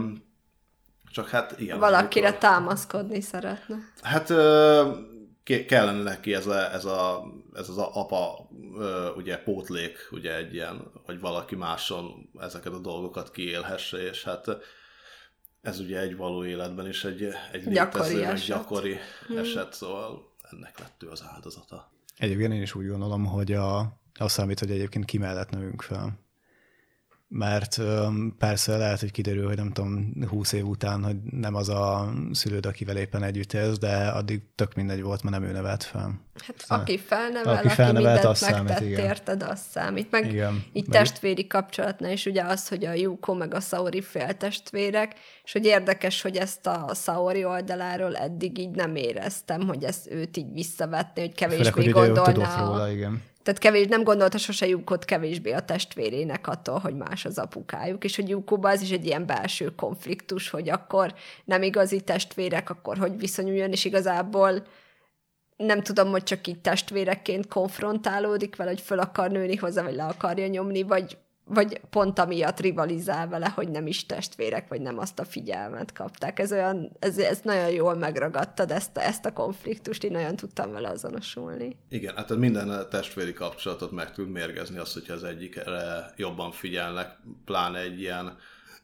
hát igen. Valakire támaszkodni szeretne. Hát kellene neki ez az apa, ugye pótlék, ugye egy ilyen, hogy valaki máson ezeket a dolgokat kiélhesse, és hát ez ugye egy való életben is egy gyakori eset, szóval ennek lett ő az áldozata. Egyébként én is úgy gondolom, hogy az számít, hogy egyébként ki mellett növünk fel. Mert persze lehet, hogy kiderül, hogy nem tudom, 20 év után, hogy nem az a szülőd, akivel éppen együtt élsz, de addig tök mindegy volt, mert nem ő nevelt fel. Hát aki felnevel, aki mindent megtett, érted, az számít. Meg igen, így testvéri kapcsolatnál is ugye az, hogy a Yuko meg a Saori féltestvérek, és hogy érdekes, hogy ezt a Saori oldaláról eddig így nem éreztem, hogy ezt őt így visszavetni, hogy kevésbé gondolná. Róla, igen. Tehát nem gondolta sose Yukót kevésbé a testvérének attól, hogy más az apukájuk, és hogy Yukóban ez is egy ilyen belső konfliktus, hogy akkor nem igazi testvérek, akkor hogy viszonyuljon, és igazából nem tudom, hogy csak így testvérekként konfrontálódik vele, hogy föl akar nőni hozzá, vagy le akarja nyomni, vagy pont amiatt rivalizál vele, hogy nem is testvérek, vagy nem azt a figyelmet kapták. Ez nagyon jól megragadtad ezt a konfliktust, én nagyon tudtam vele azonosulni. Igen, hát minden testvéri kapcsolatot meg tud mérgezni azt, hogyha az egyikre jobban figyelnek, pláne egy ilyen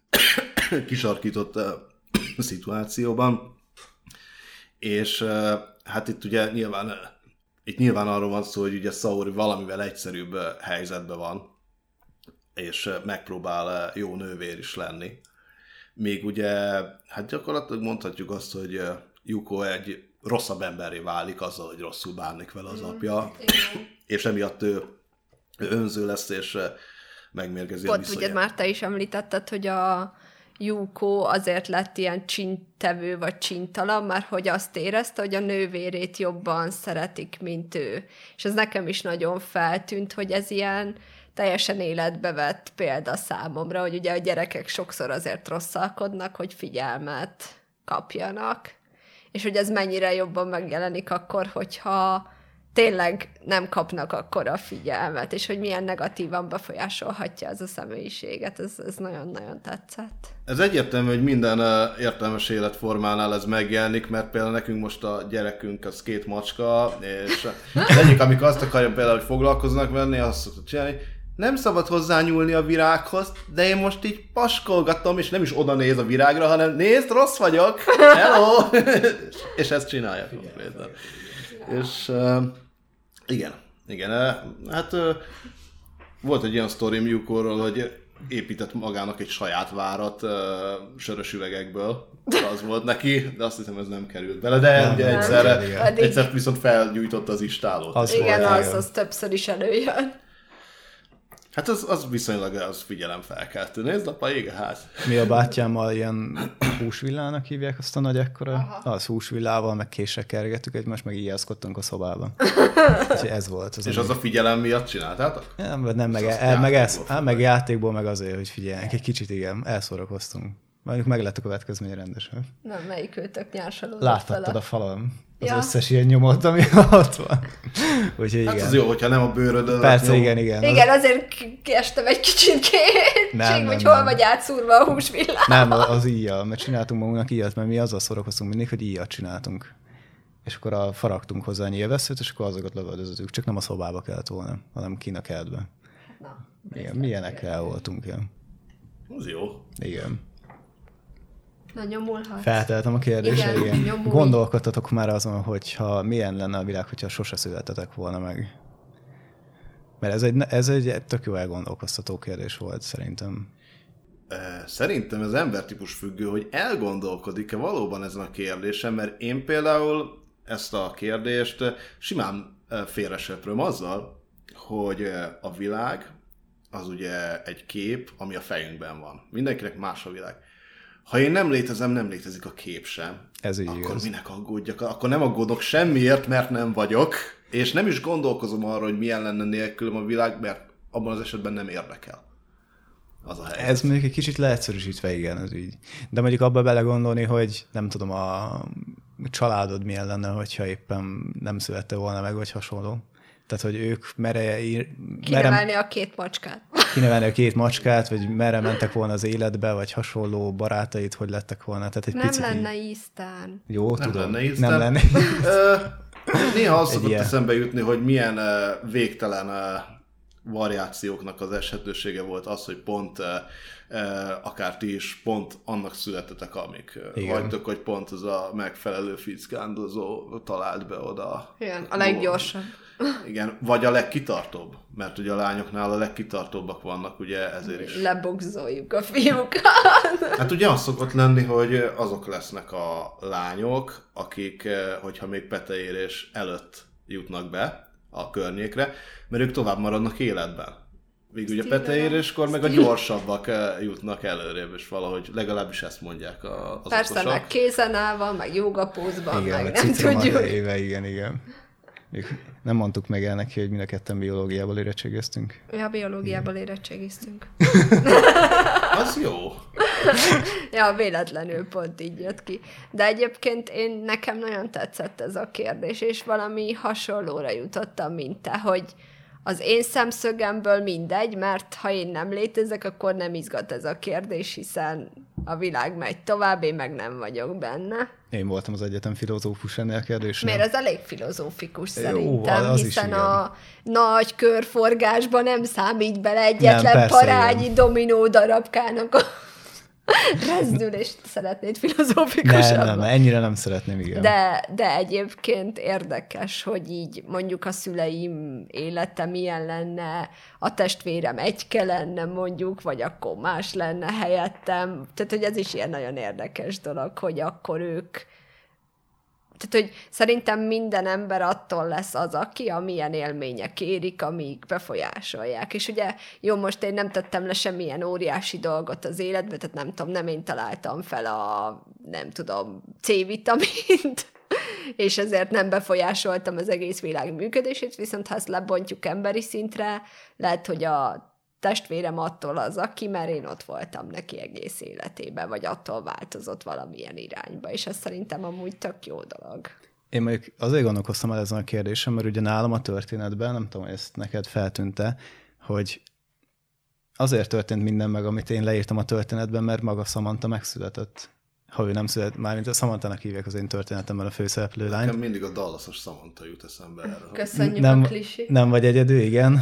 kisarkított szituációban. És hát itt ugye nyilván arról van szó, hogy ugye Saori valamivel egyszerűbb helyzetben van, és megpróbál jó nővér is lenni. Még ugye, hát gyakorlatilag mondhatjuk azt, hogy Yuko egy rosszabb emberré válik azzal, hogy rosszul bánik vele az apja, és emiatt ő önző lesz, és megmérgezi a viszonyát. Ugye már te is említetted, hogy a Yuko azért lett ilyen csintevő vagy csintalan, mert hogy azt érezte, hogy a nővérét jobban szeretik, mint ő. És ez nekem is nagyon feltűnt, hogy ez ilyen teljesen életbe vett példa számomra, hogy ugye a gyerekek sokszor azért rosszalkodnak, hogy figyelmet kapjanak, és hogy ez mennyire jobban megjelenik akkor, hogyha tényleg nem kapnak akkora figyelmet, és hogy milyen negatívan befolyásolhatja ez a személyiséget. Ez nagyon-nagyon tetszett. Ez egyértelmű, hogy minden értelmes életformánál ez megjelenik, mert például nekünk most a gyerekünk az 2 macska, és az egyik, amikor azt akarja például, hogy foglalkoznak venni, azt szokta csinálni, nem szabad hozzányúlni a virághoz, de én most így paskolgatom, és nem is oda néz a virágra, hanem nézd, rossz vagyok, hello! És ezt csinálja konkrétan. És igen, hát volt egy olyan sztorim Yuko-ról, hogy épített magának egy saját várat sörös üvegekből. Az volt neki, de azt hiszem ez nem került bele, de ugye egyszer viszont felgyújtotta az istálót. Az többször is előjön. Hát az viszonylag az figyelemfelkeltő. Nézd, apa, ég a ház. Mi a bátyámmal ilyen húsvillának hívják azt a nagy ekkora? Az húsvillával, meg késsel kergettük egymást, meg ijeszkodtunk a szobában. Úgyhogy ez volt. És az a figyelem miatt csináltátok? Nem, meg játékból, meg azért, hogy figyeljenek. Egy kicsit igen, elszórakoztunk. Mondjuk meg lett a következménye rendesen. Nem, melyik őtök nyársalódott Láthattad a falon az összes ilyen nyomot, ami ott van. Úgyhogy hát igen. az jó, hogyha nem a bőrödön. Persze, igen. Igen, azért kiestem egy kicsit kétség, hogy hol vagy átszúrva a húsvillával. Nem, az íjjal, mert csináltunk magunknak íjat, mert mi azzal szórakoztunk mindig, hogy íjat csináltunk. És akkor faragtunk hozzá a nyilvesszőt, és akkor azokat lövöldözöttük. Csak nem a szobába kellett volna, hanem kint a kertbe. Igen, milyenekkel voltunk, igen. Az jó. Igen. Na, nyomulhatsz. Felteltem a kérdésre, igen. Nyomulj. Gondolkodtatok már azon, hogyha milyen lenne a világ, hogyha sose születetek volna meg. Mert ez egy tök jó elgondolkoztató kérdés volt, szerintem. Szerintem ez embertípus függő, hogy elgondolkodik-e valóban ezen a kérdésen, mert én például ezt a kérdést simán félresöpröm azzal, hogy a világ az ugye egy kép, ami a fejünkben van. Mindenkinek más a világ. Ha én nem létezem, nem létezik a kép sem. Ez így akkor igaz. Minek aggódjak? Akkor nem aggódok semmiért, mert nem vagyok, és nem is gondolkozom arra, hogy milyen lenne nélkülem a világ, mert abban az esetben nem érdekel. Az a helyzet. Ez mondjuk egy kicsit leegyszerűsítve, igen, ez így. De mondjuk abba belegondolni, hogy nem tudom, a családod milyen lenne, hogyha éppen nem születte volna meg, vagy hasonló. Tehát, hogy ők kinevelni a 2 macskát. Kinevelni a 2 macskát, vagy merre mentek volna az életbe, vagy hasonló barátait, hogy lettek volna. Tehát egy nem picit lenne Isten. Jó, nem tudom. Lenne Isten. Nem lenne. Néha azt szokott eszembe jutni, hogy milyen végtelen variációknak az eshetősége volt az, hogy pont akár ti is pont annak születetek, amik vagytok, hogy pont az a megfelelő fickándozó talált be oda. Igen, a leggyorsabb. Igen, vagy a legkitartóbb, mert ugye a lányoknál a legkitartóbbak vannak, ugye ezért is. Lebogzoljuk a fiúkat. Hát ugye az szokott lenni, hogy azok lesznek a lányok, akik, hogyha még peteérés előtt jutnak be a környékre, mert ők tovább maradnak életben. Végül ugye peteéréskor meg a gyorsabbak jutnak előrébb, és valahogy legalábbis ezt mondják az persze, okosak. meg kézen állva, meg jogapózban, igen, meg nem tudjuk. Igen. Nem mondtuk meg el neki, hogy mind a ketten biológiából érettségeztünk. Ja, biológiából érettségiztünk. Az jó. Ja, véletlenül pont így jött ki. De egyébként nekem nagyon tetszett ez a kérdés, és valami hasonlóra jutottam, mint te, hogy az én szemszögemből mindegy, mert ha én nem létezek, akkor nem izgat ez a kérdés, hiszen a világ megy tovább, én meg nem vagyok benne. Én voltam az egyetem filozófus ennél a kérdésnél. Miért? Ez elég filozófikus szerintem, jó, hiszen a nagy körforgásban nem számít bele egyetlen parányi dominó darabkának a rezdülést. Szeretnéd filozófikusabban? Nem, ennyire nem szeretném, igen. De egyébként érdekes, hogy így mondjuk a szüleim élete milyen lenne, a testvérem egyke lenne mondjuk, vagy akkor más lenne helyettem. Tehát, hogy ez is ilyen nagyon érdekes dolog, hogy akkor ők Tehát, hogy szerintem minden ember attól lesz az, aki, amilyen élmények érik, amik befolyásolják. És ugye, jó, most én nem tettem le semmilyen óriási dolgot az életbe, tehát nem tudom, nem én találtam fel a, nem tudom, C-vitamint, és ezért nem befolyásoltam az egész világ működését, viszont ha ezt lebontjuk emberi szintre, lehet, hogy a testvérem attól az, aki, mert én ott voltam neki egész életében, vagy attól változott valamilyen irányba, és ez szerintem amúgy tök jó dolog. Én mondjuk azért gondolkoztam el ezen a kérdésen, mert ugye nálam a történetben, nem tudom, hogy ezt neked feltűnte, hogy azért történt minden meg, amit én leírtam a történetben, mert maga Samantha megszületett. Ha ő nem született, mármint a Samanthának hívják az én történetemben a főszereplő lányt. Nekem mindig a Dallasos Samantha jut eszembe erről. Köszönjük a klisét. Nem vagy egyedül, igen.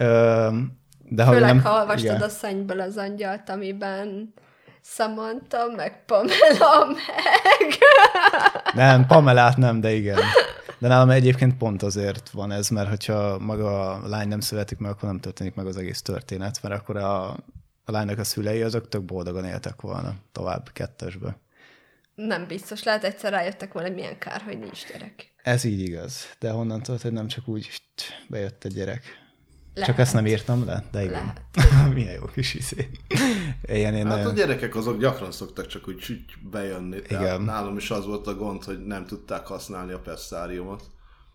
De főleg, nem, ha olvastad igen. A Szennyből az angyalt, amiben Samantha, meg Pamela, meg... Nem, Pamelát nem, de igen. De nálam egyébként pont azért van ez, mert hogyha maga a lány nem születik meg, akkor nem történik meg az egész történet, mert akkor a lánynak a szülei azok tök boldogan éltek volna tovább kettesbe. Nem biztos, lehet egyszer rájöttek volna, hogy milyen kár, hogy nincs gyerek. Ez így igaz, de honnan tudod, hogy nem csak úgy bejött egy gyerek. Lehet. Csak ezt nem írtam le, de igen. Milyen jó kis izé. Hát a gyerekek azok gyakran szoktak csak úgy bejönni. Igen. Nálam is az volt a gond, hogy nem tudták használni a pestáriumot.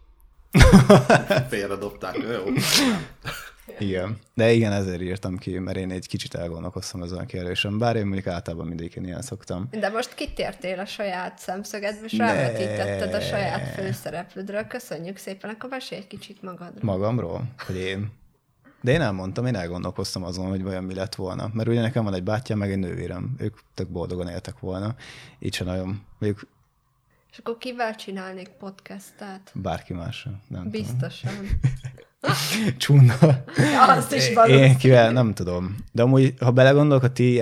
Félredobták. Jó. Igen. De igen, ezért írtam ki, mert én egy kicsit elgondolkoztam ezen a kérdésen. Bár én mondjuk általában mindig ilyen szoktam. De most kitértél a saját szemszögedbe, és rávetítetted a saját főszereplődről. Köszönjük szépen, akkor mesélj egy kicsit magadról. Magamról? Hogy én? De én elmondtam, én elgondolkoztam azon, hogy vajon mi lett volna. Mert ugye nekem van egy bátyám, meg egy nővérem. Ők tök boldogan éltek volna. Így sem nagyon. Mondjuk... És akkor kivel csinálnék podcastet? Bárki másra. Nem biztosan. Csúna. Azt is valószínű. Én kivel, nem tudom. De amúgy, ha belegondolok, a ti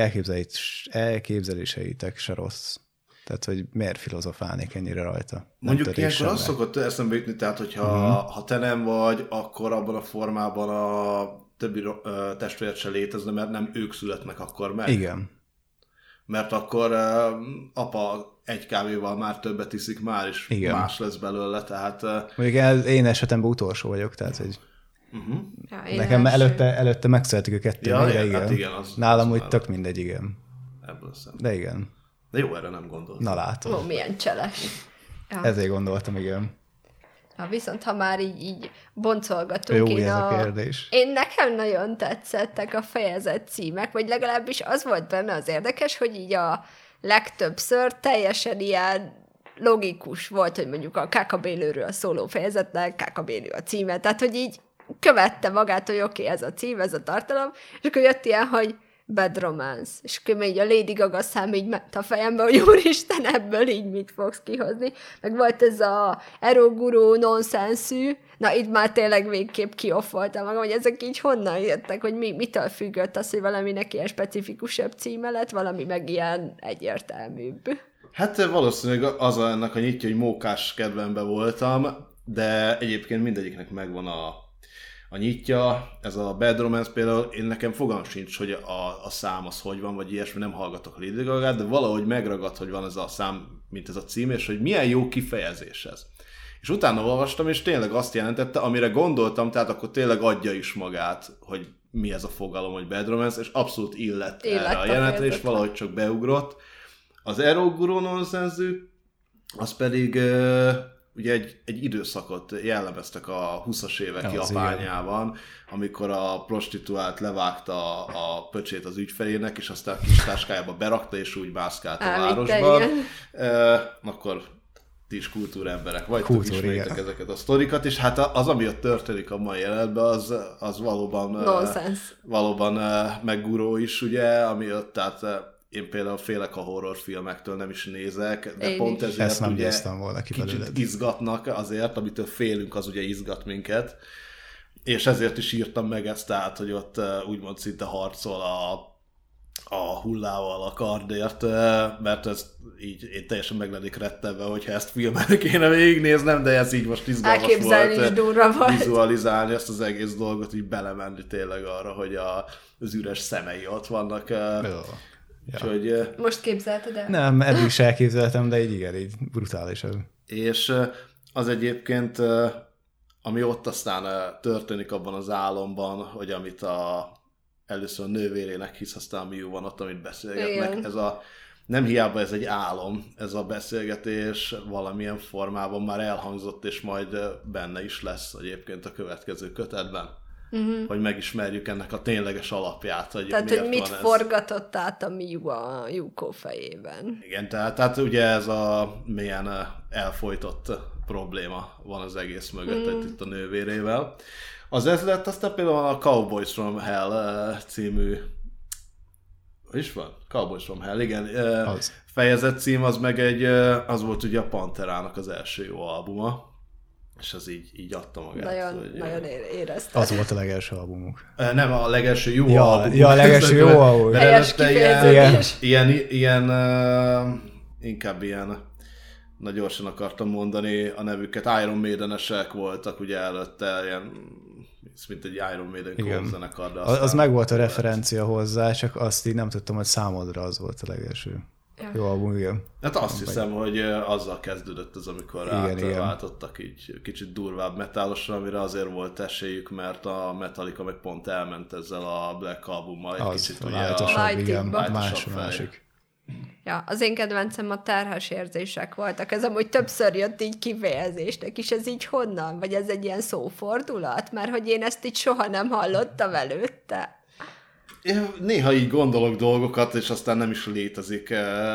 elképzeléseitek se rossz. Tehát, hogy miért filozofálnék ennyire rajta? Mondjuk ilyenkor az szokott eszembe jutni, tehát, hogyha ha te nem vagy, akkor abban a formában a többi testvért se létezne, mert nem ők születnek akkor meg. Igen. Mert akkor apa egy kávéval már többet iszik, már is igen. Más lesz belőle, tehát... Mondjuk én esetemben utolsó vagyok, tehát, hogy ja, nekem előtte megszületik a kettő, ja, de igen. Hát igen nálam úgy tök mindegy, igen. Ebből szemben. De igen. De jó, erre nem gondoltam. Na látod. Ó, milyen cseles. Ja. Ezért gondoltam, igen. Na, viszont ha már így boncolgatunk, jó, ez a kérdés. Én nekem nagyon tetszettek a fejezet címek, vagy legalábbis az volt benne az érdekes, hogy így a legtöbbször teljesen ilyen logikus volt, hogy mondjuk a KKB-nőről szóló fejezetnek KKB-nő a címe, tehát hogy így követte magát, hogy oké, ez a cím, ez a tartalom, és akkor jött ilyen, hogy Bad Romance. És akkor még a Lady Gaga szám így ment a fejembe, hogy úristen, ebből így mit fogsz kihozni. Meg volt ez a erogurú nonsenszű, na itt már tényleg végképp kioffoltam magam, hogy ezek így honnan jöttek, hogy mitől függött az, hogy valaminek ilyen specifikusabb címe lett, valami meg ilyen egyértelműbb. Hát valószínűleg az ennek a nyitja, hogy mókás kedvemben voltam, de egyébként mindegyiknek megvan a nyitja, ez a Bad Romance például, én nekem fogalmam sincs, hogy a szám az hogy van, vagy ilyesmi, nem hallgatok Lady Gagát, de valahogy megragadt, hogy van ez a szám, mint ez a cím, és hogy milyen jó kifejezés ez. És utána olvastam, és tényleg azt jelentette, amire gondoltam, tehát akkor tényleg adja is magát, hogy mi ez a fogalom, hogy Bad Romance, és abszolút illett erre a jelenetre, és valahogy csak beugrott. Az Eroguro nonsenszű, az pedig... ugye egy időszakot jellemeztek a 20-as évek Japánjában, amikor a prostituált levágta a pöcsét az ügyfelének, és aztán a kis táskájába berakta, és úgy mászkált a városban. Akkor ti is kultúremberek vagytok, ismeritek ezeket a sztorikat, és hát az, ami ott történik a mai jelenetben, az valóban megguró is, ugye, ami ott, tehát én például félek a horrorfilmektől, nem is nézek, de én pont is. ezért ugye volna kicsit izgatnak azért, amitől félünk, az ugye izgat minket. És ezért is írtam meg ezt, tehát, hogy ott úgymond szinte harcol a hullával a kardért, mert ez így én teljesen meg lennék rettenve, hogyha ezt filmen kéne végignéznem, de ez így most izgalmas volt vizualizálni ezt az egész dolgot, így belemenni tényleg arra, hogy az üres szemei ott vannak Úgyhogy, most képzelted el? Nem, eddig is elképzeltem, de így igen, így brutálisabb. És az egyébként, ami ott aztán történik abban az álomban, hogy amit először a nővérének hisz, aztán a Miu van ott, amit beszélgetnek. Igen. Nem hiába ez egy álom, ez a beszélgetés valamilyen formában már elhangzott, és majd benne is lesz egyébként a következő kötetben. Hogy megismerjük ennek a tényleges alapját. Hogy tehát, hogy mit van forgatott át a Miu a Yuko fejében. Igen, tehát ugye ez a milyen elfojtott probléma van az egész mögött itt a nővérével. Az ez lett, aztán például a Cowboys from Hell című, hogy is van? Cowboys from Hell, igen. Fejezet cím, az meg az volt ugye a Panterának az első jó albuma, és az így adta magát. Nagyon éreztem. Az volt a legelső albumuk. Nem, a legelső jó album. Ja, a legelső jó album. Helyes kifejezés. Inkább ilyen, na gyorsan akartam mondani a nevüket, Iron Maiden-esek voltak ugye előtte, ilyen, mint egy Iron Maiden zenekar. Az meg volt a referencia hozzá, csak azt így nem tudtam, hogy számodra az volt a legelső. Jó album, igen. Hát azt hiszem, hogy azzal kezdődött az, amikor átváltottak így kicsit durvább metálosra, amire azért volt esélyük, mert a Metallica meg pont elment ezzel a Black Albummal egy kicsit ugye a másik. Ja, az én kedvencem a terhes érzések voltak. Ez amúgy többször jött így kifejezésnek is. Ez így honnan? Vagy ez egy ilyen szófordulat? Mert hogy én ezt így soha nem hallottam előtte. Én néha így gondolok dolgokat, és aztán nem is létezik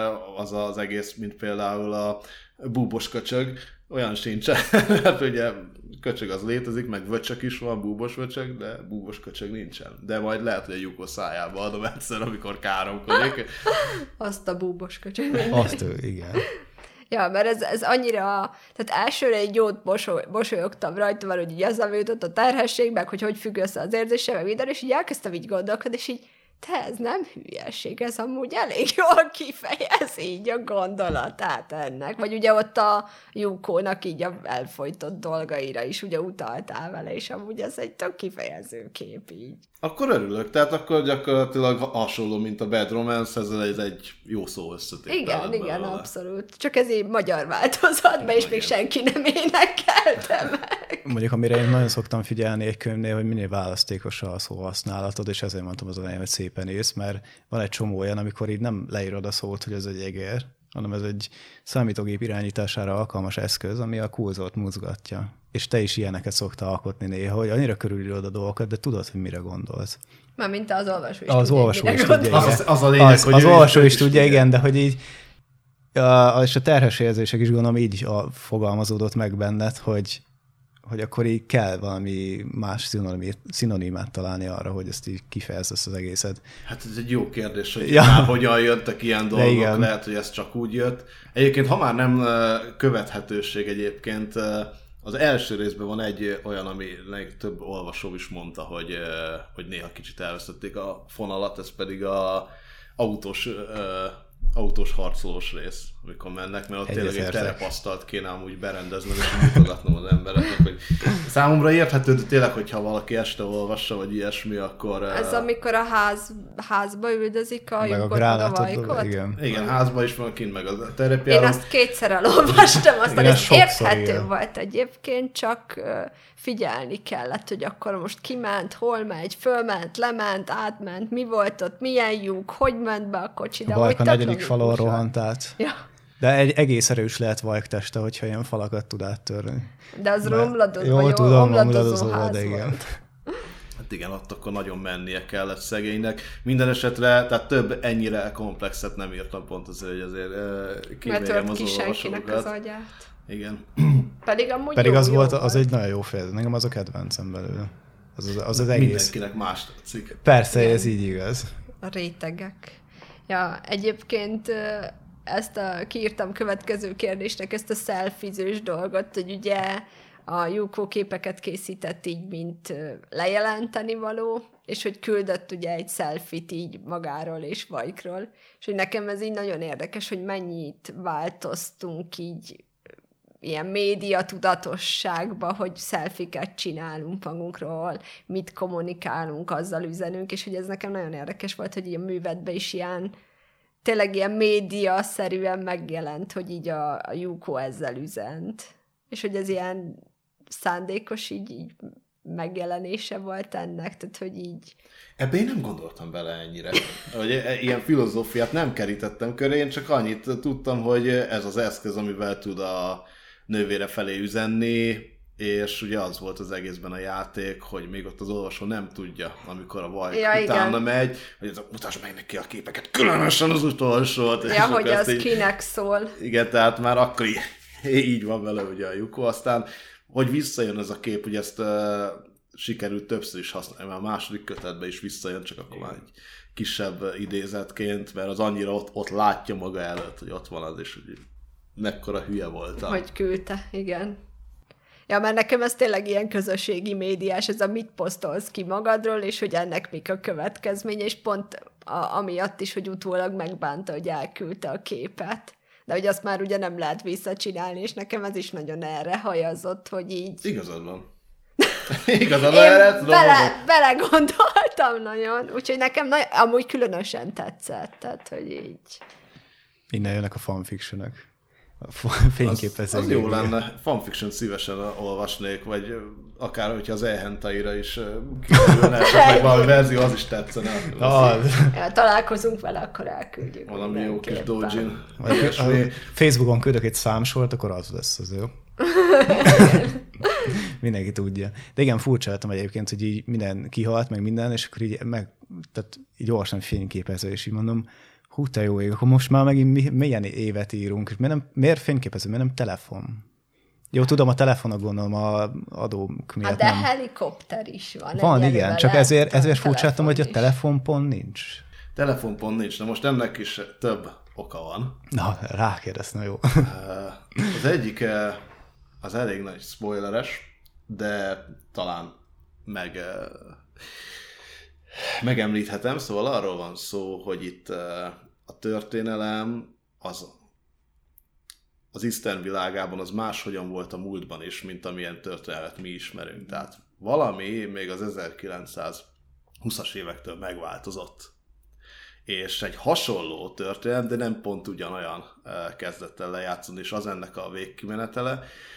az egész, mint például a búbos köcsög. Olyan sincsen. Hát ugye köcsög az létezik, meg vöcsök is van, búbos vöcsög, de búbos köcsög nincsen. De majd lehet, hogy a Yuko szájába adom egyszer, amikor káromkodik. Azt a búbos köcsög. Azt igen. Ja, mert ez annyira, tehát elsőre egy jót mosolyogtam rajta, mert hogy így azzal jutott a terhesség, meg hogy függ össze az érzése, meg minden, és így elkezdtem így gondolkodni, és így, ez nem hülyeség, ez amúgy elég jól kifejez így a gondolatát ennek. Vagy ugye ott a Yukónak így a elfojtott dolgaira is ugye utaltál vele, és amúgy ez egy tök kifejező kép így. Akkor örülök, tehát akkor gyakorlatilag hasonló, mint a Bad Romance, ez egy jó szó összetétel. Igen, abszolút. Csak ez így magyar változatban, és még senki nem énekelte meg. Mondjuk, amire én nagyon szoktam figyelni egy könyvnél, hogy minél választékos a szóhasználatod, és ezért mondtam az elején, hogy szépen ész, mert van egy csomó olyan, amikor így nem leírod a szót, hogy ez egy egér, hanem ez egy számítógép irányítására alkalmas eszköz, ami a kurzort mozgatja. És te is ilyeneket szoktál alkotni néha, hogy annyira körülírod a dolgokat, de tudod, hogy mire gondolsz. Mármint az olvasó is az tudja. Olvasó is tudja, igen. Az a lényeg, hogy az olvasó is tudja, igen, de hogy így és a terhes érzések is gondolom így fogalmazódott meg benned, hogy akkor így kell valami más szinonimát találni arra, hogy ezt így kifejezd ezt az egészet. Hát ez egy jó kérdés, hogy már hogyan jöttek ilyen dolgok, lehet, hogy ez csak úgy jött. Egyébként, ha már nem követhetőség egyébként, az első részben van egy olyan, ami több olvasó is mondta, hogy néha kicsit elvesztették a fonalat, ez pedig a autós harcolós rész, amikor mennek, mert ott tényleg egy terepasztalt kéne amúgy berendeznem, és mutogatnom az embereknek, hogy számomra érthető, de tényleg, hogyha valaki este olvassa, vagy ilyesmi, akkor... Ez amikor a házba üldözik a lyukot, meg a vajkot? Igen, házba is van kint, meg a terepjáró. Én azt kétszer elolvastam, aztán ez érthető volt egyébként, csak figyelni kellett, hogy akkor most kiment, hol megy, fölment, lement, átment, mi volt ott, milyen lyuk, hogy ment be a kocsi, de a negyedik falon rohant át. Ja. De egy egész erős lehet vajkteste, hogyha ilyen falakat tud áttörni. De az romladozó, jó, tudom, romladozó ház igen. Hát igen, ott akkor nagyon mennie kellett szegénynek. Minden esetre, tehát több ennyire komplexet nem írtam pont azért, hogy azért kíméljem az olvasókat. Az agyát. Igen. Pedig az volt, az egy nagyon jó fejezet. Nekem az a kedvencem belőle. Az egész. Mindenkinek más tetszik. Persze, igen. Ez így igaz. A rétegek. Ja, egyébként kiírtam következő kérdésnek ezt a selfizős dolgot, hogy ugye a Yuko képeket készített így, mint lejelenteni való, és hogy küldött ugye egy selfit így magáról és Vajkról, és hogy nekem ez így nagyon érdekes, hogy mennyit változtunk így ilyen média tudatosságba, hogy selfiket csinálunk magunkról, mit kommunikálunk, azzal üzenünk, és hogy ez nekem nagyon érdekes volt, hogy ilyen művetben is ilyen tényleg ilyen média-szerűen megjelent, hogy így a Yuko ezzel üzent. És hogy ez ilyen szándékos így megjelenése volt ennek, tehát hogy így... Ebbe én nem gondoltam bele ennyire. Hogy ilyen filozófiát nem kerítettem köré, én csak annyit tudtam, hogy ez az eszköz, amivel tud a nővére felé üzenni, és ugye az volt az egészben a játék, hogy még ott az olvasó nem tudja, amikor a Vajk utána megy, hogy mutasd meg neki a képeket, különösen az utolsót. Ja, hogy az így, kinek szól. Igen, tehát már akkor így van vele ugye a Yuko, aztán hogy visszajön ez a kép, hogy ezt sikerült többször is használni, mert a második kötetben is visszajön, csak akkor már egy kisebb idézetként, mert az annyira ott látja maga előtt, hogy ott van az, és hogy mekkora hülye voltam. Hogy küldte, igen. Ja, mert nekem ez tényleg ilyen közösségi médiás, ez a mit posztolsz ki magadról, és hogy ennek mik a következménye, és pont amiatt is, hogy utólag megbánta, hogy elküldte a képet. De hogy azt már ugye nem lehet visszacsinálni, és nekem ez is nagyon erre hajazott, hogy így... Igazad van. Igazad van, erre tudom. Belegondoltam nagyon, úgyhogy nekem amúgy különösen tetszett, tehát hogy így... Innen jönnek a fanfictionok. Fényképezők. Az jó lenne. Fanfiction szívesen olvasnék, vagy akár, hogyha az e-hentaira is kikerülne, esetleg valami verzió, az is tetszene. Találkozunk vele, akkor elküldjük. Valami jó kis doujin. Facebookon küldök egy számsort, akkor az lesz az jó. Mindenki tudja. De igen, furcsáltam egyébként, hogy így minden kihalt, meg minden, és akkor tehát így gyorsan fényképező, és így mondom, hú, te jó ég, akkor most már megint milyen évet írunk, miért fényképező, miért nem telefon? Jó, tudom, a telefonok gondolom a adók miatt de helikopter is van. Van, igen, csak ezért furcsáltam, hogy a telefonpont nincs. Telefonpont nincs, na most ennek is több oka van. Na, rákérdez, na jó. Az egyik, az elég nagy spoileres, de talán megemlíthetem, szóval arról van szó, hogy itt a történelem az Isten világában az máshogyan volt a múltban is, mint amilyen történelmet mi ismerünk. Tehát valami még az 1920-as évektől megváltozott. És egy hasonló történet, de nem pont ugyanolyan kezdett el lejátszani, és az ennek a végkimenetele.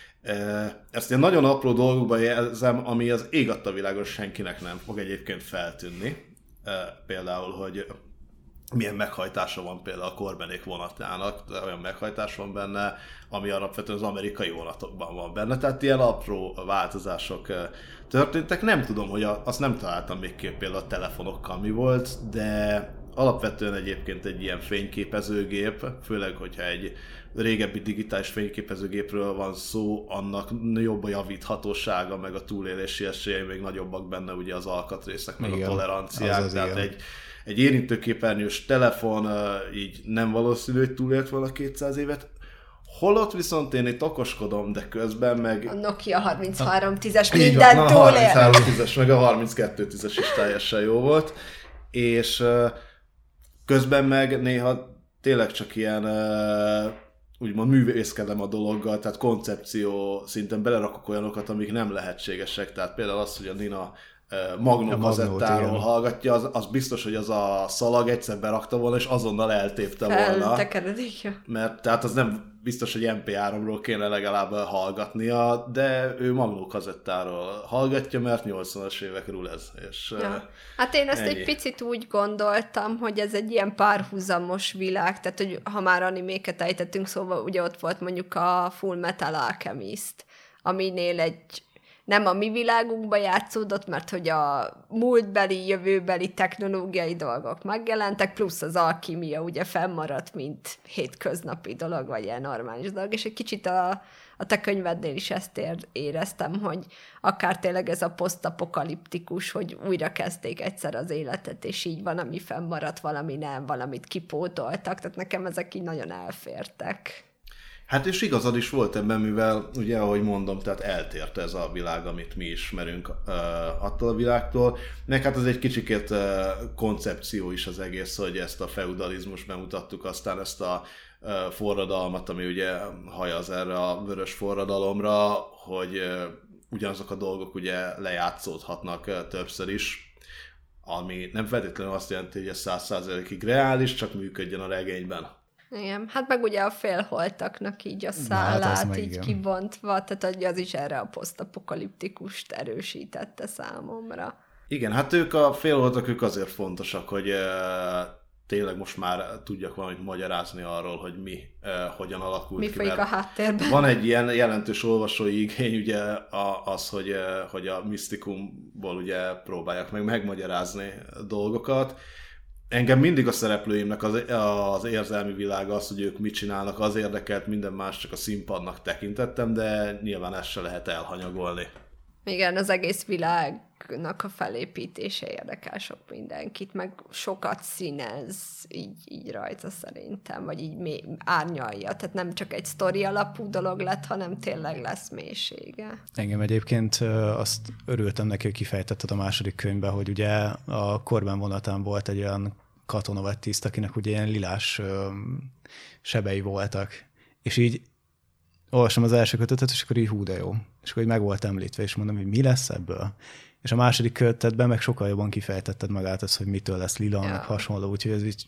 Ezt ilyen nagyon apró dolgokban jelzem, ami az ég adta világon senkinek nem fog egyébként feltűnni. Például, hogy milyen meghajtása van például a Korbenék vonatának, de olyan meghajtás van benne, ami alapvetően az amerikai vonatokban van benne. Tehát ilyen apró változások történtek. Nem tudom, hogy azt nem találtam még ki például a telefonokkal mi volt, de alapvetően egyébként egy ilyen fényképezőgép, főleg, hogyha egy régebbi digitális fényképezőgépről van szó, annak jobb a javíthatósága, meg a túlélési esélyei még nagyobbak benne ugye az alkatrészek, meg igen, a toleranciák. Tehát egy érintőképernyős telefon így nem valószínű, hogy túlélt volna 200 évet. Holott viszont én itt okoskodom, de közben meg... A Nokia 3310-es minden túlélt. A 3310-es, meg a 3210-es is teljesen jó volt. És közben meg néha tényleg csak ilyen úgymond művészkedem a dologgal, tehát koncepció szinten belerakok olyanokat, amik nem lehetségesek. Tehát például az, hogy a Nina Magnó kazettáról hallgatja, az biztos, hogy az a szalag egyszer berakta volna, és azonnal eltépte volna. Feltekeredik, ja. Mert tehát az nem biztos, hogy MP3-ról kéne legalább hallgatnia, de ő Magnó kazettáról hallgatja, mert 80-as évekről ez. És, ja. Hát én ezt egy picit úgy gondoltam, hogy ez egy ilyen párhuzamos világ, tehát hogy ha már animéket ejtettünk, szóval ugye ott volt mondjuk a Full Metal Alchemist, aminél nem a mi világunkban játszódott, mert hogy a múltbeli, jövőbeli technológiai dolgok megjelentek, plusz az alkímia ugye fennmaradt, mint hétköznapi dolog, vagy ilyen normális dolog, és egy kicsit a te könyvednél is ezt éreztem, hogy akár tényleg ez a posztapokaliptikus, hogy újra kezdték egyszer az életet, és így van, ami fennmaradt, valami nem, valamit kipótoltak, tehát nekem ezek így nagyon elfértek. Hát és igazad is volt ebben, mivel ugye, ahogy mondom, tehát eltért ez a világ, amit mi ismerünk attól a világtól. Meg hát ez egy kicsikét koncepció is az egész, hogy ezt a feudalizmus bemutattuk, aztán ezt a forradalmat, ami ugye hajaz erre a vörös forradalomra, hogy ugyanazok a dolgok ugye lejátszódhatnak többször is. ami nem feltétlenül azt jelenti, hogy ez 100%-ig reális, csak működjön a regényben. Igen, hát meg ugye a félholtaknak így a szálát így kibontva, tehát az is erre a posztapokaliptikust erősítette számomra. Igen, hát ők a félholtak, ők azért fontosak, hogy tényleg most már tudjak valamit magyarázni arról, hogy mi hogyan alakult mi ki. folyik a háttérben. Van egy ilyen jelentős olvasói igény, ugye az, hogy a misztikumból ugye próbálják meg megmagyarázni dolgokat. Engem mindig a szereplőimnek az érzelmi világa az, hogy ők mit csinálnak, az érdekelt, minden más csak a színpadnak tekintettem, de nyilván ezt se lehet elhanyagolni. Igen, az egész világnak a felépítése érdekel sok mindenkit, meg sokat színez így rajta szerintem, vagy így árnyalja. Tehát nem csak egy sztori alapú dolog lett, hanem tényleg lesz mélysége. Engem egyébként azt örültem neki, hogy kifejtetted a második könyvben, hogy ugye a Korben vonatán volt egy olyan katona vagy tiszt, akinek ugye ilyen lilás sebei voltak. És így olvasom az első kötetet, és akkor így hú, de jó. És akkor így meg volt említve, és mondom, hogy mi lesz ebből? És a második kötetben meg sokkal jobban kifejtetted magát az, hogy mitől lesz lila, meg hasonló, úgyhogy ez így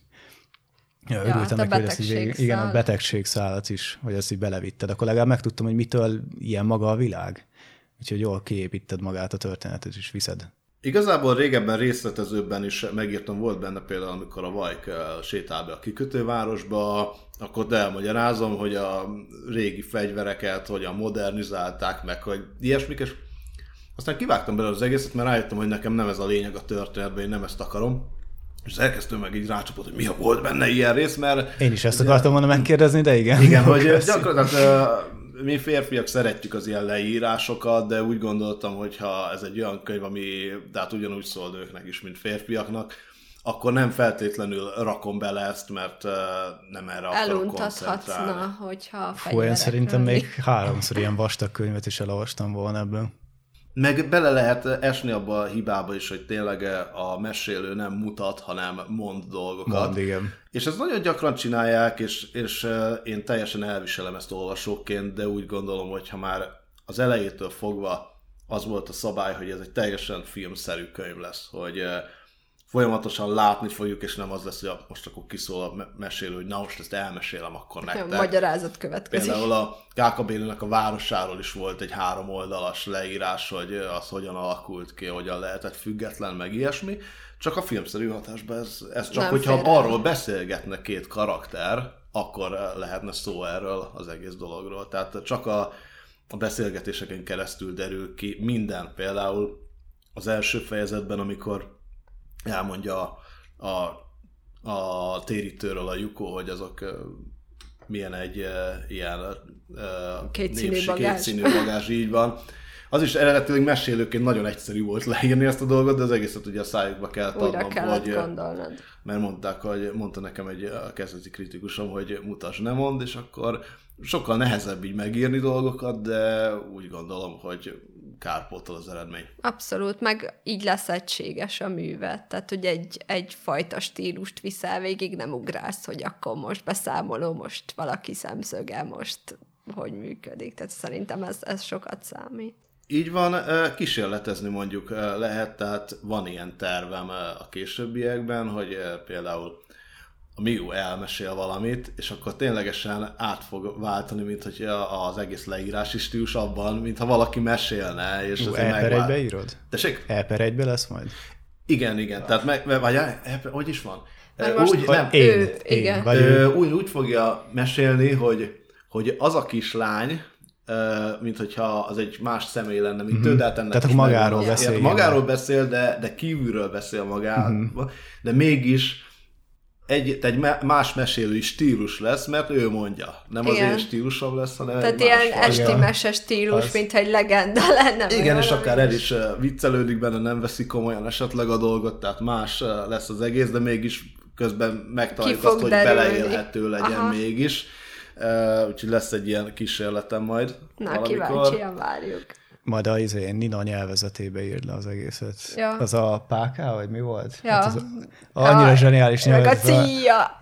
örültem neki, hogy ezt így, igen, a betegségszálat is, hogy ezt így belevitted. Akkor legalább megtudtam, hogy mitől ilyen maga a világ. Úgyhogy jól kiépíted magát a történetet, és viszed. Igazából régebben részletezőbben is megírtam, volt benne például, amikor a Vajk sétál be a kikötővárosba, akkor elmagyarázom, hogy a régi fegyvereket hogyan modernizálták meg, hogy ilyesmik, és aztán kivágtam belőle az egészet, mert rájöttem, hogy nekem nem ez a lényeg a történetben, én nem ezt akarom. És az elkezdtem meg így rácsapott, hogy mi volt benne ilyen rész, mert... Én is ezt akartam volna megkérdezni, de igen. Igen, hogy gyakorlatilag mi férfiak szeretjük az ilyen leírásokat, de úgy gondoltam, hogy ha ez egy olyan könyv, ami tehát ugyanúgy szól nőknek is, mint férfiaknak, akkor nem feltétlenül rakom bele ezt, mert nem erre akarok koncentrálni. Eluntathatna, hogyha Fú, én szerintem még 3-szor ilyen vastag könyvet is elolvastam volna ebből. Meg bele lehet esni abba a hibába is, hogy tényleg a mesélő nem mutat, hanem mond dolgokat. Mond, igen. És ezt nagyon gyakran csinálják, és én teljesen elviselem ezt olvasóként, de úgy gondolom, hogy ha már az elejétől fogva az volt a szabály, hogy ez egy teljesen filmszerű könyv lesz, hogy folyamatosan látni fogjuk, és nem az lesz, hogy most akkor kiszól a mesélő, hogy na most ezt elmesélem akkor nektek. A magyarázat következik. Például a Kákabélinek a városáról is volt egy 3 oldalas leírás, hogy az hogyan alakult ki, hogyan lehetett független, meg ilyesmi. Csak a filmszerű hatásban ez csak, hogyha arról beszélgetne 2 karakter, akkor lehetne szó erről az egész dologról. Tehát csak a beszélgetéseken keresztül derül ki minden. Például az első fejezetben, amikor elmondja a térítőről a Yuko, hogy azok milyen egy ilyen kétszínű bagázs, így van. Az is eredetileg mesélőként nagyon egyszerű volt leírni ezt a dolgot, de az egészet ugye a szájukba kellett adnom. Újra kellett gondolnod. Mert mondta nekem egy kezdeti kritikusom, hogy mutasd, ne mondd, és akkor sokkal nehezebb így megírni dolgokat, de úgy gondolom, hogy kárpótol az eredmény. Abszolút, meg így lesz egységes a művet. Tehát, hogy egyfajta stílust viszel végig, nem ugrálsz, hogy akkor most beszámoló, most valaki szemszöge, most hogy működik. Tehát szerintem ez sokat számít. Így van, kísérletezni mondjuk lehet, tehát van ilyen tervem a későbbiekben, hogy például a Miu elmesél valamit, és akkor ténylegesen át fog váltani, mint hogy az egész leírási stílus abban, mintha valaki mesélne, és azért E/1-be írod? Tessék? E/1-be lesz majd? Igen, tehát hogy is van? Úgy fogja mesélni, hogy az a kislány, mint hogyha az egy más személy lenne, mint de hát ennek tehát magáról beszél. Magáról beszél, de kívülről beszél magáról, de mégis egy más mesélői stílus lesz, mert ő mondja. Nem az én stílusom lesz, hanem tehát ilyen esti mese stílus, mintha egy legenda lenne. Igen, és akár el is viccelődik benne, nem veszi komolyan esetleg a dolgot, tehát más lesz az egész, de mégis közben megtaláljuk azt, hogy beleélhető legyen mégis. Úgyhogy lesz egy ilyen kísérletem majd. Na, kíváncsian várjuk. Majd Nina nyelvezetébe írd le az egészet. Ja. Az a Páká, vagy mi volt? Ja. Hát annyira zseniális nyelvezet. Meg a Cia,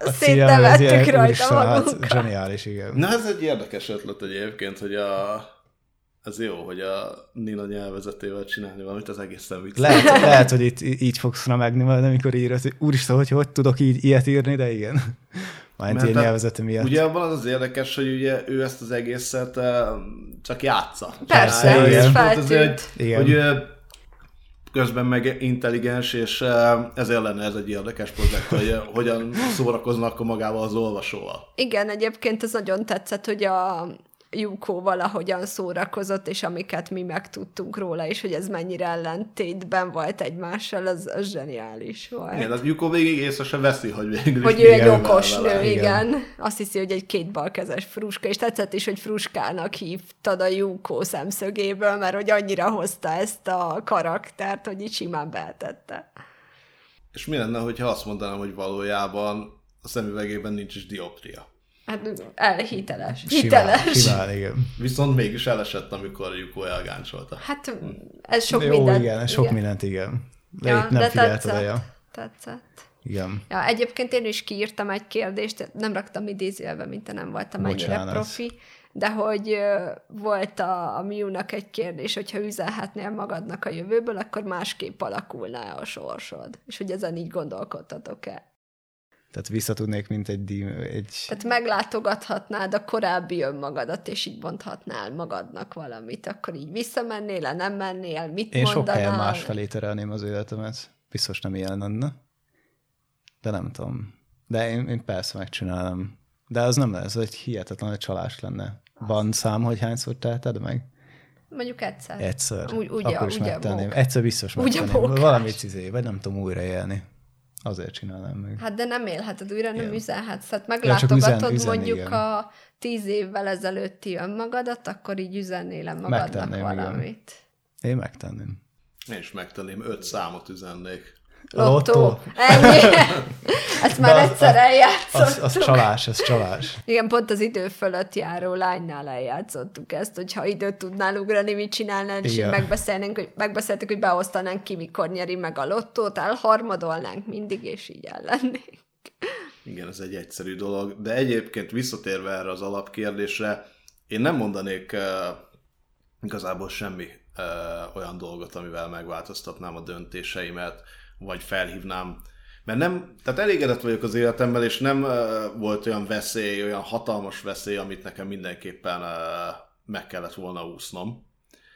szétnevettük rajta magunkat. Hát, zseniális, igen. Na, ez egy érdekes ötlet egyébként, hogy Ez jó, hogy a Nina nyelvezetével csinálni valamit, az egészen vicc. Lehet, hogy itt így fogsz remegni majd, amikor írod, hogy úristen, hogy tudok ilyet írni, de igen. Majd ilyen nyelvezete miatt. Ugye abban az érdekes, hogy ugye ő ezt az egészet csak játsza. Persze, ez feltűnt. Hogy közben meg intelligens, és ezért lenne ez egy érdekes projekt, hogy hogyan szórakoznak magával az olvasóval. Igen, egyébként ez nagyon tetszett, hogy a Yuko valahogyan szórakozott, és amiket mi megtudtunk róla, és hogy ez mennyire ellentétben volt egymással, az zseniális volt. Igen, az Yuko végig észre sem veszi, hogy végül hogy ő egy okos nő, igen. Azt hiszi, hogy egy kétbalkezes fruska, és tetszett is, hogy fruskának hívtad a Yuko szemszögéből, mert hogy annyira hozta ezt a karaktert, hogy így simán behetette. És mi lenne, hogyha azt mondanám, hogy valójában a szemüvegében nincs is dioptria? Hát hiteles. Simán, igen. Viszont mégis elesett, amikor Yuko elgáncsolta. Hát ez sok jó, mindent. Igen, sok mindent, igen. De ja, itt nem figyelt oda. Tetszett. Igen. Ja, egyébként én is kiírtam egy kérdést, nem raktam idézőjelbe, mint te nem voltam ennyire profi, de hogy volt a Miu-nak egy kérdés, hogyha üzenhetnél magadnak a jövőből, akkor másképp alakulná a sorsod. És hogy ezen így gondolkodtatok-e? Tehát visszatudnék, mint egy... Tehát meglátogathatnád a korábbi önmagadat, és így mondhatnál magadnak valamit, akkor így visszamennél, nem mennél, mit én mondanál? Én sok helyen másfelé terelném az életemet. Biztos nem ilyen lenne. De nem tudom. De én persze megcsinálom. De az nem lesz, egy hihetetlen egy csalás lenne. Van szám, hogy hányszor teheted meg? Mondjuk egyszer. Egyszer. Ugye, akkor is megtenném. mók. Egyszer biztos megtenném. Valamit vagy nem tudom újra élni. Azért csinálnám meg. Hát de nem élheted újra, nem üzenhetsz. Hát meglátogatod mondjuk igen. A 10 évvel ezelőtti önmagadat, akkor így üzennél magadnak valamit. Igen. Én megtenném. Én is megtenném, 5 számot üzennék. Lottó. Ennyi. Ezt már egyszer eljátszottuk. Az csalás, ez csalás. Igen, pont az idő fölött járó lánynál eljátszottuk ezt, hogyha időt tudnál ugrani, mit csinálnál, és így megbeszéltük, hogy beosztanánk ki, mikor nyeri meg a lottót, elharmadolnánk mindig, és így ellennénk. Igen, ez egy egyszerű dolog, de egyébként visszatérve erre az alapkérdésre, én nem mondanék igazából semmi olyan dolgot, amivel megváltoztatnám a döntéseimet, vagy felhívnám, mert nem, tehát elégedett vagyok az életemmel, és nem volt olyan veszély, olyan hatalmas veszély, amit nekem mindenképpen meg kellett volna úsznom.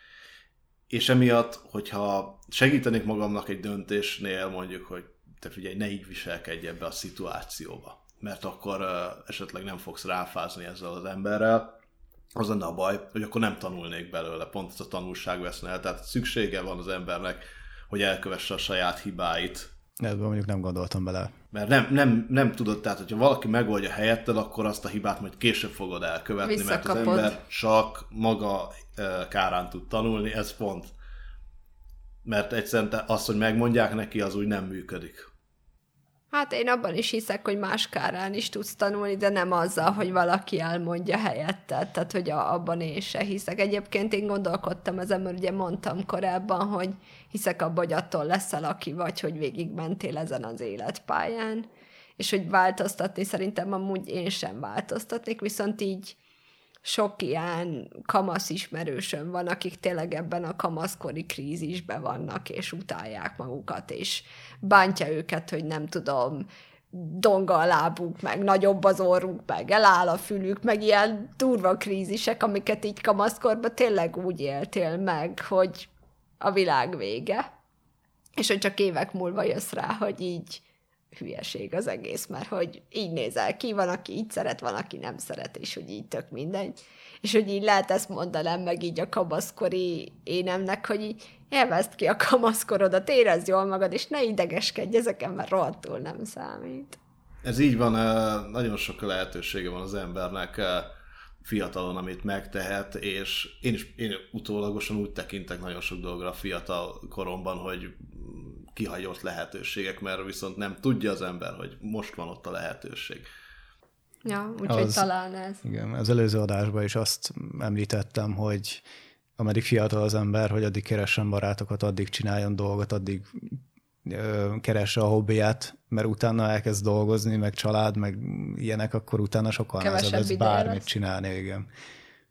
És emiatt, hogyha segítenék magamnak egy döntésnél, mondjuk, hogy te figyelj, ne így viselkedj ebbe a szituációba, mert akkor esetleg nem fogsz ráfázni ezzel az emberrel, az lenne a baj, hogy akkor nem tanulnék belőle, pont ez a tanulság veszne el, tehát szüksége van az embernek, hogy elkövesse a saját hibáit. Ebben mondjuk nem gondoltam bele. Mert nem tudod, tehát hogyha valaki megoldja helyetted, akkor azt a hibát majd később fogod elkövetni, mert az ember csak maga kárán tud tanulni, ez pont. Mert egyszerűen az, hogy megmondják neki, az úgy nem működik. Hát én abban is hiszek, hogy más kárán is tudsz tanulni, de nem azzal, hogy valaki elmondja helyetted, tehát hogy abban én se hiszek. Egyébként én gondolkodtam ezen, mert ugye mondtam korábban, hogy hiszek abban, hogy attól leszel, aki vagy, hogy végigmentél ezen az életpályán, és hogy változtatni szerintem amúgy én sem változtatnék, viszont így sok ilyen kamasz ismerősöm van, akik tényleg ebben a kamaszkori krízisben vannak, és utálják magukat, és bántja őket, hogy nem tudom, donga a lábuk, meg nagyobb az orruk, meg eláll a fülük, meg ilyen durva krízisek, amiket így kamaszkorban tényleg úgy éltél meg, hogy a világ vége. És hogy csak évek múlva jössz rá, hogy így hülyeség az egész, mert hogy így nézel ki, van, aki így szeret, van, aki nem szeret, és hogy így tök mindegy. És hogy így lehet ezt mondanám meg így a kamaszkori énemnek, hogy így élvezd ki a kamaszkorodat, érezd jól magad, és ne idegeskedj ezeken, mert rohadtul nem számít. Ez így van, nagyon sok lehetősége van az embernek fiatalon, amit megtehet, és én utólagosan úgy tekintek nagyon sok dologra fiatal koromban, hogy kihagyott lehetőségek, mert viszont nem tudja az ember, hogy most van ott a lehetőség. Ja, úgyhogy talán ez. Igen, az előző adásban is azt említettem, hogy ameddig fiatal az ember, hogy addig keressen barátokat, addig csináljon dolgot, addig keresse a hobbiját, mert utána elkezd dolgozni, meg család, meg ilyenek, akkor utána sokkal nehezebb ez bármit csinálni, igen.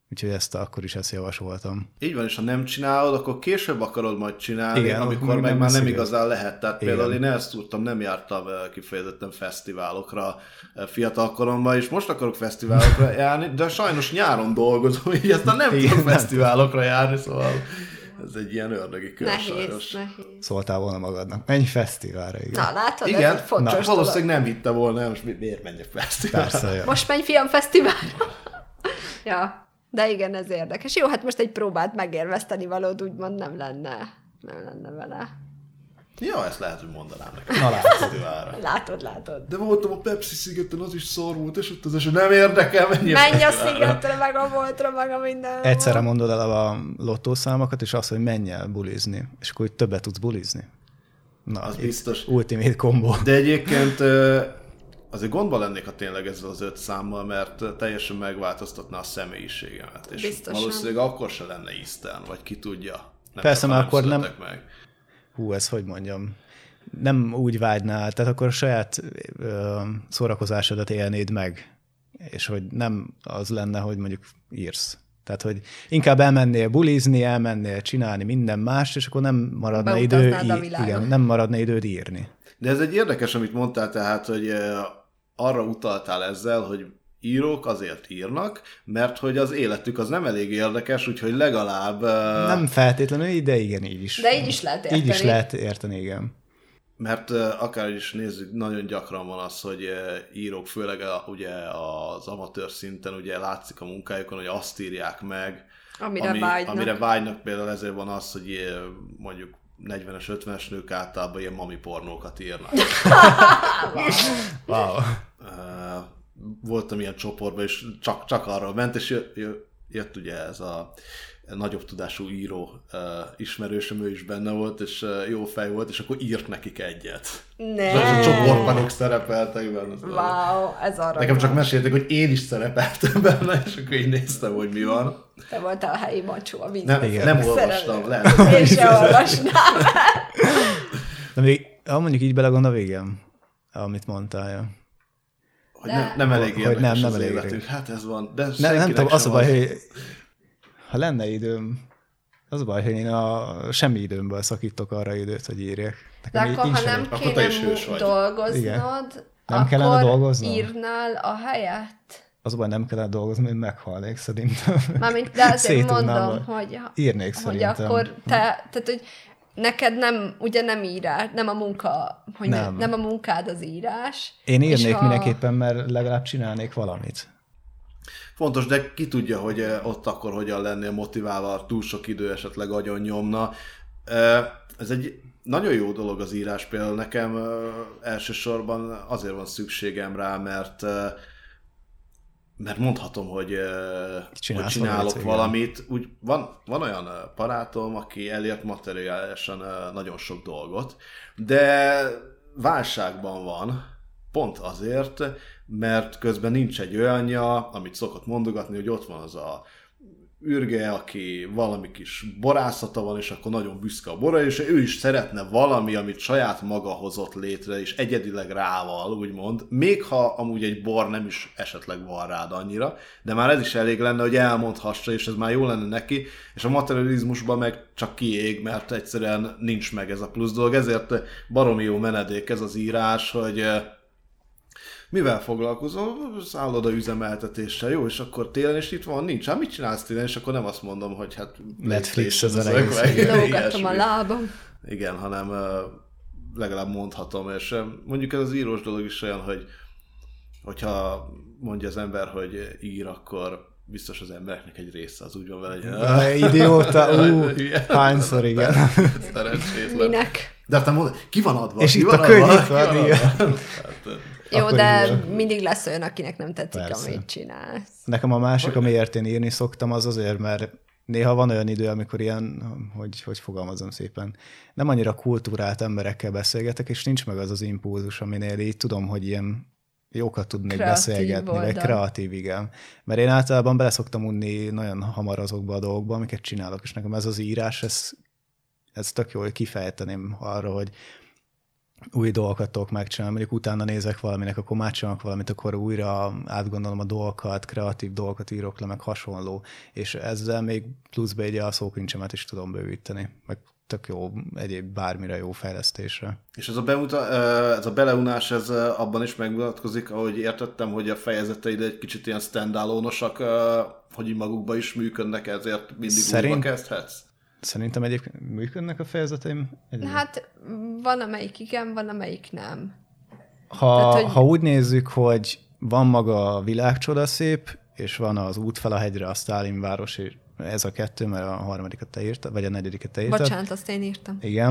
Úgyhogy akkor is ezt javasoltam. Így van, és ha nem csinálod, akkor később akarod majd csinálni, igen, amikor meg már nem igazán lehet. Tehát igen. például én ezt tudtam, nem jártam kifejezetten fesztiválokra fiatalkoromban, és most akarok fesztiválokra járni, de sajnos nyáron dolgozom, így aztán nem tudok fesztiválokra járni, szóval ez egy ilyen ördögi kör. Nehéz. Szóltál volna magadnak. Menj fesztiválra, igen. Na, látod, igen? ez egy fontos valószínűleg nem hitte volna, most miért menjek fesztiválra? Persze, ja. Most menj fiam fesztiválra. Ja. De igen, ez érdekes. Jó, hát most egy próbát megérveszteni valód úgymond nem lenne vele. Ja, ezt lehet, hogy mondanám nekem. Na Látod. De voltam a Pepsi szigeten, az is szar volt, és ott az eső nem érdekel, menj a szigetre, meg a boltra, meg a minden. Egyszerre mondod el a lottószámokat, és azt, hogy menj el bulizni, és akkor többet tudsz bulizni. Na, az biztos. Ultimate combo. De egyébként azért gondba lennék, ha tényleg ezzel az 5 számmal, mert teljesen megváltoztatná a személyiségemet. És biztosan. valószínűleg akkor se lenne Isten, vagy ki tudja. Nem persze, mert akkor nem... meg. Ez hogy mondjam? Nem úgy vágynál, tehát akkor a saját szórakozásodat élnéd meg, és hogy nem az lenne, hogy mondjuk írsz. Tehát, hogy inkább elmennél bulizni, elmennél csinálni minden mást, és akkor nem maradna nem maradna időd írni. De ez egy érdekes, amit mondtál, tehát, hogy arra utaltál ezzel, hogy írók azért írnak, mert hogy az életük az nem elég érdekes, úgyhogy legalább... Nem feltétlenül, de igen, így is. De így is lehet érteni. Így is lehet érteni, igen. Mert akár is nézzük, nagyon gyakran van az, hogy írók, főleg ugye az amatőr szinten ugye látszik a munkájukon, hogy azt írják meg, amire vágynak. Például ezért van az, hogy mondjuk 40-es, 50-es nők általában ilyen mami pornókat írnak. Wow. Voltam ilyen csoportban, és csak arról ment, és jött ugye ez a nagyobb tudású író ismerősöm, ő is benne volt, és jó fej volt, és akkor írt nekik egyet. És a csoportban ők szerepeltek benne. Wow, ez arra. Nekem csak mesélték, hogy én is szerepeltem benne, és akkor így néztem, hogy mi van. Te voltál a helyi macsó a vízben. Nem olvastam, lehet. Én sem olvasnám. De még, ha mondjuk így belegondol, végén, amit mondtál, ja. Hogy nem elég érdekes nem az elég életünk. Hát ez van. De nem tudom, az a baj, hogy ha lenne időm, az a baj, hogy én a semmi időmből szakítok arra időt, hogy írjak. De akkor, ha nem kéne dolgoznod, akkor írnál a helyet? Az a baj, nem kellene dolgozni, én meghalnék szerintem. Mármint, de azért mondom, hogy, írnék szerintem. Hogy akkor tehát, hogy neked nem írás, nem a munka, hogy nem a munkád az írás. Én írnék mindenképpen, mert legalább csinálnék valamit. Fontos, de ki tudja, hogy ott akkor hogyan lennél motiválva, túl sok idő esetleg agyon nyomna. Ez egy nagyon jó dolog az írás, például nekem elsősorban azért van szükségem rá, mert mondhatom, hogy csinálok valamit. Úgy van olyan barátom, aki elért materiálisan nagyon sok dolgot, de válságban van, pont azért, mert közben nincs egy olyanja, amit szokott mondogatni, hogy ott van az a ürge, aki valami kis borászata van, és akkor nagyon büszke a bora, és ő is szeretne valami, amit saját maga hozott létre, és egyedileg rával, úgymond, még ha amúgy egy bor nem is esetleg van rád annyira, de már ez is elég lenne, hogy elmondhassa, és ez már jó lenne neki, és a materializmusban meg csak kiég, mert egyszerűen nincs meg ez a plusz dolog, ezért baromi jó menedék ez az írás, hogy mivel foglalkozom? Szálloda üzemeltetéssel, jó, és akkor télen, és itt van, nincs. Hát mit csinálsz télen, és akkor nem azt mondom, hogy hát Netflix az egész. Lógatom a lábam. Igen, hanem legalább mondhatom, és mondjuk ez az írós dolog is olyan, hogyha mondja az ember, hogy ír, akkor biztos az embereknek egy része az úgy van vele, hogy idióta, hányszor, igen. Szerencsétlen. Minek? De aztán mondod, ki van adva? És itt a könyv van, jó, de mindig lesz olyan, akinek nem tetszik, amit csinálsz. Nekem a másik, amiért én írni szoktam, az azért, mert néha van olyan idő, amikor ilyen, hogy fogalmazom szépen, nem annyira kultúrált emberekkel beszélgetek, és nincs meg az az impulzus, aminél így tudom, hogy ilyen jókat tudnék beszélgetni, vagy kreatív, igen. Mert én általában bele szoktam unni nagyon hamar azokba a dolgokba, amiket csinálok, és nekem ez az írás, ez tök jó, hogy kifejteném arra, hogy új dolgokat tudok megcsinálni. Mondjuk utána nézek valaminek, akkor már csinálok valamit, akkor újra átgondolom a dolgokat, kreatív dolgokat írok le, meg hasonló. És ezzel még pluszba egy a szókincsemet is tudom bővíteni. Meg tök jó egyéb bármire jó fejlesztésre. És ez a beleunás, ez abban is megmutatkozik, ahogy értettem, hogy a fejezeteid egy kicsit ilyen stand-alone-osak, hogy így magukba is működnek, ezért mindig újra kezdhetsz? Szerintem egyébként működnek a fejezeteim? Hát van amelyik igen, van amelyik nem. Ha úgy nézzük, hogy van maga a világcsoda szép, és van az út fel a hegyre, a Sztálin város, és ez a kettő, mert a harmadikat te írtad, vagy a negyediket te írtad. Bocsánat, azt én írtam. Igen.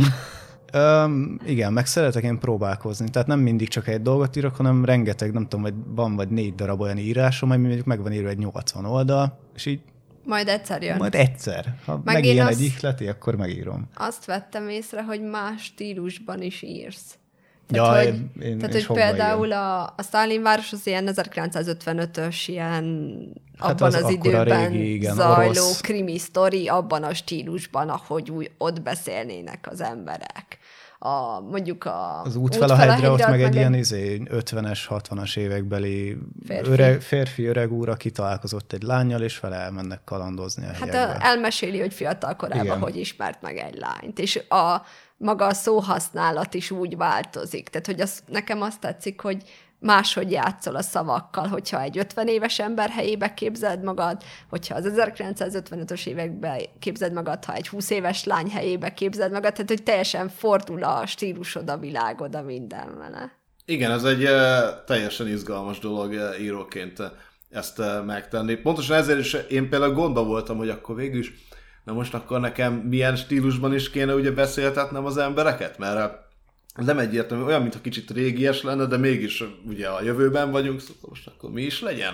Igen, meg szeretek én próbálkozni. Tehát nem mindig csak egy dolgot írok, hanem rengeteg, nem tudom, vagy van vagy 4 darab olyan írásom, ami mondjuk meg van írva egy 80 oldal, és így majd egyszer jön. Majd egyszer. Ha megijön egy ihleti, akkor megírom. Azt vettem észre, hogy más stílusban is írsz. Tehát, hogy például a Sztálin város az ilyen 1955-ös, ilyen hát abban az időben régi, igen, zajló orosz krimi sztori, abban a stílusban, ahogy ott beszélnének az emberek. Mondjuk az út fel a hegyre, ott meg egy ilyen 50-es, 60-as évekbeli férfi öreg úr, aki találkozott egy lánnyal, és vele elmennek kalandozni a hegyekbe. Hát elmeséli, hogy fiatal korában hogy ismert meg egy lányt, és maga a szóhasználat is úgy változik. Tehát, hogy nekem azt tetszik, hogy máshogy játszol a szavakkal, hogyha egy 50 éves ember helyébe képzeld magad, hogyha az 1955-ös években képzeld magad, ha egy 20 éves lány helyébe képzeld magad, tehát hogy teljesen fordul a stílusod, a világod, a minden vele. Igen, ez egy teljesen izgalmas dolog íróként ezt megtenni. Pontosan ezért is én például gondba voltam, hogy akkor végül is, na most akkor nekem milyen stílusban is kéne ugye beszéltetnem az embereket, mert nem egyértelmű, olyan, mintha kicsit régies lenne, de mégis ugye a jövőben vagyunk, szóval most akkor mi is legyen?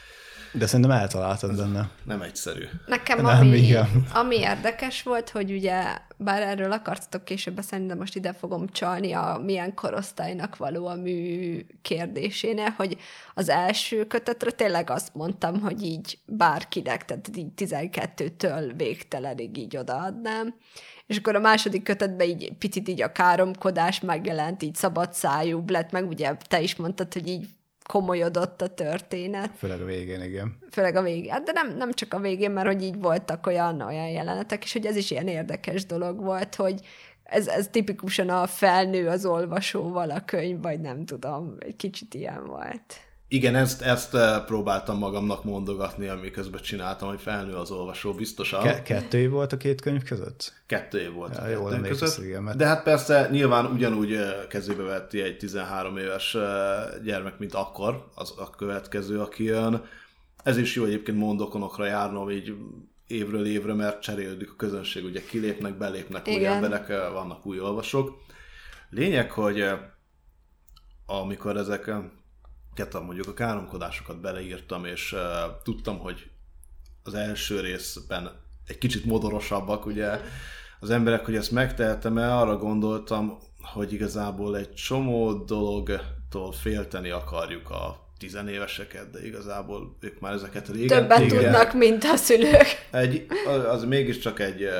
De szerintem eltaláltad benne. Nem egyszerű. Nekem ami érdekes volt, hogy ugye, bár erről akartatok később beszélni, de most ide fogom csalni a milyen korosztálynak való a mű kérdésénél, hogy az első kötetre tényleg azt mondtam, hogy így bárkinek, tehát így 12-től végtelenig így odaadnám. És akkor a második kötetben így picit így a káromkodás megjelent, így szabadszájúbb lett, meg ugye te is mondtad, hogy így komolyodott a történet. Főleg a végén, igen. Főleg a végén, de nem csak a végén, mert hogy így voltak olyan jelenetek, és hogy ez is ilyen érdekes dolog volt, hogy ez tipikusan a felnő az olvasóval a könyv, vagy nem tudom, egy kicsit ilyen volt. Igen, ezt próbáltam magamnak mondogatni, amiközben csináltam, hogy felnő az olvasó, biztosan. 2 év volt a 2 könyv között? 2 év volt a jól könyv között. Igen, mert... De hát persze nyilván ugyanúgy kezébe vetti egy 13 éves gyermek, mint akkor, az a következő, aki jön. Ez is jó egyébként mondokonokra járnom így évről évre, mert cserélődik a közönség, ugye kilépnek, belépnek új emberek, vannak új olvasók. Lényeg, hogy amikor ezek... mondjuk a káromkodásokat beleírtam, és tudtam, hogy az első részben egy kicsit modorosabbak, ugye az emberek, hogy ezt megtehetem el, arra gondoltam, hogy igazából egy csomó dologtól félteni akarjuk a tizenéveseket, de igazából ők már ezeket régen többet tudnak, mint a szülők. Az mégiscsak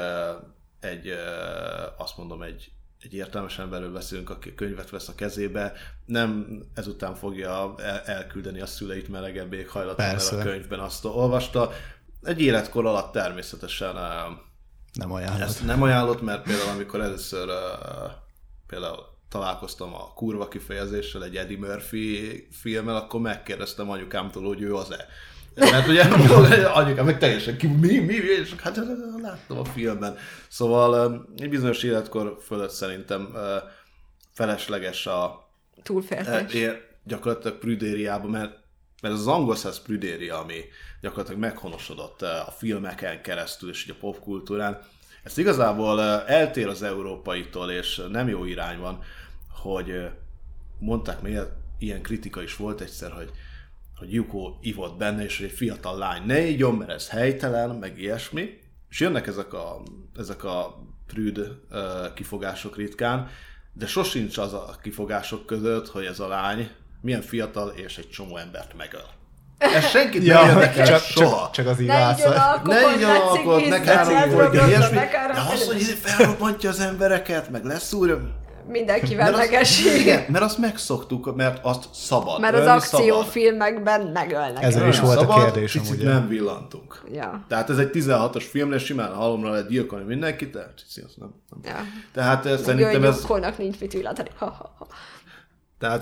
azt mondom, egy értelmes emberről beszélünk, aki könyvet vesz a kezébe, nem ezután fogja elküldeni a szüleit melegebb éghajlaton, mert a könyvben azt olvasta. Egy életkor alatt természetesen nem ajánlott. Ezt nem ajánlott, mert például amikor először például találkoztam a kurva kifejezéssel egy Eddie Murphy filmmel, akkor megkérdeztem anyukámtól, hogy ő az-e. Mert ugye anyukám meg teljesen mi, és hát láttam a filmben. Szóval egy bizonyos életkor fölött szerintem felesleges a túlféltés. Gyakorlatilag prüdériában, mert az angol száz prüdéria, ami gyakorlatilag meghonosodott a filmeken keresztül és a popkultúrán, ezt igazából eltér az európaitól, és nem jó irány van, hogy mondták még, ilyen kritika is volt egyszer, hogy Yuko ivott benne, és hogy egy fiatal lány ne igyon, mert ez helytelen, meg ilyesmi. És jönnek ezek a prűd kifogások ritkán, de sosincs az a kifogások között, hogy ez a lány milyen fiatal, és egy csomó embert megöl. Ez senkit nem érdekel soha. Csak az igazság. Ne igyon alkot, ne káromkodj, ilyesmi. De az, hogy felrobbantja az embereket, meg leszúrja, mindenkivel megessél. Igen, mert azt megszoktuk, mert azt szabad. Mert az akciófilmekben megölnek. Ezzel is volt a kérdésem, picit ugye. nem villantunk. Ja. Tehát ez egy 16-os filmnél simán halomra lehet gyilkolni mindenkit, de azt nem. Ja. Tehát szerintem ez... Nyugkolnak, nincs mit illatani. Tehát...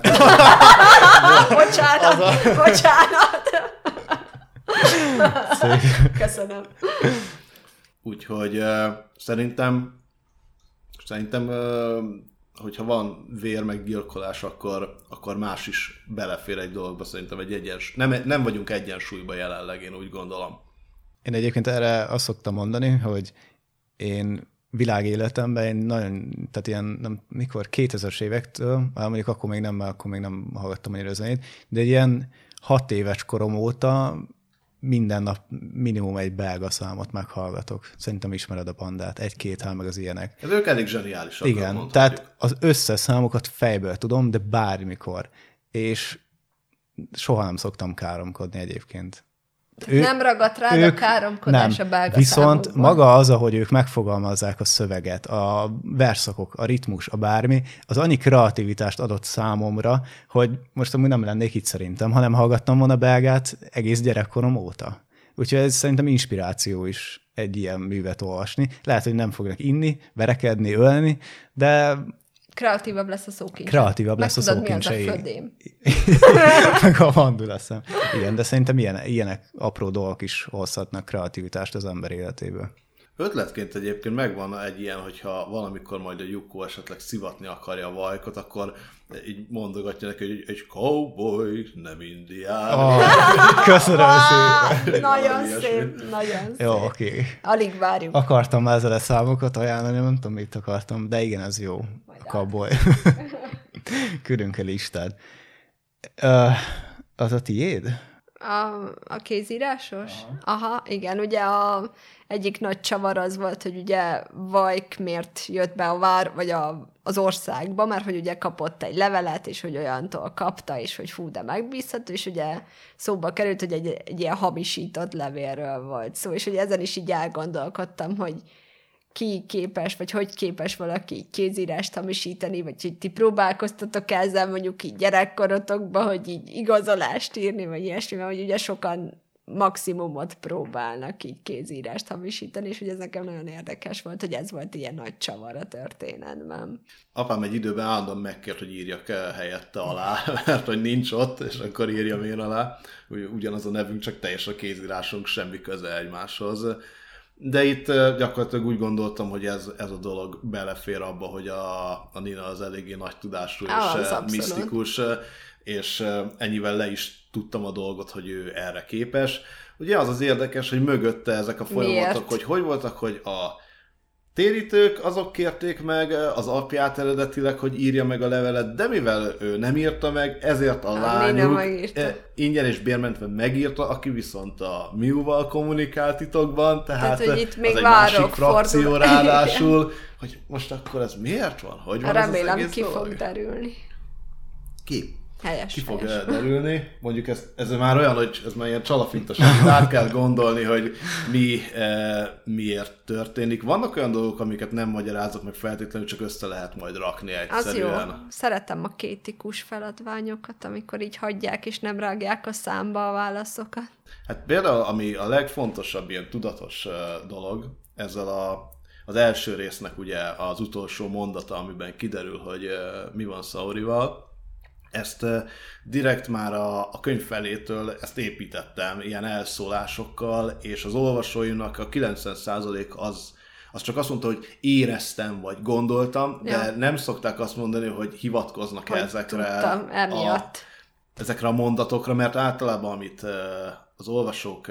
Bocsánat. Köszönöm. Úgyhogy szerintem, hogyha van vér meg gyilkolás, akkor más is belefér egy dologba. Szerintem nem vagyunk egyensúlyban jelenleg, én úgy gondolom. Én egyébként erre azt szoktam mondani, hogy én világéletemben én nagyon, tehát ilyen, mikor 2000-es évektől, mondjuk akkor még nem hallgattam annyira zenét, de egy ilyen 6 éves korom óta minden nap minimum egy belga számot meghallgatok. Szerintem ismered a Pandát, 1-2 meg az ilyenek. Ők elég zseniálisak. Igen, tehát az összes számokat fejből tudom, de bármikor. És soha nem szoktam káromkodni egyébként. Nem ragadt rád a káromkodás nem. a belga Viszont számokban. maga az, ahogy ők megfogalmazzák a szöveget, a verszakok, a ritmus, a bármi, az annyi kreativitást adott számomra, hogy most amúgy nem lennék itt szerintem, hanem hallgattam volna belgát egész gyerekkorom óta. Úgyhogy ez szerintem inspiráció is egy ilyen művet olvasni. Lehet, hogy nem fognak inni, verekedni, ölni, de... Kreatívabb lesz a szókincs. Kreatívabb lesz a szókincs. szókincs. Mi az a födém? Meg a manduleszem. Igen, de szerintem ilyenek apró dolgok is hozhatnak kreativitást az ember életéből. Ötletként egyébként megvan egy ilyen, hogyha valamikor majd a Jukko esetleg szivatni akarja a Vajkot, akkor így mondogatja neki, hogy egy cowboy, nem indián. Köszönöm szépen. Nagyon szép, nagyon szép. Jó, oké. Alig várjuk. Akartam ezzel a számokat ajánlani, nem tudom, mit akartam, de igen, ez jó. A cowboy. Küldünk el listát. Az a tiéd? A kézírásos? Aha, igen, ugye egyik nagy csavar az volt, hogy ugye Vajk miért jött be az országba, mert hogy ugye kapott egy levelet, és hogy olyantól kapta, és hogy fú, de megbízható, és ugye szóba került, hogy egy ilyen hamisított levélről volt szó, és hogy ezen is így elgondolkodtam, hogy ki képes, vagy hogy képes valaki kézírást hamisítani, vagy hogy ti próbálkoztatok ezzel mondjuk így gyerekkorotokban, hogy így igazolást írni, vagy ilyesmi, mert hogy ugye sokan maximumot próbálnak így kézírást hamisítani, és hogy ez nekem nagyon érdekes volt, hogy ez volt ilyen nagy csavar a történetben. Apám egy időben állandóan megkért, hogy írjak helyette alá, mert hogy nincs ott, és akkor írjam én alá. Ugyanaz a nevünk, csak teljes a kézírásunk, semmi köze egymáshoz. De itt gyakorlatilag úgy gondoltam, hogy ez a dolog belefér abba, hogy a Nina az eléggé nagy tudású és misztikus, és ennyivel le is tudtam a dolgot, hogy ő erre képes. Ugye az érdekes, hogy mögötte ezek a folyamatok, hogy voltak, hogy a térítők azok kérték meg az apját eredetileg, hogy írja meg a levelet, de mivel ő nem írta meg, ezért a lányuk ingyen és bérmentve megírta, aki viszont a Miu-val kommunikál titokban, tehát hogy itt még az egy másik frakció ráadásul, hogy most akkor ez miért van? Hogy van remélem, ez az ki dolog? fog derülni. Ki? Helyes. Ki fog derülni. Mondjuk ez már olyan, hogy ez már ilyen csalafintos, át kell gondolni, hogy miért történik. Vannak olyan dolgok, amiket nem magyarázok meg feltétlenül, csak össze lehet majd rakni egyszerűen. Az jó. Szeretem a kétikus feladványokat, amikor így hagyják és nem rágják a számba a válaszokat. Hát például, ami a legfontosabb ilyen tudatos dolog, ezzel az első résznek ugye az utolsó mondata, amiben kiderül, hogy mi van Saorival, ezt direkt már a könyv felétől ezt építettem ilyen elszólásokkal, és az olvasóimnak a 90% az csak azt mondta, hogy éreztem, vagy gondoltam, de nem szokták azt mondani, hogy hivatkoznak hogy ezekre a mondatokra, mert általában amit az olvasók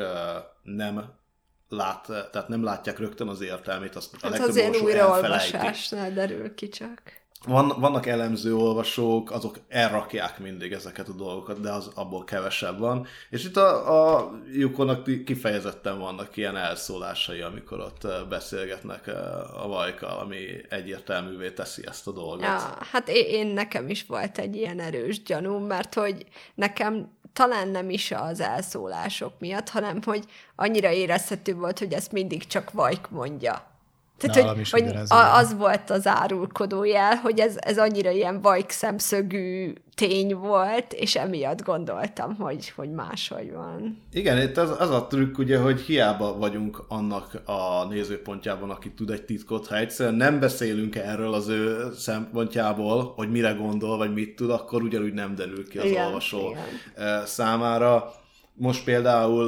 tehát nem látják rögtön az értelmét, azt a legtöbb azért olvasó újraolvasásnál derül ki csak. Vannak elemző olvasók, azok elrakják mindig ezeket a dolgokat, de abból kevesebb van. És itt a Yukonak kifejezetten vannak ilyen elszólásai, amikor ott beszélgetnek a Vajkkal, ami egyértelművé teszi ezt a dolgot. Ja, hát nekem is volt egy ilyen erős gyanúm, mert hogy nekem talán nem is az elszólások miatt, hanem hogy annyira érezhető volt, hogy ezt mindig csak Vajk mondja. Tehát, hogy az volt az árulkodó jel, hogy ez annyira ilyen vajk szemszögű tény volt, és emiatt gondoltam, hogy máshogy van. Igen, itt az a trükk, ugye, hogy hiába vagyunk annak a nézőpontjában, aki tud egy titkot, ha egyszerűen nem beszélünk erről az ő szempontjából, hogy mire gondol, vagy mit tud, akkor ugyanúgy nem derül ki az olvasó számára. Most például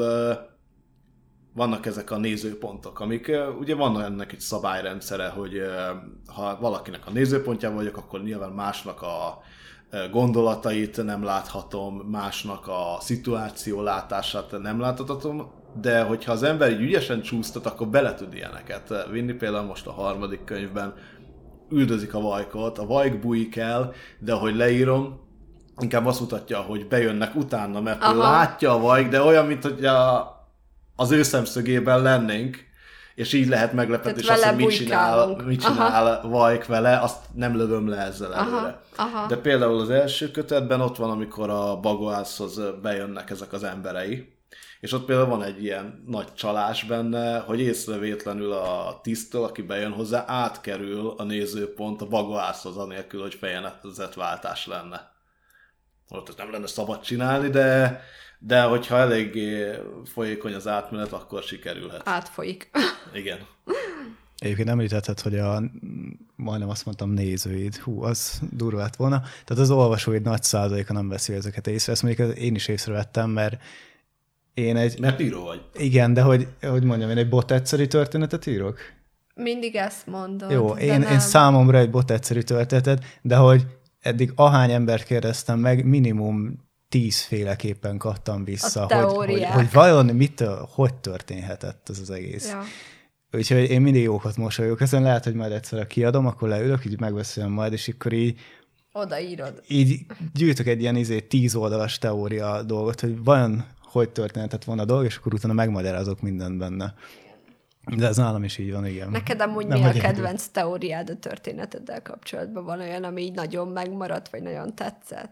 vannak ezek a nézőpontok, amik ugye van ennek egy szabályrendszere, hogy ha valakinek a nézőpontjában vagyok, akkor nyilván másnak a gondolatait nem láthatom, másnak a szituáció látását nem láthatom, de hogyha az ember így ügyesen csúsztat, akkor bele tud ilyeneket vinni. Például most a 3. könyvben üldözik a vajkot, a vajk bújik el, de ahogy leírom, inkább azt mutatja, hogy bejönnek utána, mert látja a vajk, de olyan, mint hogy az ő szemszögében lennénk, és így lehet meglepetés azt, hogy mit csinál vajk vele, azt nem lövöm le ezzel előre. De például az első kötetben ott van, amikor a Bagoászhoz bejönnek ezek az emberei, és ott például van egy ilyen nagy csalás benne, hogy észrevétlenül a tisztől, aki bejön hozzá, átkerül a nézőpont a Bagoászhoz, anélkül, hogy fejezetváltás lenne. Ott ezt nem lenne szabad csinálni, de hogyha eléggé folyékony az átmenet, akkor sikerülhet. Átfolyik. Igen. Egyébként említetted, hogy majdnem azt mondtam nézőid. Az durva lett volna. Tehát az olvasóid nagy százaléka nem veszi ezeket észre. Ezt mondjuk én is észrevettem, mert Mert író vagy. Igen, de hogy mondjam, én egy bot egyszerű történetet írok? Mindig ezt mondod. Jó, én számomra egy bot egyszerű történetet, de hogy eddig ahány embert kérdeztem meg, minimum 10 féleképpen kaptam vissza, hogy vajon hogy történhetett ez az egész. Ja. Úgyhogy én mindig jókat mosolyogok. Ezen lehet, hogy majd egyszer kiadom, akkor leülök, így megbeszélem majd, és akkor így odaírod. Így gyűjtök egy ilyen 10 oldalas teória dolgot, hogy vajon hogy történhetett volna a dolog, és akkor utána megmagyarázok mindent benne. De ez nálam is így van, igen. Neked amúgy mi a kedvenc teóriád a történeteddel kapcsolatban? Van olyan, ami így nagyon megmaradt, vagy nagyon tetszett?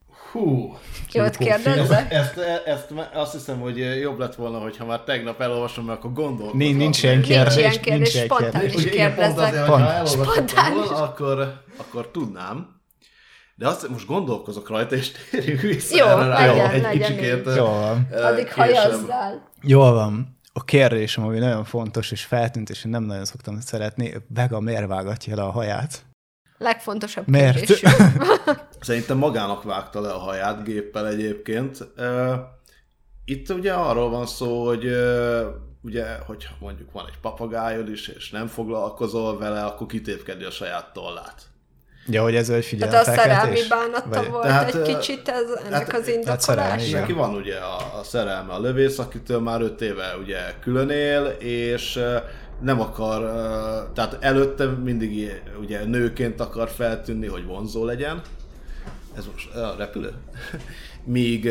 Jót kérdezze? Ezt azt hiszem, hogy jobb lett volna, hogyha már tegnap elolvasom, mert akkor gondolkodom. Nincs ilyen kérdés. Spontán is kérdezzek. Ha elolvastam volna, akkor tudnám. De azt most gondolkozok rajta, és térjünk vissza. Jó, legyen kicsikét. Addig hajazzál. Jól van. A kérdésem, ami nagyon fontos, és feltűnt, és én nem nagyon szoktam szeretni, Vega miért vágatja le a haját? Legfontosabb kérdés. Szerintem magának vágta le a haját géppel egyébként. Itt ugye arról van szó, hogy ugye, hogyha mondjuk van egy papagájod is, és nem foglalkozol vele, akkor kitépkedi a saját tollát. Ja, hogy ez egy figyelmfelkeltés? Tehát a szerelmi bánata volt egy kicsit ennek az indokolás. Neki van ugye a szerelme a lövész, akitől már 5 éve ugye külön él, és nem akar, tehát előtte mindig ugye nőként akar feltűnni, hogy vonzó legyen. Ez most a repülő. Míg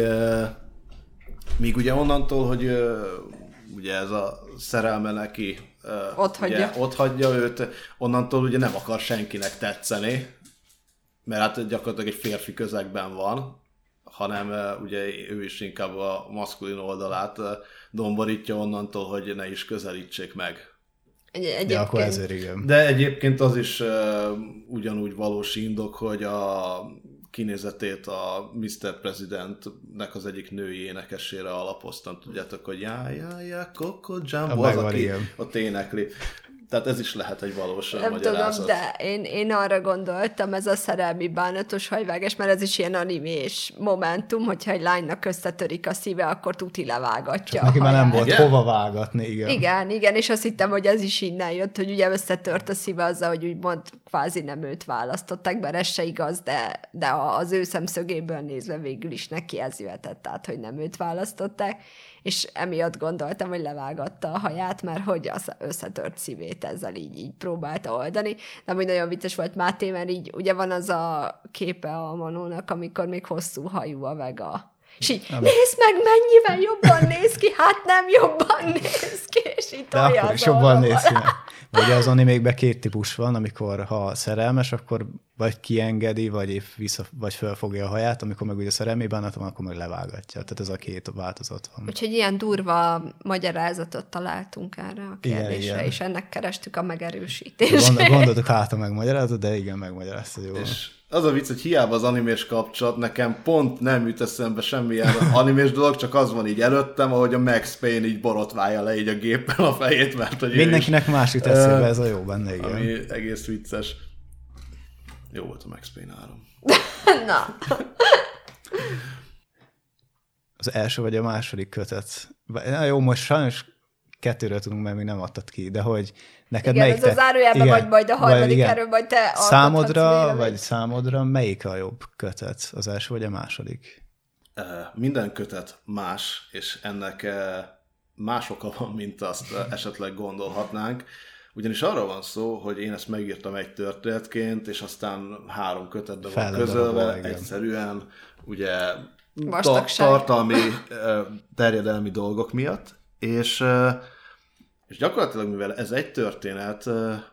ugye onnantól, hogy ugye ez a szerelme neki ott hagyja őt, onnantól ugye nem akar senkinek tetszeni, mert hát gyakorlatilag egy férfi közegben van, hanem ugye ő is inkább a maszkulin oldalát domborítja onnantól, hogy ne is közelítsék meg. De akkor ezért igen. De egyébként az is ugyanúgy valós indok, hogy a kinézetét a Mr. Presidentnek az egyik női énekesére alapoztam. Tudjátok, hogy Coco Jumbo, az, aki ott énekli. Tehát ez is lehet egy valós magyarázat. Nem tudom, de én arra gondoltam, ez a szerelmi bánatos hajvágás, mert ez is ilyen animés momentum, hogyha egy lánynak összetörik a szíve, akkor tuti levágatja. Csak neki már nem volt hova vágatni, igen. Igen, és azt hittem, hogy ez is innen jött, hogy ugye összetört a szíve azzal, hogy úgymond kvázi nem őt választották, bár ez se igaz, de az ő szemszögéből nézve végül is neki ez jöhetett át, hogy nem őt választották, és emiatt gondoltam, hogy levágatta a haját, mert hogy az összetört szívét ezzel így próbálta oldani. De amúgy nagyon vicces volt Máté, mert így ugye van az a képe a Manónak, amikor még hosszú hajú a Vega. És így, nézd meg, mennyivel jobban néz ki, hát nem jobban néz ki, és így de akkor is jobban néz ki. Ugye az animékben 2 típus van, amikor ha szerelmes, akkor vagy kiengedi, vagy épp vagy fölfogja a haját, amikor meg ugye szerelmében bánatom, akkor meg levágatja. Tehát ez a két változat van. Úgyhogy ilyen durva magyarázatot találtunk erre a kérdésre, igen. És ennek kerestük a megerősítését. Gondoltuk a megmagyarázat, de igen, megmagyarázta jól. És az a vicc, hogy hiába az animés kapcsolat, nekem pont nem jut eszembe semmilyen animés dolog, csak az van így előttem, ahogy a Max Payne így borotválja le így a géppel a fejét, mert hogy mindenkinek más jut eszébe, ez a jó benne, igen. Ami egész vicces. Jó volt a Max Payne 3. Na. Az első vagy a második kötet? Na jó, most sajnos 2-ről tudunk, mert még nem adtad ki, de hogy neked igen, melyik... ez az zárójelben vagy majd a harmadik, erről majd te számodra melyik a jobb kötet? Az első vagy a második? Minden kötet más, és ennek más oka van, mint azt esetleg gondolhatnánk. Ugyanis arról van szó, hogy én ezt megírtam egy történetként, és aztán 3 kötetbe van közölve, egyszerűen ugye tartalmi, terjedelmi dolgok miatt, és gyakorlatilag, mivel ez egy történet,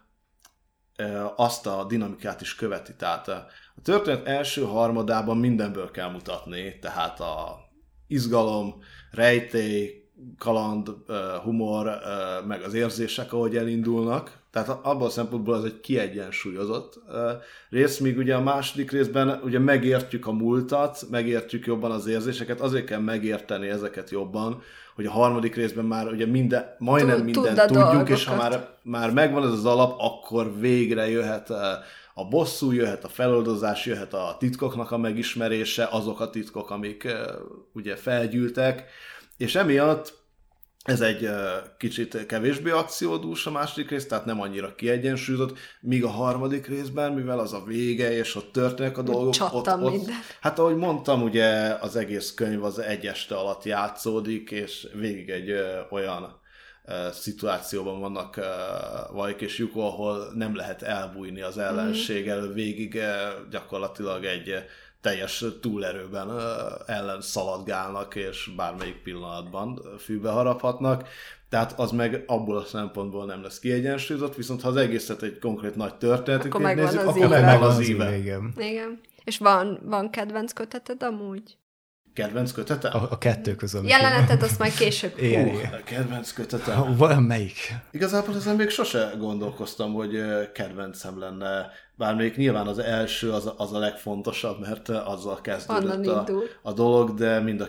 azt a dinamikát is követi. Tehát a történet első harmadában mindenből kell mutatni, tehát a izgalom, rejtély, kaland, humor, meg az érzések, ahogy elindulnak. Tehát abban a szempontból ez egy kiegyensúlyozott rész, míg ugye a második részben ugye megértjük a múltat, megértjük jobban az érzéseket, azért kell megérteni ezeket jobban, hogy a harmadik részben már ugye majdnem mindent tudjuk, dolgokat. És ha már megvan ez az alap, akkor végre jöhet a bosszú, jöhet a feloldozás, jöhet a titkoknak a megismerése, azok a titkok, amik ugye felgyűltek, és emiatt ez egy kicsit kevésbé akciódús a második rész, tehát nem annyira kiegyensúlyozott, míg a harmadik részben, mivel az a vége, és ott történnek a dolgok, ott, hát ahogy mondtam, ugye az egész könyv az egy este alatt játszódik, és végig egy olyan szituációban vannak Vajk és Yuko, ahol nem lehet elbújni az ellenség elől, végig gyakorlatilag egy teljes túlerőben ellen szaladgálnak, és bármelyik pillanatban fűbe haraphatnak. Tehát az meg abból a szempontból nem lesz kiegyensúlyozott, viszont ha az egészet egy konkrét nagy történetünként nézzük, akkor megvan az íve. Igen. És van kedvenc köteted amúgy? Kedvenc kötete? A 2 közül. Jeleneted, azt majd később. Igen. Kedvenc kötete. Melyik? Igazából ezen még sose gondolkoztam, hogy kedvencem lenne. Bár még nyilván az első az a legfontosabb, mert azzal kezdődött a dolog, de mind a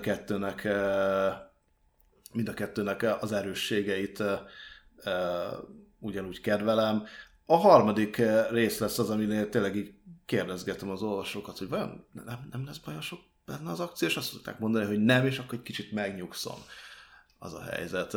kettőnek az erősségeit ugyanúgy kedvelem. A harmadik rész lesz az, aminél tényleg így kérdezgetem az olvasókat, hogy vajon nem lesz bajosok benne az akció, és azt tudták mondani, hogy nem, és akkor egy kicsit megnyugszom, az a helyzet.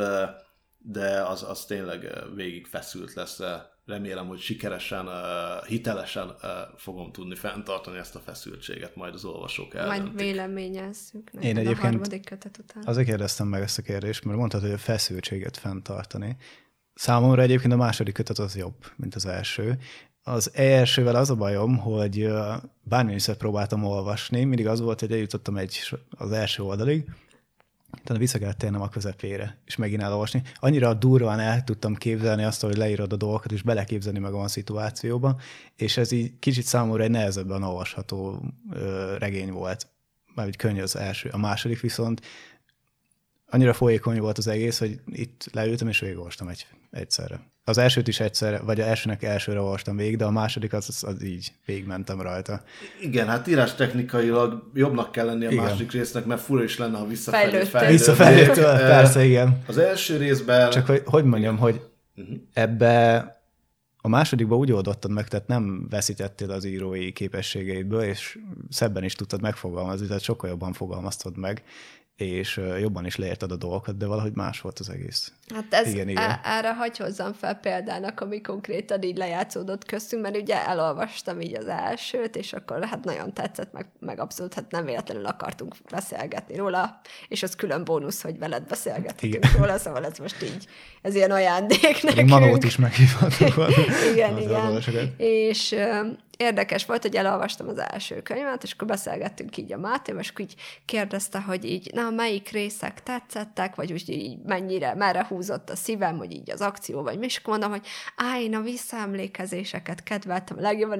De az tényleg végig feszült lesz. Remélem, hogy sikeresen, hitelesen fogom tudni fenntartani ezt a feszültséget majd az olvasók eldöntik. Majd véleményezzük Én egyébként a harmadik kötet után. Azért kérdeztem meg ezt a kérdést, mert mondtad, hogy a feszültséget fenntartani. Számomra egyébként a második kötet az jobb, mint az első. Az elsővel az a bajom, hogy bármilyen próbáltam olvasni, mindig az volt, hogy eljutottam az első oldalig, utána vissza kellett térnem a közepére, és megint elolvasni. Annyira durván el tudtam képzelni azt, hogy leírod a dolgokat, és beleképzelni magam a szituációba, és ez így kicsit számomra egy nehezebben olvasható regény volt. Mármint könnyű az első. A második viszont annyira folyékony volt az egész, hogy itt leültem, és végigolvastam egyszerre. Az elsőt is egyszerre, vagy az elsőre olvastam végig, de a második az így végigmentem rajta. Igen, hát írástechnikailag jobbnak kell lenni a második résznek, mert fura is lenne, ha visszafelé. Visszafelé, persze, igen. Az első részben... Csak hogy mondjam, hogy ebbe a másodikban úgy oldottad meg, tehát nem veszítettél az írói képességeidből, és szebben is tudtad megfogalmazni, tehát sokkal jobban fogalmaztad meg, és jobban is leérted a dolgokat, de valahogy más volt az egész. Hát ez igen. Erre hagy hozzam fel példának, ami konkrétan így lejátszódott köztünk, mert ugye elolvastam így az elsőt, és akkor hát nagyon tetszett, meg abszolút hát nem véletlenül akartunk beszélgetni róla, és az külön bónusz, hogy veled beszélgetünk róla, szóval ez most így, ez ilyen ajándék nekünk. Manót is meghívhatunk. Igen. És érdekes volt, hogy elolvastam az első könyvet, és akkor beszélgettünk így a Mátéval, és akkor így kérdezte, hogy így, melyik részek tetszettek, vagy úgy így merre húzott a szívem, hogy így az akció, vagy mi, és akkor mondom, hogy én a visszaemlékezéseket kedveltem a legjobban, és így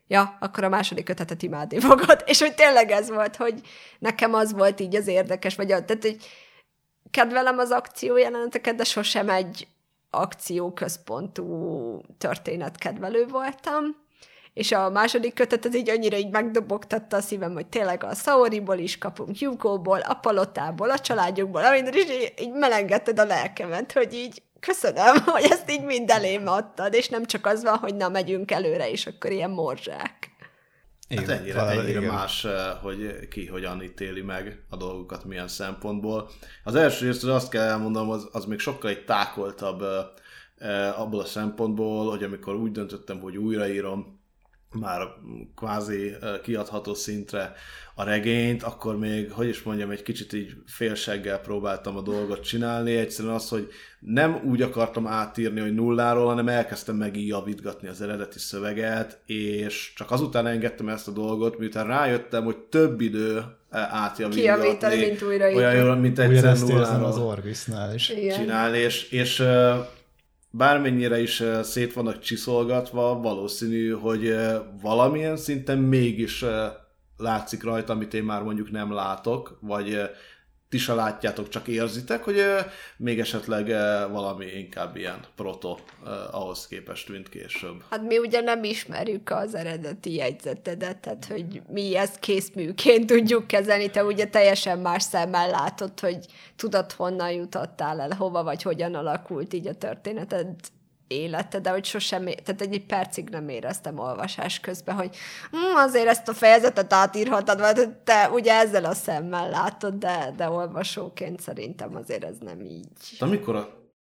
ja, akkor a második kötetet imádni fogod. És hogy tényleg ez volt, hogy nekem az volt így az érdekes, tehát hogy kedvelem az akciójeleneteket, de sosem egy akcióközpontú történetkedvelő voltam. És a második kötet az így annyira így megdobogtatta a szívem, hogy tényleg a Saoriból is kapunk, Yukóból, a palotából, a családjukból, minden is így melengetted a lelkemet, hogy így köszönöm, hogy ezt így mind elém adtad, és nem csak az van, hogy na, megyünk előre, és akkor ilyen morzsák. Hát ennyire más, hogy ki hogyan ítéli meg a dolgokat, milyen szempontból. Az első részt azt kell elmondanom, az még sokkal egy tákoltabb abból a szempontból, hogy amikor úgy döntöttem, hogy újraírom már kvázi kiadható szintre a regényt, akkor még, hogy is mondjam, egy kicsit így félseggel próbáltam a dolgot csinálni. Egyszerűen az, hogy nem úgy akartam átírni, hogy nulláról, hanem elkezdtem megint javítgatni az eredeti szöveget, és csak azután engedtem ezt a dolgot, miután rájöttem, hogy több idő átjavítgatni, mint újraírni. Olyan, mint egyszer nulláról az Orvisznál is csinálni, és bármennyire is szét vannak csiszolgatva, valószínű, hogy valamilyen szinten mégis látszik rajta, amit én már mondjuk nem látok, vagy ti se látjátok, csak érzitek, hogy még esetleg valami inkább ilyen proto ahhoz képest, mint később. Hát mi ugye nem ismerjük az eredeti jegyzetedet, tehát hogy mi ezt készműként tudjuk kezelni, te ugye teljesen más szemmel látod, hogy tudod, honnan jutottál el, hova vagy hogyan alakult így a történeted, élete, de hogy sosem, tehát egy percig nem éreztem olvasás közben, hogy azért ezt a fejezetet átírhatod, vagy te ugye ezzel a szemmel látod, de olvasóként szerintem azért ez nem így. Amikor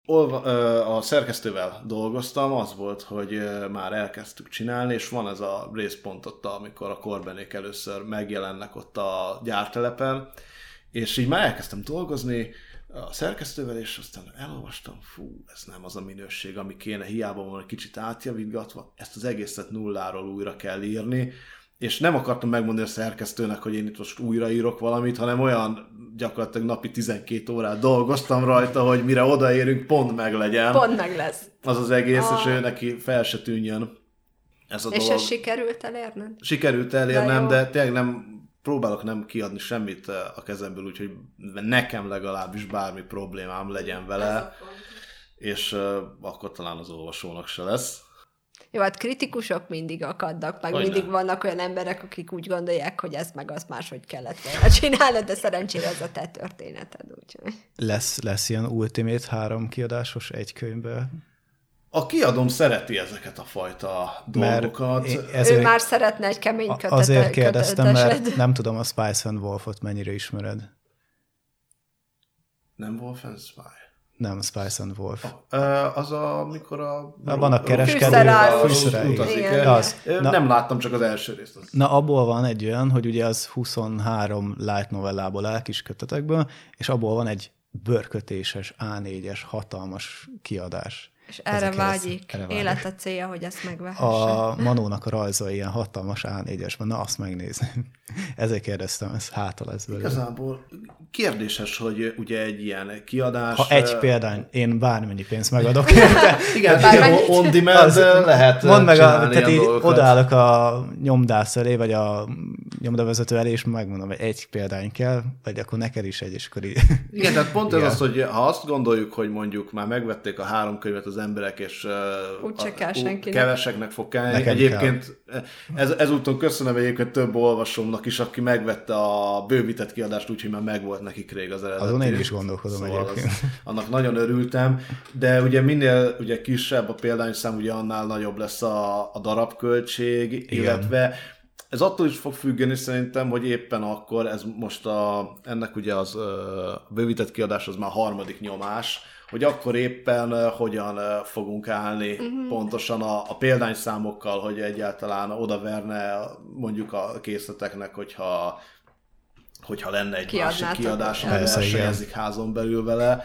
a szerkesztővel dolgoztam, az volt, hogy már elkezdtük csinálni, és van ez a részpont ott, amikor a Corbenék először megjelennek ott a gyártelepen, és így már elkezdtem dolgozni a szerkesztővel, és aztán elolvastam, ez nem az a minőség, ami kéne, hiába van egy kicsit átjavítgatva, ezt az egészet nulláról újra kell írni, és nem akartam megmondani a szerkesztőnek, hogy én itt most újraírok valamit, hanem olyan gyakorlatilag napi 12 órát dolgoztam rajta, hogy mire odaérünk, pont meg legyen. Pont meg lesz. Az egész, és ő neki fel se tűnjön ez a dolog. És ez sikerült elérned? Sikerült elérnem, de tényleg próbálok nem kiadni semmit a kezemből, úgyhogy nekem legalábbis bármi problémám legyen vele, és akkor talán az olvasónak se lesz. Jó, hát kritikusok mindig akadnak, meg mindig vannak olyan emberek, akik úgy gondolják, hogy ezt meg azt máshogy kellett volna csinálni, de szerencsére ez a te történeted. Úgyhogy. Lesz ilyen Ultimate 3 kiadásos egy könyvben? A kiadóm szereti ezeket a fajta dolgokat. Ő már szeretne egy kemény kötetet. Azért kérdeztem, mert nem tudom a Spice and Wolfot mennyire ismered. Nem Wolf and Spy? Nem, Spice and Wolf. Az amikor van a kereskedő. Nem láttam csak az első részt. Az. Na, abból van egy olyan, hogy ugye az 23 light novellából áll, kis kötetekből, és abból van egy bőrkötéses, A4-es, hatalmas kiadás. És erre vágyik. Élete célja, hogy ezt megvehesse. A Manónak a rajza ilyen hatalmas A4-esben, na azt megnézni. Ezért kérdeztem, ez hátra lesz belőle. Igazából kérdéses, hogy ugye egy ilyen kiadás... Ha egy példány, én bármennyi pénzt megadok. Igen, on demand lehet mondd meg, tehát így odaállok a nyomdász elé, vagy a nyomdavezető elé, és megmondom, hogy egy példány kell, vagy akkor neked is egy, és akkor így... Igen, tehát pont ez az, hogy ha azt gondoljuk, hogy mondjuk már megvették a 3 könyvet az emberek, és keveseknek fog kelleni. Egyébként ezúton köszönöm egyébként több olvasómnak is, aki megvette a bővített kiadást, úgyhogy már megvolt nekik rég az eredeti. Azon én is gondolkodom egyébként. Annak nagyon örültem, de ugye minél ugye kisebb a példányszám, ugye annál nagyobb lesz a darabköltség, igen. Illetve ez attól is fog függeni szerintem, hogy éppen akkor ez most ennek ugye az bővített kiadás az már 3. nyomás, hogy akkor éppen hogyan fogunk állni pontosan a példányszámokkal, hogy egyáltalán odaverne mondjuk a készleteknek, hogyha lenne egy másik kiadás, ami versenyezik házon belül vele.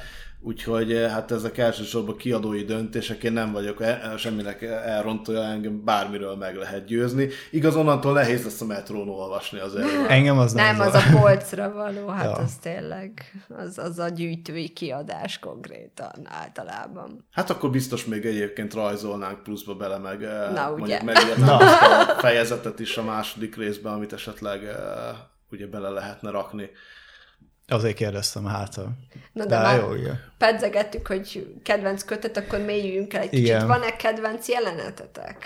Úgyhogy hát ezek elsősorban kiadói döntések, én nem vagyok semminek elrontója, engem bármiről meg lehet győzni. Igaz, onnantól nehéz lesz a metrón olvasni az előtt. Engem az nem az a polcra való, hát ja. Az tényleg, az a gyűjtői kiadás konkrétan általában. Hát akkor biztos még egyébként rajzolnánk pluszba bele, meg mondjuk megírnánk a fejezetet is a második részben, amit esetleg ugye bele lehetne rakni. Azért kérdeztem hátra. Na de már jó, pedzegettük, hogy kedvenc kötet, akkor mélyüljünk el egy kicsit. Van-e kedvenc jelenetetek?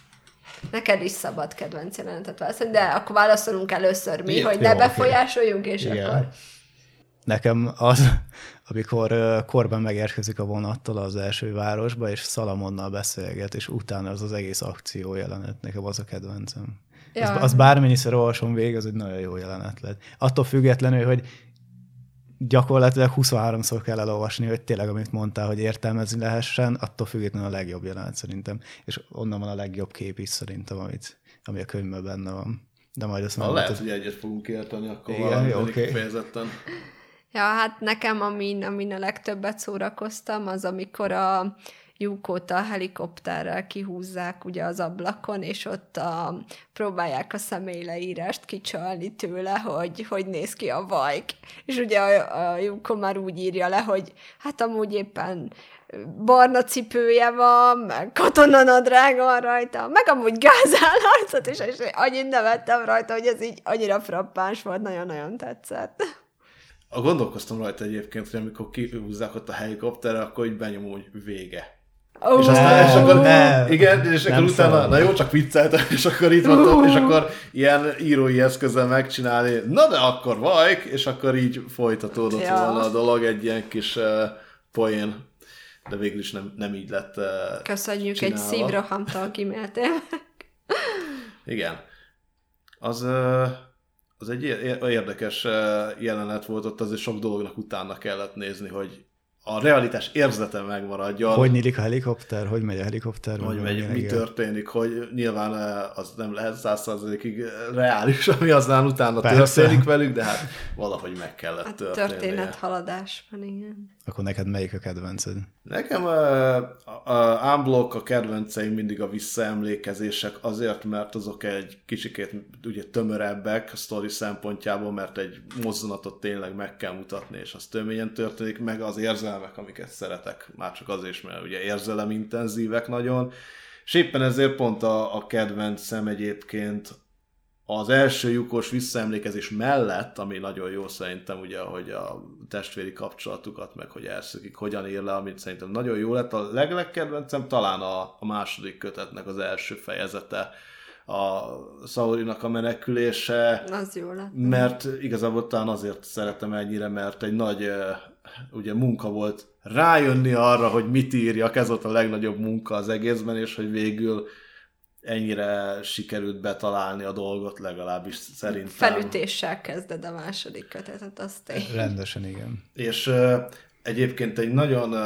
Neked is szabad kedvenc jelenetet válaszolni, de akkor válaszolunk először mi, hogy ne befolyásoljunk, és akkor... Nekem az, amikor Korban megérkezik a vonattól az első városba, és Szalamonnal beszélget, és utána az egész akció jelenet, nekem az a kedvencem. Ja. Az bármennyiszer olvasom végig, az egy nagyon jó jelenet lett. Attól függetlenül, hogy gyakorlatilag 23-szor kell elolvasni, hogy tényleg, amit mondtál, hogy értelmezni lehessen, attól függetlenül a legjobb jelenet szerintem. És onnan van a legjobb kép is szerintem, ami a könyvben benne van. De majd azt lehet, hogy egyet fogunk érteni, akkor valami kifejezetten. Ja, hát nekem, amin a legtöbbet szórakoztam, az amikor a Yukót a helikopterrel kihúzzák ugye az ablakon, és ott próbálják a személyleírást kicsalni tőle, hogy néz ki a Vajk. És ugye a Yukó már úgy írja le, hogy hát amúgy éppen barna cipője van, meg katonanadrága van rajta, meg amúgy gázállarcot, és annyit nevettem rajta, hogy ez így annyira frappáns volt, nagyon-nagyon tetszett. Gondolkoztam rajta egyébként, hogy amikor kihúzzák ott a helikopterre, akkor így benyomom, hogy vége. Oh, és aztán, és akkor, igen, és akkor utána, na jó, csak vicceltem, és akkor itt voltam, és akkor ilyen írói eszközzel megcsinálni, na de akkor Vajk, és akkor így folytatódott volna a dolog, egy ilyen kis poén, de végül is nem így lett Köszönjük, csinálva. Egy szívrohamtal kiméltél. Igen. Az egy érdekes jelenet volt, ott azért sok dolognak utána kellett nézni, hogy a realitás érzete megmaradjon. Hogy nyílik a helikopter, hogy megy a helikopter. Hogy megy, mi történik, hogy nyilván az nem lehet 100%-ig reális, ami aztán utána történik velük, de hát valahogy meg kellett történnie. Történet haladásban, igen. Akkor neked melyik a kedvenced? Nekem unblock a kedvenceim mindig a visszaemlékezések, azért, mert azok egy kicsikét ugye tömörebbek a sztori szempontjából, mert egy mozzanatot tényleg meg kell mutatni, és az töményen történik, meg az érzelmek, amiket szeretek, már csak azért is, mert ugye érzelemintenzívek nagyon, és éppen ezért pont a kedvencem egyébként az első Yukós visszaemlékezés mellett, ami nagyon jó szerintem, ugye, hogy a testvéri kapcsolatukat, meg hogy elszökik, hogyan ír le, amit szerintem nagyon jó lett. A legkedvencem talán a második kötetnek az első fejezete, a Saorinak a menekülése. Az jó lett. Mert igazából talán azért szeretem ennyire, mert egy nagy ugye munka volt rájönni arra, hogy mit írjak, ez volt a legnagyobb munka az egészben, és hogy végül ennyire sikerült betalálni a dolgot, legalábbis szerintem. Felütéssel kezded a második kötetet, azt én. Rendesen, igen. És egyébként egy nagyon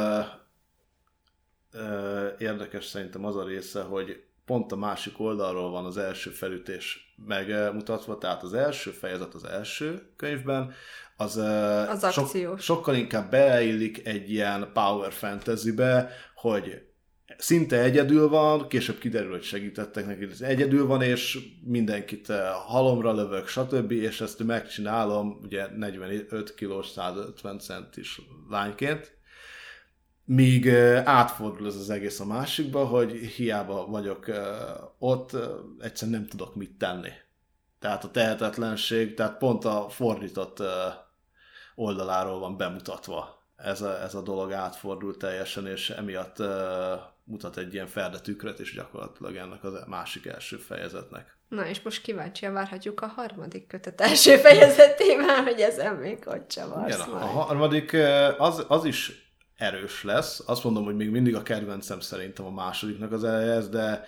érdekes szerintem az a része, hogy pont a másik oldalról van az első felütés megmutatva, tehát az első fejezet az első könyvben, az sokkal inkább beleillik egy ilyen power fantasybe, hogy szinte egyedül van, később kiderül, hogy segítettek neki, egyedül van, és mindenkit halomra lövök, stb., és ezt megcsinálom, ugye 45 kilós, 150 centis lányként, míg átfordul ez az egész a másikba, hogy hiába vagyok ott, egyszerűen nem tudok mit tenni. Tehát a tehetetlenség, tehát pont a fordított oldaláról van bemutatva. Ez a dolog átfordul teljesen, és emiatt mutat egy ilyen ferdetükröt, és gyakorlatilag ennek a másik első fejezetnek. Na, és most kíváncsian várhatjuk a harmadik kötet első fejezetében, hogy ezen még hogy csavarsz majd. A harmadik az is erős lesz. Azt mondom, hogy még mindig a kedvencem szerintem a másodiknak az eleje, de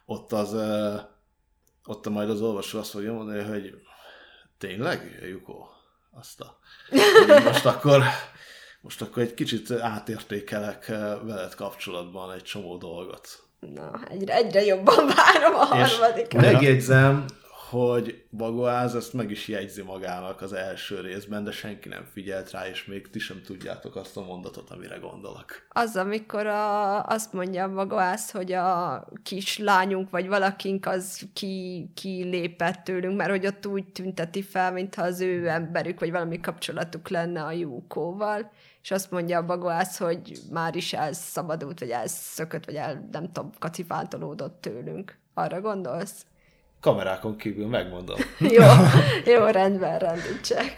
ott majd az olvasó azt fogja mondani, hogy tényleg, Yukó? Most akkor egy kicsit átértékelek veled kapcsolatban egy csomó dolgot. Na, egyre jobban várom a harmadikat. Megjegyzem, hogy Bagoáz ezt meg is jegyzi magának az első részben, de senki nem figyelt rá, és még ti sem tudjátok azt a mondatot, amire gondolok. Az, amikor azt mondja Bagoáz, hogy a kis lányunk, vagy valakink az ki lépett tőlünk, mert hogy ott úgy tünteti fel, mintha az ő emberük, vagy valami kapcsolatuk lenne a Júkóval, és azt mondja a Bagoáz, hogy már is elszabadult, vagy elszökött, vagy nem tudom, kacifántolódott tőlünk. Arra gondolsz? Kamerákon kívül megmondom. Jó, rendben, csak.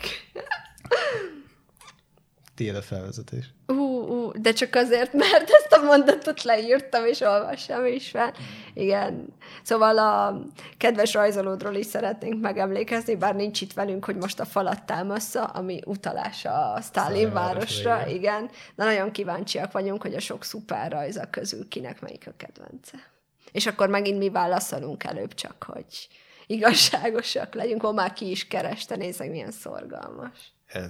Tiéd a felvezetés. De csak azért, mert ezt a mondatot leírtam, és olvassam is fel. Igen. Szóval a kedves rajzolódról is szeretnénk megemlékezni, bár nincs itt velünk, hogy most a falat támassza, ami utalás a Sztálin városra. Igen. De nagyon kíváncsiak vagyunk, hogy a sok szuper rajza közül kinek melyik a kedvence. És akkor megint mi válaszolunk előbb, csak hogy igazságosak legyünk. Már ki is kereste, nézzek, milyen szorgalmas.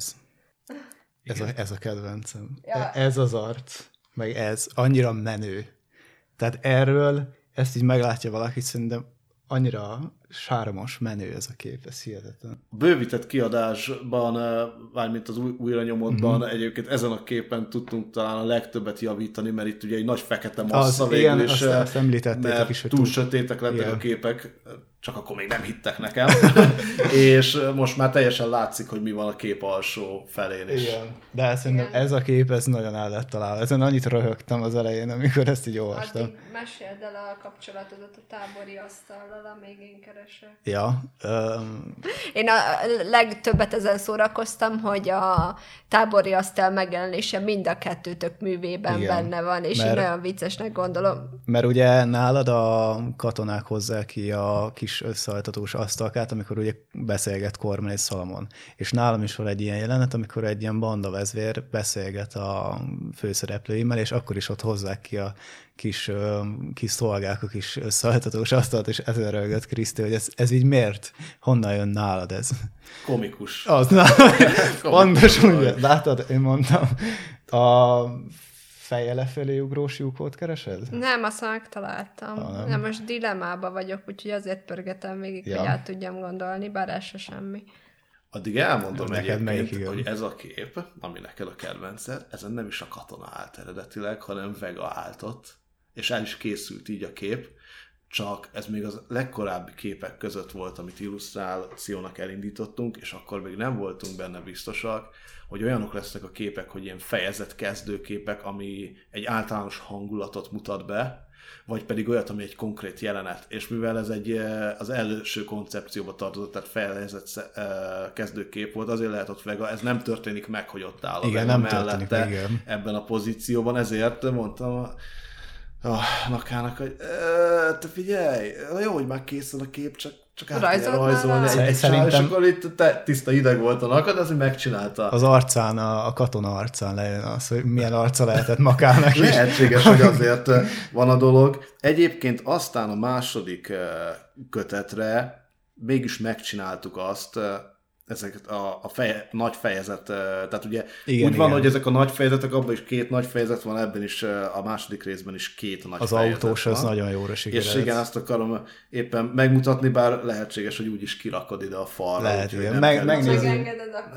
Ez a kedvencem. Ja. Ez az arc, meg ez annyira menő. Tehát erről, ezt így meglátja valaki, szerintem annyira sármos, menő ez a kép, ez hihetetlen. A bővített kiadásban, mármint az újranyomottban egyébként ezen a képen tudtunk talán a legtöbbet javítani, mert itt ugye egy nagy fekete massza végül, és azt említettétek is, hogy túl sötétek lettek a képek, csak akkor még nem hittek nekem, és most már teljesen látszik, hogy mi van a kép alsó felén is. Igen. De szerintem ez a kép, ez nagyon el lett találva. Ezen annyit röhögtem az elején, amikor ezt így olvastam. Addig meséld el a kapcsolatodat a tábori asztallal, amíg én keresek. Ja. Én a legtöbbet ezen szórakoztam, hogy a tábori asztal megjelenése mind a kettőtök művében benne van, és én olyan viccesnek gondolom. Mert ugye nálad a katonák hozzák ki a kis összehajtatós asztalkát, amikor ugye beszélget Kormán és Szalamon. És nálam is van egy ilyen jelenet, amikor egy ilyen bandavezvér beszélget a főszereplőimmel, és akkor is ott hozzák ki a kis szolgák, a kis összehajtatós asztalt, és ezzel röhögött Kriszti, hogy ez így miért? Honnan jön nálad ez? Komikus. Pontosan úgy, látod, én mondtam, a feje lefelé ugrós lyukot keresed? Nem, azt megtaláltam. Nem, most dilemmába vagyok, úgyhogy azért pörgetem végig, hogy át tudjam gondolni, bár ez se semmi. Addig elmondom egyébként, hogy ez a kép, ami neked a kedvenced, ezen nem is a katona állt eredetileg, hanem Vega állt ott, és el is készült így a kép, csak ez még az legkorábbi képek között volt, amit illusztrációnak elindítottunk, és akkor még nem voltunk benne biztosak, hogy olyanok lesznek a képek, hogy ilyen fejezet kezdőképek, ami egy általános hangulatot mutat be, vagy pedig olyat, ami egy konkrét jelenet. És mivel ez az első koncepcióba tartozott, tehát fejezet kezdőkép volt, azért lehet ott Vega, ez nem történik meg, hogy ott áll a Vega mellette ebben a pozícióban, ezért mondtam a Nakának, hogy te figyelj, jó, hogy már készül a kép, csak át kell rajzolni szerintem... és akkor itt tiszta ideg volt a Naka, de azért megcsinálta. Az arcán, a katona arcán lejön az, hogy milyen arca lehetett Makának is. Lehetséges, hogy azért van a dolog. Egyébként aztán a második kötetre mégis megcsináltuk azt, ezeket a nagy fejezet, tehát ugye úgy van, hogy ezek a nagy fejezetek, abban is 2 nagy fejezet van, ebben is a második részben is 2 nagy az fejezet autós van. Az nagyon jóra sikerült. És igen, azt akarom éppen megmutatni, bár lehetséges, hogy úgy is kirakod ide a falra. Lehet, igen. Megnézzük.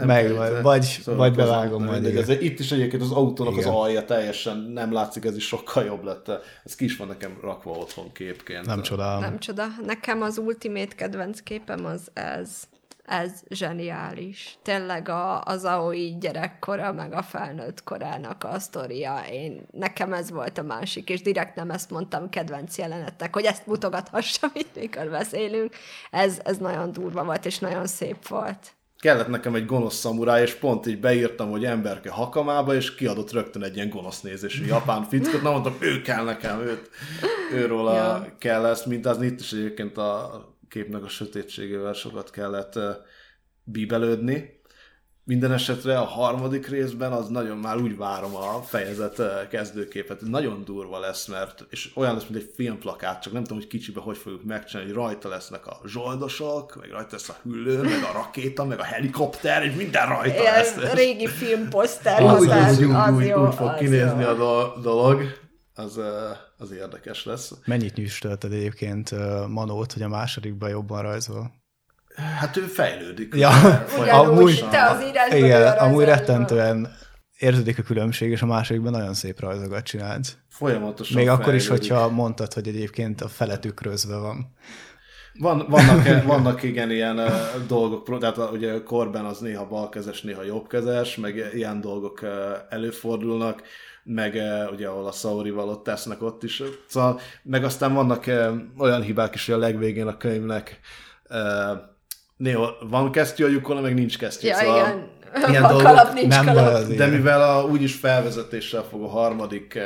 Vagy bevágom majd. Itt is egyébként az autónak az alja teljesen nem látszik, ez is sokkal jobb lett. Ez ki is van nekem rakva otthon képként. Nem csoda. Nem csoda. Nekem az ultimate kedvenc képem az ez. Ez zseniális. Tényleg az Aoi gyerekkora, meg a felnőtt korának a sztoria. Nekem ez volt a másik, és direkt nem ezt mondtam kedvenc jelenetnek, hogy ezt mutogathassam itt, mikor beszélünk. Ez nagyon durva volt, és nagyon szép volt. Kellett nekem egy gonosz szamuráj, és pont így beírtam, hogy emberke hakamába, és kiadott rögtön egy ilyen gonosz nézésű japán fickot. Nem mondtam, ő kell nekem, őróla kell ezt mintázni. Itt is egyébként a képnek a sötétségével sokat kellett bíbelődni. Minden esetre a harmadik részben az nagyon már úgy várom a fejezet kezdőképet. Nagyon durva lesz, és olyan lesz, mint egy filmplakát, csak nem tudom, hogy kicsibe hogy fogjuk megcsinálni, hogy rajta lesznek a zsoldosok, meg rajta lesz a hüllő, meg a rakéta, meg a helikopter, és minden rajta lesz. Régi filmposzter. Úgy fog kinézni a dolog. Az érdekes lesz. Mennyit nyüstölted egyébként Manót, hogy a másodikban jobban rajzol? Hát ő fejlődik. Ja, amúgy te az írásban. Igen, amúgy rettentően érződik a különbség, és a másodikban nagyon szép rajzokat csinált. Folyamatosan még fejlődik. akkor is, hogyha mondtad, hogy egyébként a fele tükrözve van. Vannak igen ilyen dolgok, tehát ugye Korben az néha balkezes, néha jobbkezes, meg ilyen dolgok előfordulnak, meg ugye ahol a Saurival ott tesznek ott is. Szóval, meg aztán vannak olyan hibák is, hogy a legvégén a könyvnek néha van kesztyű a lyukon, meg nincs kesztyű. Ja, szóval igen. ilyen A dolgok, kalap nincs nem kalap. de mivel úgyis felvezetéssel fog a harmadik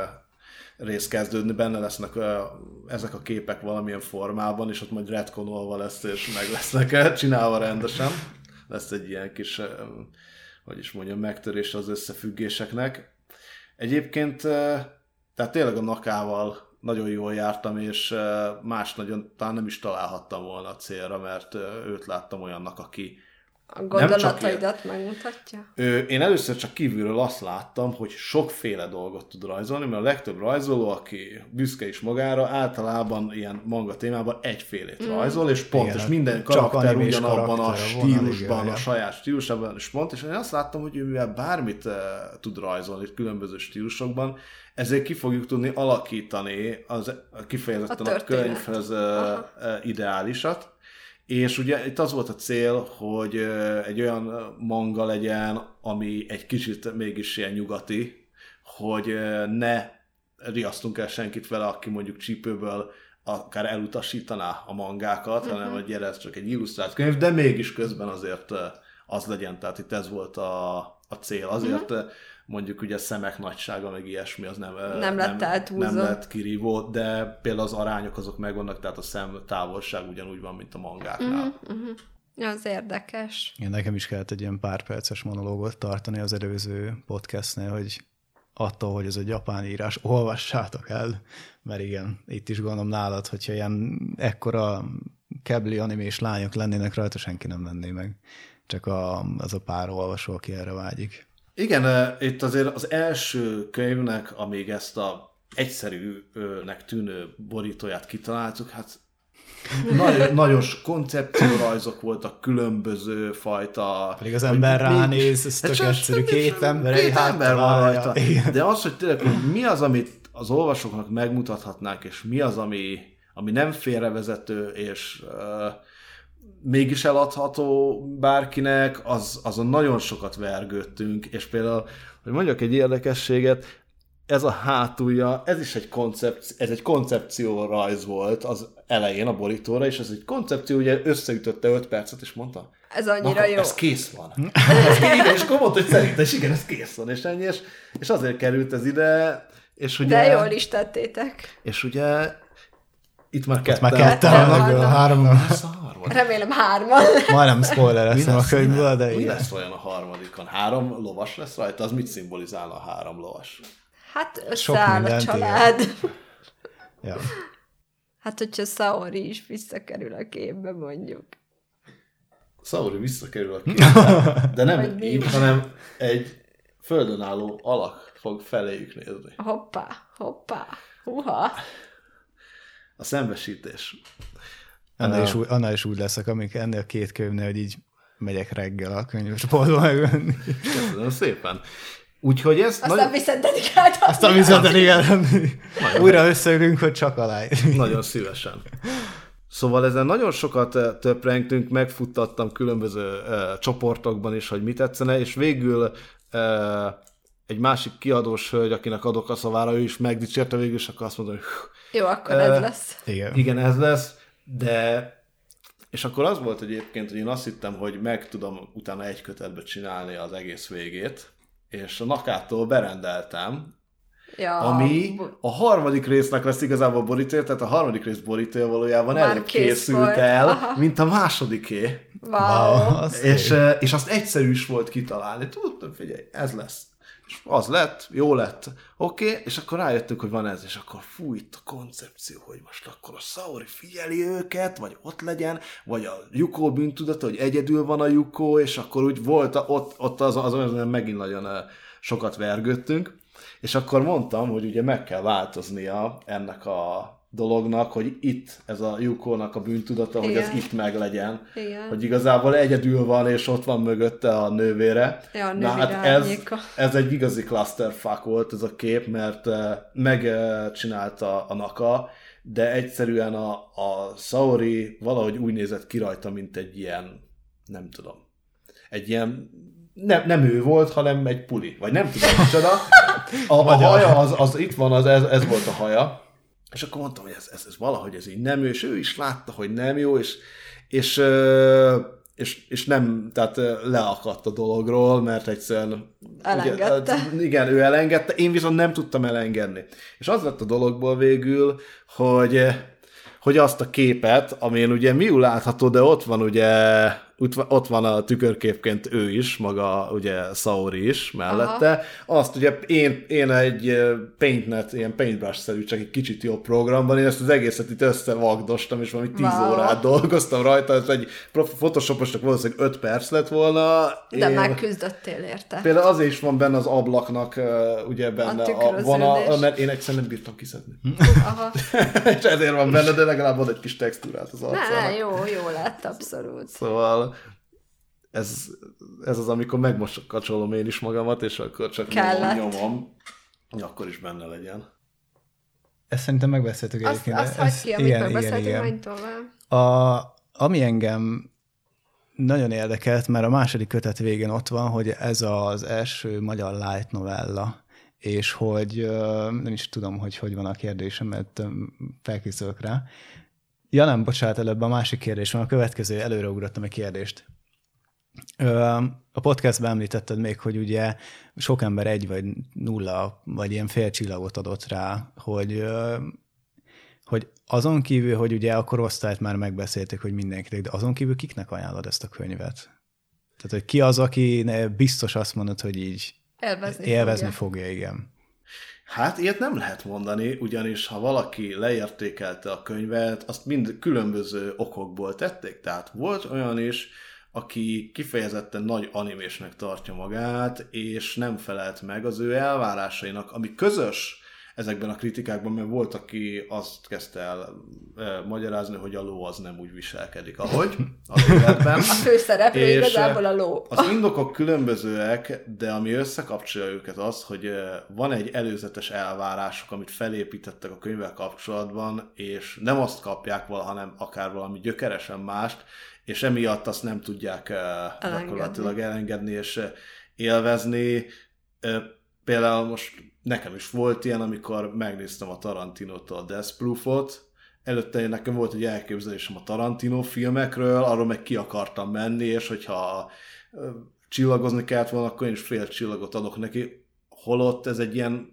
rész kezdődni, benne lesznek ezek a képek valamilyen formában, és ott majd retconolva lesz, és meg lesznek csinálva rendesen. Lesz egy ilyen kis, hogy is mondjam, megtörés az összefüggéseknek. Egyébként, tehát tényleg a Nakával nagyon jól jártam, és más nagyon talán nem is találhattam volna a célra, mert őt láttam olyannak, aki A gondolataidat megmutatja? Én először csak kívülről azt láttam, hogy sokféle dolgot tud rajzolni, mert a legtöbb rajzoló, aki büszke is magára, általában ilyen manga témában egyfélét rajzol, és pont, igen, és minden karakter ugyanabban a stílusban, igen, a saját stílusában, és pont, és én azt láttam, hogy ő mivel bármit tud rajzolni különböző stílusokban, ezért ki fogjuk tudni alakítani kifejezetten a könyvhöz ideálisat. És ugye itt az volt a cél, hogy egy olyan manga legyen, ami egy kicsit mégis ilyen nyugati, hogy ne riasztunk el senkit vele, aki mondjuk csípőből akár elutasítaná a mangákat, hanem hogy gyere, ez csak egy illusztrált könyv, de mégis közben azért az legyen, tehát itt ez volt a cél. Azért mondjuk ugye szemek nagysága, meg ilyesmi, az nem lett kirívó, de például az arányok azok megvannak, tehát a szem távolság ugyanúgy van, mint a mangáknál. Ja, az érdekes. Igen, nekem is kellett egy ilyen pár perces monológot tartani az előző podcastnél, hogy attól, hogy ez egy japán írás, olvassátok el, mert igen, itt is gondolom nálad, hogyha ilyen ekkora kebli animés lányok lennének rajta, senki nem venné meg. Csak az a pár olvasó, aki erre vágyik. Igen, itt azért az első könyvnek, amíg ezt a egyszerűnek tűnő borítóját kitaláltuk, hát nagyon koncepciórajzok voltak, különböző fajta... Pedig az ember ránéz, ez tök egyszerű, két ember van rajta. De az, hogy tényleg, hogy mi az, amit az olvasóknak megmutathatnánk, és mi az, ami nem félrevezető, és mégis eladható bárkinek, azon nagyon sokat vergődtünk, és például, hogy mondjak egy érdekességet, ez a hátulja, ez is egy koncepciórajz volt az elején a borítóra, és ez egy koncepció, ugye összeütötte 5 percet, és mondta, ez annyira jó. Ez kész van. Igen, és akkor mondta, hogy szerintem, és igen, ez kész van, és ennyi, és azért került ez ide, és ugye... De jól is tettétek. És ugye itt már ketten vannak, 3 nem. Remélem 3-an. Majdnem spoilereztem a könyvből, de mi lesz olyan a harmadikon? 3 lovas lesz rajta? Az mit szimbolizálna a 3 lovas? Hát összeáll a család. Ja. Hát, hogyha Saori is visszakerül a képbe, mondjuk. Saori visszakerül a képbe, de nem így, hanem egy földön álló alak fog feléjük nézni. Hoppá, huha. A szembesítés. Annál is úgy leszek, amik ennél a 2 könyvnél, hogy így megyek reggel a könyvesboltba megvenni. Köszönöm szépen. Úgyhogy ez... Aztán viszont dedikáltam. Aztán viszont dedikáltam. Újra összeülünk, hogy csak alá. Nagyon szívesen. Szóval ezen nagyon sokat töprengtünk, megfuttattam különböző csoportokban is, hogy mit tetszene, és végül egy másik kiadós hölgy, akinek adok a szavára, ő is megdicsérte végül, és akkor azt mondta, hogy... Jó, akkor ez lesz. Igen, ez lesz, de... És akkor az volt egyébként, hogy én azt hittem, hogy meg tudom utána egy kötetbe csinálni az egész végét, és a Nakától berendeltem, ja, ami a harmadik résznek lesz igazából borítója, tehát a harmadik rész borítója valójában előbb készült el, aha, mint a másodiké. Wow. És azt egyszerű is volt kitalálni. Tudtam, figyelj, ez lesz. És az lett, jó lett. Oké, és akkor rájöttünk, hogy van ez, és akkor itt a koncepció, hogy most akkor a Saori figyeli őket, vagy ott legyen, vagy a Yuko bűntudata, hogy egyedül van a Yuko, és akkor úgy volt, ott az megint nagyon sokat vergődtünk, és akkor mondtam, hogy ugye meg kell változnia ennek a dolognak, hogy itt ez a Yukónak a bűntudata, hogy Igen. ez itt meglegyen. Igen. Hogy igazából egyedül van, és ott van mögötte a nővére. Ja, a Na nővére hát árnyéka. ez egy igazi clusterfuck volt ez a kép, mert megcsinálta a Naka, de egyszerűen a Saori valahogy úgy nézett ki rajta, mint egy ilyen, nem tudom, egy ilyen, nem ő volt, hanem egy puli, vagy nem tudom micsoda. A haja az itt van, ez volt a haja. És akkor mondtam, hogy ez valahogy ez így nem jó, és ő is látta, hogy nem jó, és nem, tehát leakadt a dologról, mert egyszerűen... Elengedte. Ugye, igen, ő elengedte, én viszont nem tudtam elengedni. És az lett a dologból végül, hogy azt a képet, amin ugye Miu látható, de ott van ugye, ott van a tükörképként ő is, maga ugye Saori is mellette. Aha. Azt ugye én egy Paintnet, ilyen Paintbrush-szerű, csak egy kicsit jobb programban, én ezt az egészet itt összevagdostam, és valami 10 órát dolgoztam rajta, ez egy Photoshoposnak valószínűleg 5 perc lett volna. De megküzdöttél érte. Például azért is van benne az ablaknak, ugye benne mert én egyszerűen nem bírtam kiszedni. Aha. És ezért van benne, de legalább ad egy kis textúrát az arcának. Ne, jó lett, abszolút. Szóval ez az, amikor megmoskacsolom én is magamat, és akkor csak nyomom, akkor is benne legyen. Ezt szerintem megbeszéltük egyébként. Azt hagyd ki, amit megbeszéltünk, majd tovább. Ami engem nagyon érdekelt, mert a második kötet végén ott van, hogy ez az első magyar light novella, és hogy nem is tudom, hogy van a kérdésem, mert felkészülök rá. Ja nem, bocsánat, előbb a másik kérdés van, a következő, előreugrottam egy kérdést. A podcastben említetted még, hogy ugye sok ember 1 vagy 0, vagy ilyen fél csillagot adott rá, hogy azon kívül, hogy ugye a korosztályt már megbeszélték, hogy mindenkinek, de azon kívül kiknek ajánlod ezt a könyvet? Tehát, hogy ki az, aki biztos azt mondod, hogy így élvezni fogja, igen. Hát ilyet nem lehet mondani, ugyanis ha valaki leértékelte a könyvet, azt mind különböző okokból tették. Tehát volt olyan is, aki kifejezetten nagy animésnek tartja magát, és nem felelt meg az ő elvárásainak, ami közös ezekben a kritikákban, mert volt, aki azt kezdte el magyarázni, hogy a ló az nem úgy viselkedik, ahogy az életben. A főszereplő igazából a ló. Az indokok különbözőek, de ami összekapcsolja őket az, hogy van egy előzetes elvárásuk, amit felépítettek a könyvvel kapcsolatban, és nem azt kapják vala, hanem akár valami gyökeresen mást, és emiatt azt nem tudják gyakorlatilag elengedni és élvezni. Például most nekem is volt ilyen, amikor megnéztem a Tarantinótól a Death Proof-ot, előtte nekem volt egy elképzelésem a Tarantino filmekről, arról meg ki akartam menni, és hogyha csillagozni kellett volna, akkor én is fél csillagot adok neki, holott ez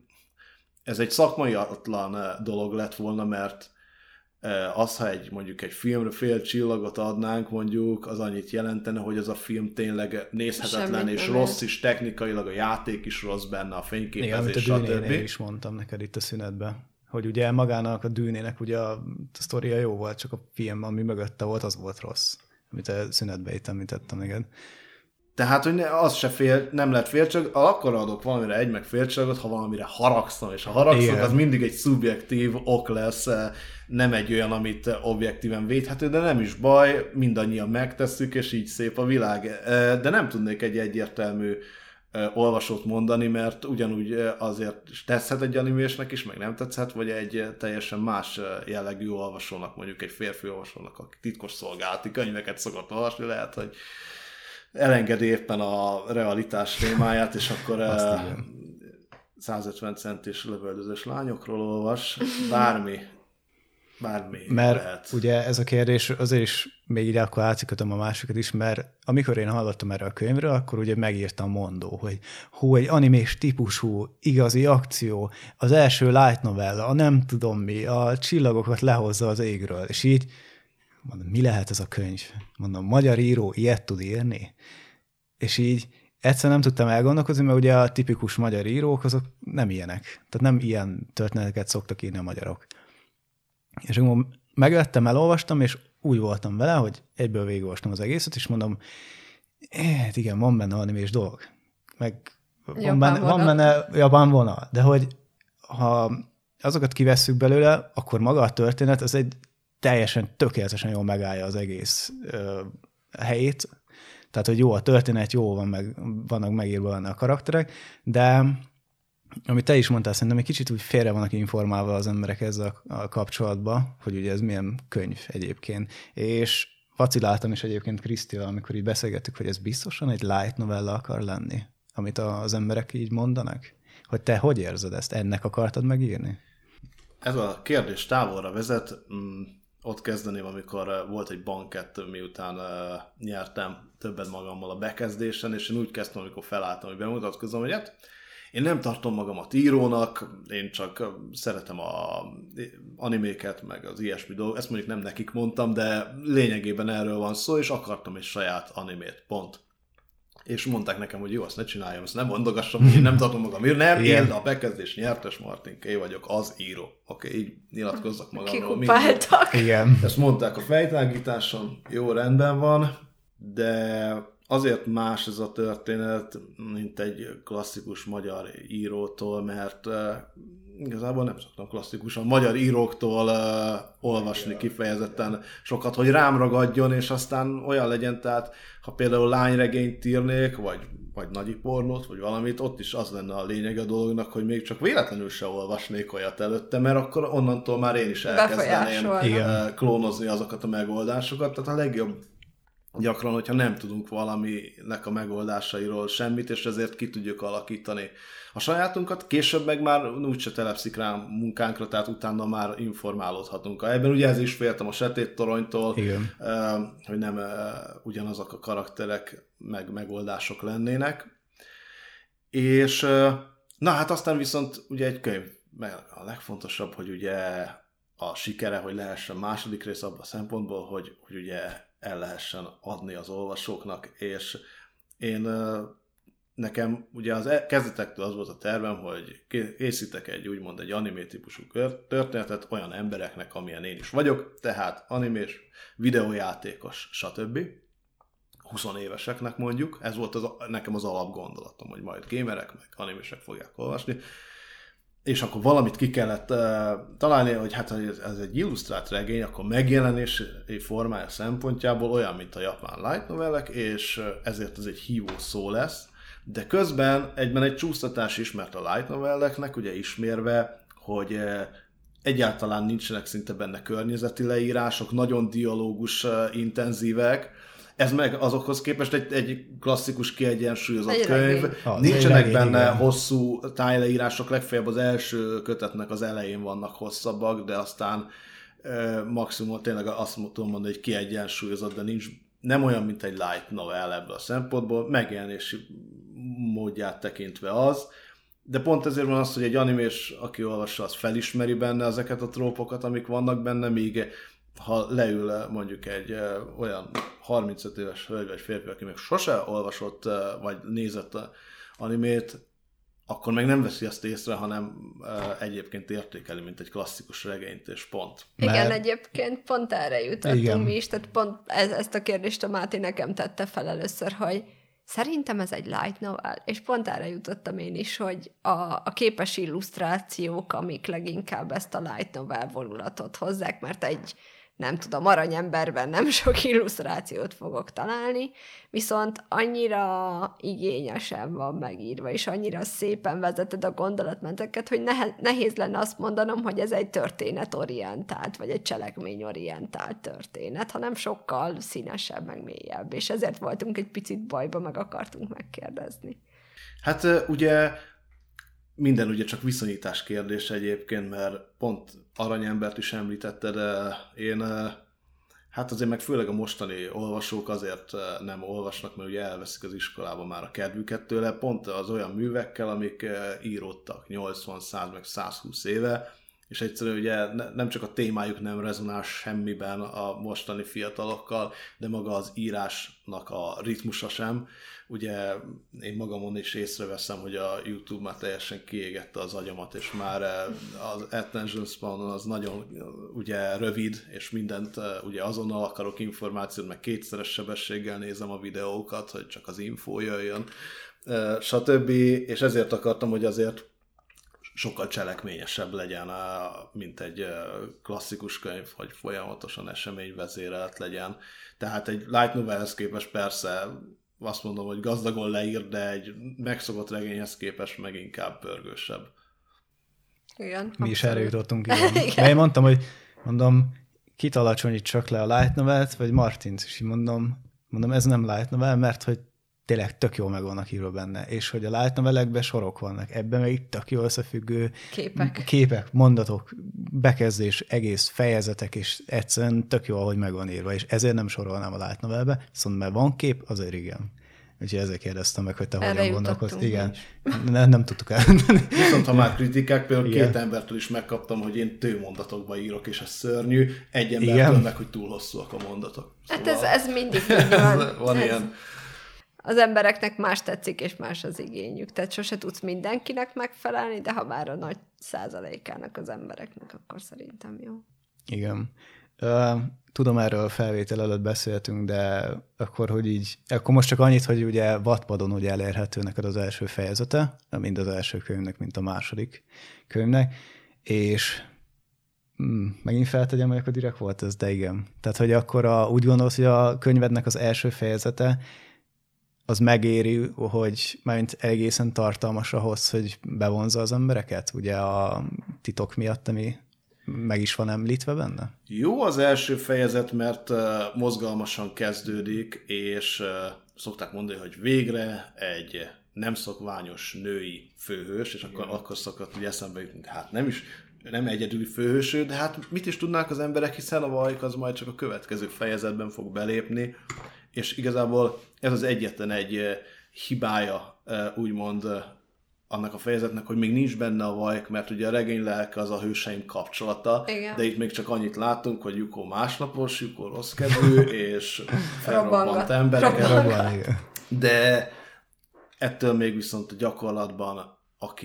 egy szakmaiatlan dolog lett volna, mert az, ha mondjuk egy filmre fél csillagot adnánk, mondjuk, az annyit jelentene, hogy az a film tényleg nézhetetlen és rossz is technikailag, a játék is rossz benne, a fényképezés, stb. Igen, amit a stb. Dűnénél is mondtam neked itt a szünetben, hogy ugye magának a Dűnének ugye a sztoria jó volt, csak a film, ami mögötte volt, az volt rossz, amit a szünetben itt említettem neked. Tehát, hogy az se nem lett félcsillag, akkor adok valamire 1 meg félcsillagot, ha valamire haragszom, és a haragszok az mindig egy szubjektív ok lesz, nem egy olyan, amit objektíven védhető, de nem is baj, mindannyian megtesszük, és így szép a világ. De nem tudnék egy egyértelmű olvasót mondani, mert ugyanúgy azért tetszhet egy animésnek is, meg nem tetszhet, vagy egy teljesen más jellegű olvasónak, mondjuk egy férfi olvasónak, aki titkos szolgálati könyveket szokott olvasni, lehet, hogy elengedi éppen a realitás témáját, és akkor 150 centis lövöldözős lányokról olvas, bármi mert lehet. Ugye ez a kérdés azért is még így akkor átkötöm a másikat is, mert amikor én hallottam erre a könyvről, akkor ugye megírtam mondó, hogy egy animés típusú, igazi akció, az első light novella, a nem tudom mi, a csillagokat lehozza az égről, és így mondom, mi lehet ez a könyv? Mondom, magyar író ilyet tud írni? És így egyszer nem tudtam elgondolkozni, mert ugye a tipikus magyar írók azok nem ilyenek. Tehát nem ilyen történeteket szoktak írni a magyarok. És akkor megvettem, elolvastam, és úgy voltam vele, hogy egyből végigolvastam az egészet, és mondom, hát igen, van benne animés dolog. Meg van benne japán vonal. De hogy ha azokat kivesszük belőle, akkor maga a történet, ez egy teljesen tökéletesen jól megállja az egész helyét. Tehát, hogy jó a történet, jó vannak megírva benne a karakterek, de amit te is mondtál, szerintem egy kicsit úgy félre vannak informálva az emberek ezzel a kapcsolatban, hogy ugye ez milyen könyv egyébként. És vaciláltam is egyébként Krisztivel, amikor így beszélgettük, hogy ez biztosan egy light novella akar lenni, amit az emberek így mondanak. Hogy te hogy érzed ezt? Ennek akartad megírni? Ez a kérdés távolra vezet. Ott kezdeném, amikor volt egy bankett, miután nyertem többet magammal a bekezdésen, és én úgy kezdtem, amikor felálltam, hogy bemutatkozom, hogy hát én nem tartom magamat írónak, én csak szeretem a animéket, meg az ilyesmi dolgok. Ezt mondjuk nem nekik mondtam, de lényegében erről van szó, és akartam egy saját animét, pont. És mondták nekem, hogy jó, azt ne csináljam, ezt nem mondogassam, hogy én nem tartom magam írni. Nem, én a bekezdés nyertes Martin K. vagyok, az író. Oké, így nyilatkozzak magamról. Kikupáltak. Igen. Ezt mondták a fejtágításon, jó, rendben van, de azért más ez a történet, mint egy klasszikus magyar írótól, mert igazából nem szoktam klasszikusan magyar íróktól olvasni kifejezetten sokat, hogy rám ragadjon, és aztán olyan legyen, tehát ha például lányregényt írnék, vagy nagyi pornót, vagy valamit, ott is az lenne a lényeg a dolognak, hogy még csak véletlenül se olvasnék olyat előtte, mert akkor onnantól már én is elkezdeném klónozni azokat a megoldásokat, tehát a legjobb gyakran, hogyha nem tudunk valaminek a megoldásairól semmit, és ezért ki tudjuk alakítani a sajátunkat, később meg már úgyse telepszik rá munkánkra, tehát utána már informálódhatunk. Ebben ugye ez is féltem a Sötét Toronytól, hogy nem ugyanazok a karakterek meg megoldások lennének. És na hát aztán viszont ugye egy könyv, a legfontosabb, hogy ugye a sikere, hogy lehessen második rész abban a szempontból, hogy ugye el lehessen adni az olvasóknak, és nekem ugye az kezdetektől az volt a tervem, hogy készítek egy animé típusú történetet olyan embereknek, amilyen én is vagyok, tehát animés, videójátékos, stb. 20 éveseknek mondjuk, ez volt nekem az alapgondolatom, hogy majd gamerek, meg animések fogják olvasni, és akkor valamit ki kellett találni, hogy hát ez egy illusztrált regény, akkor megjelenési formája szempontjából olyan, mint a japán light novellek, és ezért ez egy hívó szó lesz, de közben egyben egy csúsztatás is, mert a light novelleknek ugye ismérve, hogy egyáltalán nincsenek szinte benne környezeti leírások, nagyon dialógus intenzívek, ez meg azokhoz képest egy klasszikus kiegyensúlyozott könyv. Nincsenek benne hosszú tájleírások, legfeljebb az első kötetnek az elején vannak hosszabbak, de aztán maximum tényleg azt tudom mondani, hogy kiegyensúlyozott, de nem olyan, mint egy light novel ebből a szempontból, megjelenési módját tekintve az, de pont ezért van az, hogy egy animés, aki olvassa, az felismeri benne ezeket a trópokat, amik vannak benne, míg ha leül mondjuk egy olyan 35 éves hölgy vagy férfi, aki még sose olvasott vagy nézett animét, akkor meg nem veszi azt észre, hanem egyébként értékeli, mint egy klasszikus regényt, és pont. Igen, egyébként pont erre jutottunk mi is, tehát pont ezt a kérdést a Máté nekem tette fel először, hogy szerintem ez egy light novel, és pont erre jutottam én is, hogy a képes illusztrációk, amik leginkább ezt a light novel vonulatot hozzák, mert egy nem tudom, aranyemberben nem sok illusztrációt fogok találni, viszont annyira igényesen van megírva, és annyira szépen vezeted a gondolatmenteket, hogy nehéz lenne azt mondanom, hogy ez egy történetorientált, vagy egy cselekményorientált történet, hanem sokkal színesebb, meg mélyebb, és ezért voltunk egy picit bajba, meg akartunk megkérdezni. Hát ugye minden ugye csak viszonyítás kérdése egyébként, mert pont Aranyembert is említetted, de én hát azért meg főleg a mostani olvasók azért nem olvasnak, mert ugye elveszik az iskolában már a kedvüket tőle, pont az olyan művekkel, amik íródtak 80, 100, meg 120 éve, és egyszerűen ugye nem csak a témájuk nem rezonál semmiben a mostani fiatalokkal, de maga az írásnak a ritmusa sem. Ugye én magamon is észreveszem, hogy a YouTube már teljesen kiégette az agyamat, és már az attention span az nagyon ugye rövid, és mindent ugye azonnal akarok információt, meg kétszeres sebességgel nézem a videókat, hogy csak az info jöjjön, stb. És ezért akartam, hogy azért sokkal cselekményesebb legyen, mint egy klasszikus könyv, hogy folyamatosan eseményvezérelt legyen. Tehát egy light novelhez képest persze azt mondom, hogy gazdagon leír, de egy megszokott regényhez képest meg inkább pörgősebb. Igen, mi is erre jutottunk, igen. Mert én mondom, kit alacsonyítsak le, a light novelt, vagy Martint, és így mondom, ez nem light novel, mert hogy tényleg tök jól meg vannak írva benne, és hogy a light novelekben sorok vannak, ebben meg tök jól összefüggő képek, mondatok, bekezdés, egész fejezetek, és egyszerűen tök jó, ahogy meg van írva, és ezért nem sorolnám a light novelbe, viszont mert van kép, azért igen. Úgyhogy ezért kérdeztem meg, hogy te hogyan gondolkodsz. Igen, nem tudtuk el. Viszont ha már kritikák, például igen. 2 embertől is megkaptam, hogy én tőmondatokba írok, és ez szörnyű. Egy embertől meg, hogy túl hosszúak a mondatok. Szóval hát ez mindig így van. Van ilyen. Az embereknek más tetszik, és más az igényük. Tehát sose tudsz mindenkinek megfelelni, de ha már a nagy százalékának az embereknek, akkor szerintem jó. Igen. Tudom, erről felvétel előtt beszéltünk, de akkor most csak annyit, hogy ugye Wattpadon ugye elérhető neked az első fejezete, mind az első könyvnek, mint a második könyvnek, és megint feltegyem, hogy akkor direkt volt ez, de igen. Tehát, hogy akkor úgy gondolsz, hogy a könyvednek az első fejezete az megéri, hogy mármint egészen tartalmas ahhoz, hogy bevonza az embereket, ugye a titok miatt, ami meg is van említve benne? Jó az első fejezet, mert mozgalmasan kezdődik, és szokták mondani, hogy végre egy nem szokványos női főhős, és akkor szokott ugye eszembe jutni, hát nem egyedüli főhőső, de hát mit is tudnák az emberek, hiszen a Vajk az majd csak a következő fejezetben fog belépni, és igazából ez az egyetlen egy hibája, úgymond annak a fejezetnek, hogy még nincs benne a Vajk, mert ugye a regény lelke az a hőseim kapcsolata, igen. De itt még csak annyit látunk, hogy Yuko másnapos, Yuko rosszkedvű, és felrobbant embereket. De ettől még viszont a gyakorlatban,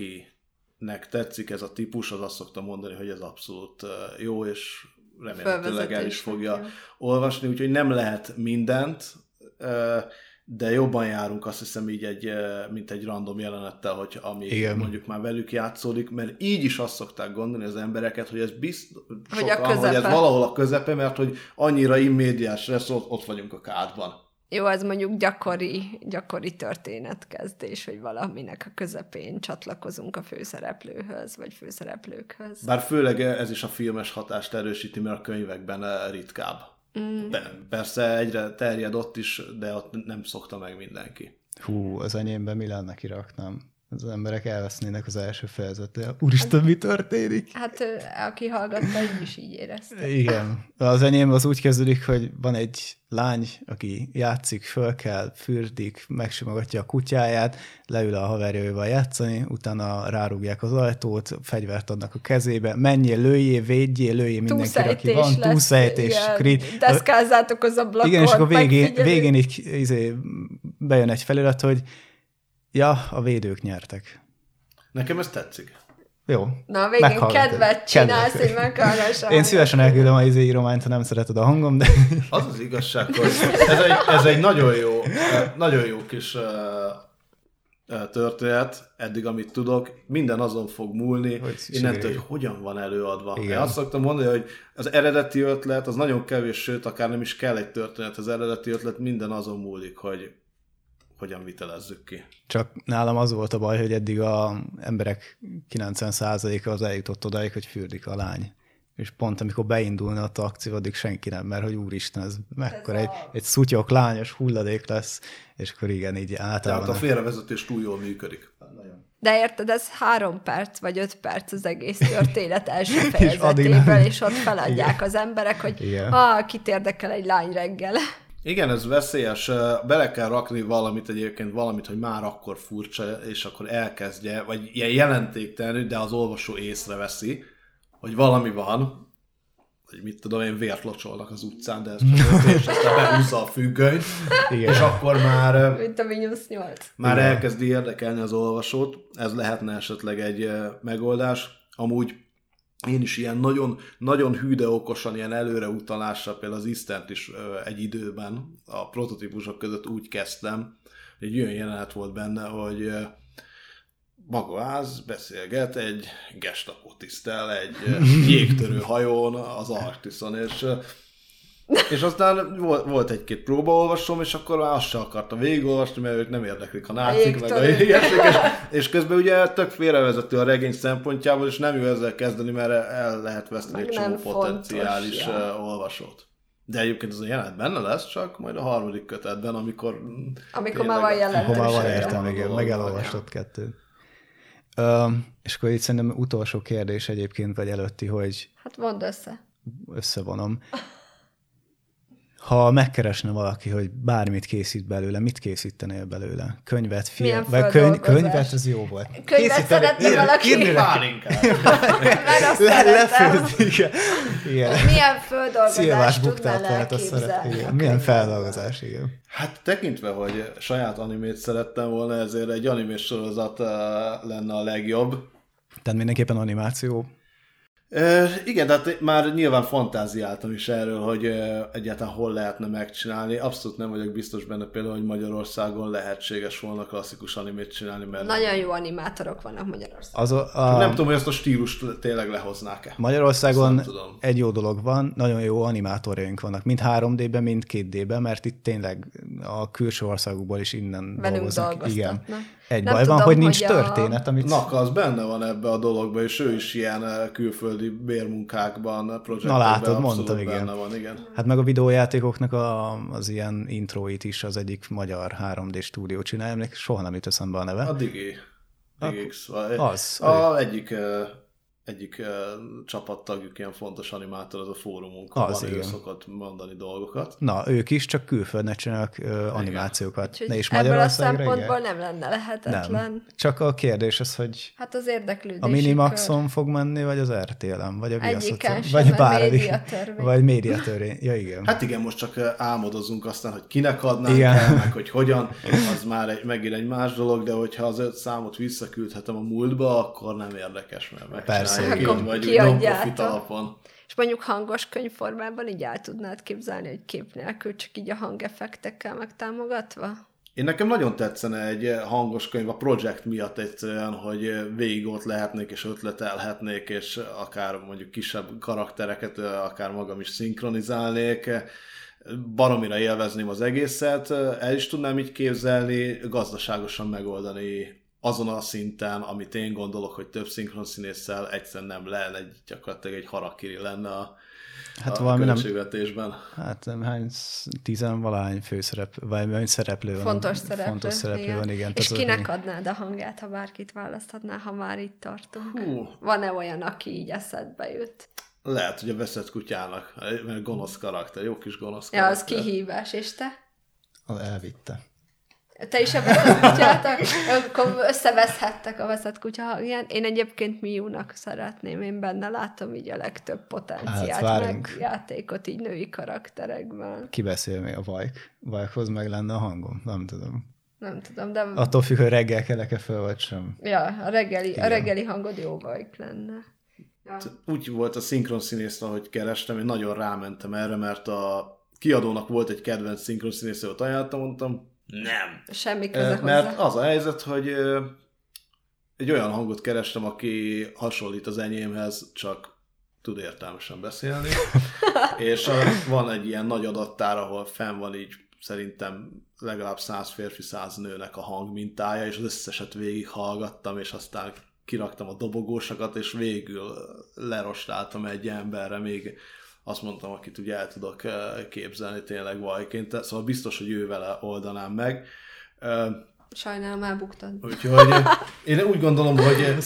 akinek tetszik ez a típus, az azt szokta mondani, hogy ez abszolút jó, és remélhetőleg el is fogja olvasni, úgyhogy nem lehet mindent, de jobban járunk, azt hiszem így mint egy random jelenettel, hogy ami igen. Mondjuk már velük játszódik, mert így is azt szokták gondolni az embereket, hogy ez hogy ez valahol a közepe, mert hogy annyira immédiás lesz, ott vagyunk a kádban. Jó, ez mondjuk gyakori történetkezdés, hogy valaminek a közepén csatlakozunk a főszereplőhöz, vagy főszereplőkhöz. Bár főleg ez is a filmes hatást erősíti, mert a könyvekben ritkább. Persze egyre terjed ott is, de ott nem szokta meg mindenki. Hú, az enyémben mi lenne, kiraknám? Az emberek elvesznének az első fejezettel. Úristen, mi történik? Hát aki hallgatta, is így érezte. Igen. Az enyém az úgy kezdődik, hogy van egy lány, aki játszik, fölkel, fürdik, megsimogatja a kutyáját, leül a haverjaival játszani, utána rárúgják az ajtót, fegyvert adnak a kezébe, menjél, lőjél, védjél, lőjél mindenkire, aki van. Túlszejtés. Deszkázzátok az ablakot. Igen, és akkor végén így bejön egy felirat, hogy ja, a védők nyertek. Nekem ez tetszik. Jó. Na, végén kedvet csinálsz, hogy meghallgassam. Én szívesen elküldöm az írományt, ha nem szereted a hangom, de... Az igazság, hogy ez egy nagyon jó kis történet, eddig amit tudok, minden azon fog múlni, innentől, hogy hogyan van előadva. Igen. Én azt szoktam mondani, hogy az eredeti ötlet, az nagyon kevés, sőt, akár nem is kell egy történet, az eredeti ötlet minden azon múlik, hogy hogyan vitelezzük ki. Csak nálam az volt a baj, hogy eddig az emberek 90%-a az eljutott odáig, hogy fürdik a lány. És pont amikor beindulna a akció, addig senki nem, mert hogy úristen, ez mekkora egy szutyok lányos hulladék lesz, és akkor igen, így általában... Tehát a félrevezetés túl jól működik. De érted, ez 3 perc vagy 5 perc az egész történet első fejezetében, és ott feladják az emberek, hogy kit érdekel egy lány reggel. Igen, ez veszélyes. Bele kell rakni valamit, hogy már akkor furcsa, és akkor elkezdje, vagy ilyen jelentéktelenül, de az olvasó észreveszi, hogy valami van, hogy mit tudom én, vért locsolnak az utcán, de ez csak és aztán behúzza a függönyt, és akkor már... Mint a -8. Már elkezdi érdekelni az olvasót. Ez lehetne esetleg egy megoldás. Amúgy én is ilyen nagyon, nagyon hű, de okosan, ilyen előreutalással, például az Istent is egy időben a prototípusok között úgy kezdtem, hogy egy olyan jelenet volt benne, hogy Magoház beszélget egy gestapo tiszttel egy jégtörő hajón az Arktiszon, és aztán volt egy-két próbaolvasom, és akkor már azt se akarta végigolvasni, mert őt nem érdeklik a nácik, meg a ilyesmik, és közben ugye tök félrevezető a regény szempontjából, és nem jó ezzel kezdeni, mert el lehet veszteni egy csomó potenciális olvasót. De egyébként ez a jelenet benne lesz, csak majd a 3. kötetben, amikor már van jelentőség. Akkor már van értelme, igen, meg elolvastott 2. És akkor itt szerintem utolsó kérdés egyébként, vagy előtti, hogy... Hát mondd összevonom. Ha megkeresne valaki, hogy bármit készít belőle, mit készítenél belőle? Könyvet, film, vagy könyvet, az jó volt. Könyvet szeretne valaki? Pálinkát. Lefőzni, igen. Milyen földolgozást tudnál elképzelni? Milyen feldolgozás, igen. Hát tekintve, hogy saját animét szerettem volna, ezért egy animés sorozat lenne a legjobb. Tehát mindenképpen animáció. Igen, tehát már nyilván fantáziáltam is erről, hogy egyáltalán hol lehetne megcsinálni. Abszolút nem vagyok biztos benne például, hogy Magyarországon lehetséges volna klasszikus animét csinálni. Mert nagyon jó animátorok vannak Magyarországon. Nem tudom, hogy ezt a stílust tényleg lehoznák-e. Magyarországon egy jó dolog van, nagyon jó animátorjaink vannak, mind 3D-ben, mind 2D-ben, mert itt tényleg a külső országokból is innen dolgoznak. Igen. Egy baj van, hogy nincs történet, amit... Naka, az benne van ebbe a dologba, és ő is ilyen külföldi bérmunkákban, projektekben. Na látod, mondtam, igen. Van, igen. Hát meg a videójátékoknak az ilyen introit is az egyik magyar 3D stúdió csinálja, még soha nem jut eszembe a neve. A DigX. Egyik csapattagjuk ilyen fontos animátor, az a fórumunkon van, ő szokott mondani dolgokat. Na, ők is csak külföldnek csinálnak animációkat. Ne is ebből a szempontból nem lenne lehetetlen. Nem. Csak a kérdés az, hogy hát az érdeklődési a Minimaxon fog menni, vagy az RTL-en, vagy a Viaszocon, vagy bármi. Vagy médiatörvény. Ja, igen. Hát igen, most csak álmodozunk aztán, hogy kinek adnánk el, meg hogy hogyan, az már megint egy más dolog, de hogyha az 5 számot visszaküldhetem a múltba, akkor nem érdekes, mert persze. Alapon. És mondjuk hangos könyvformában így el tudnád képzelni, hogy kép nélkül, csak így a hangeffektekkel megtámogatva? Én nekem nagyon tetszene egy hangos könyv a projekt miatt egyszerűen, hogy végig ott lehetnék és ötletelhetnék, és akár mondjuk kisebb karaktereket, akár magam is szinkronizálnék. Baromira élvezném az egészet, el is tudnám így képzelni, gazdaságosan megoldani azon a szinten, amit én gondolok, hogy több szinkronszínésszel egyszerűen nem lenne, gyakorlatilag egy harakiri lenne a költségvetésben. Hát hány 10-valahány főszerep, vagy szereplő van. Fontos szereplő van, igen. És kinek adnád a hangját, ha bárkit választhatnál, ha már itt tartunk? Van-e olyan, aki így eszedbe jut? Lehet, hogy a veszett kutyának, mert gonosz karakter, jó kis gonosz karakter. Ja, az kihívás, és te? Elvitte. Te is a veszett kutyátok? Akkor összeveszhettek a veszett kutya hangján. Én egyébként Miúnak szeretném, én benne látom így a legtöbb potenciált, meg játékot így női karakterekben. Ki beszél még a Vajkhoz meg lenne a hangom? Nem tudom, de... Attól függ, hogy reggel kelek-e föl, vagy sem. Ja, a reggeli hangod jó Vajk lenne. Ja. Úgy volt a szinkronszínészre, hogy kerestem, én nagyon rámentem erre, mert a kiadónak volt egy kedvenc szinkronszínészről ajánlottam, mondtam, nem. Semmi köze hozzá. Mert az a helyzet, hogy egy olyan hangot kerestem, aki hasonlít az enyémhez, csak tud értelmesen beszélni. És van egy ilyen nagy adattár, ahol fenn van így szerintem legalább 100 férfi, 100 nőnek a hangmintája, és az összeset végighallgattam, és aztán kiraktam a dobogósakat, és végül lerostáltam egy emberre, még azt mondtam, akit ugye el tudok képzelni tényleg Vajként, szóval biztos, hogy ő vele oldanám meg. Sajnálom, elbuktad. Úgyhogy én úgy gondolom, hogy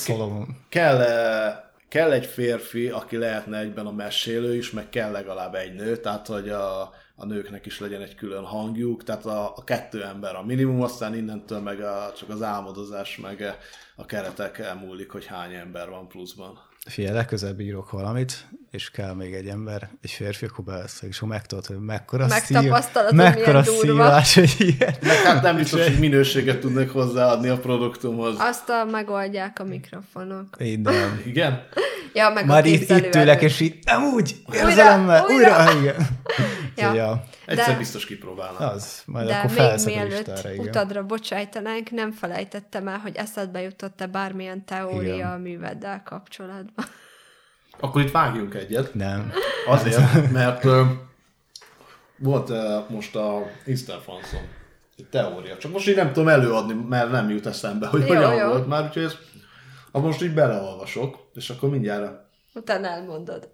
kell egy férfi, aki lehetne egyben a mesélő is, meg kell legalább egy nő, tehát hogy a nőknek is legyen egy külön hangjuk, tehát a 2 ember a minimum, aztán innentől meg csak az álmodozás, meg a keretek elmúlik, hogy hány ember van pluszban. Figyelj, legközelebb írok valamit, és kell még egy ember, egy férfi, akkor beleszek, és akkor megtudod, hogy mekkora szívás, hogy ilyen. Hát nem biztos, hogy minőséget tudnak hozzáadni a produktumhoz. Azt megoldják a mikrofonok. Igen. Igen? Ja, meg már itt ülek, és így, nem úgy, érzelemmel, újra. Igen. Ja. Egyszer biztos kipróbálnám. Az, majd de akkor még felszed a mielőtt listára, igen. utadra bocsájtanánk, nem felejtettem el, hogy eszedbe jutott-e bármilyen teória Igen. a műveddel kapcsolatban. Akkor itt vágjunk egyet. Nem. Azért, mert volt most a Instafanson egy teória. Csak most így nem tudom előadni, mert nem jut eszembe, hogy hogyan volt már, úgyhogy ezt most így beleolvasok, és akkor mindjárt... Utána elmondod.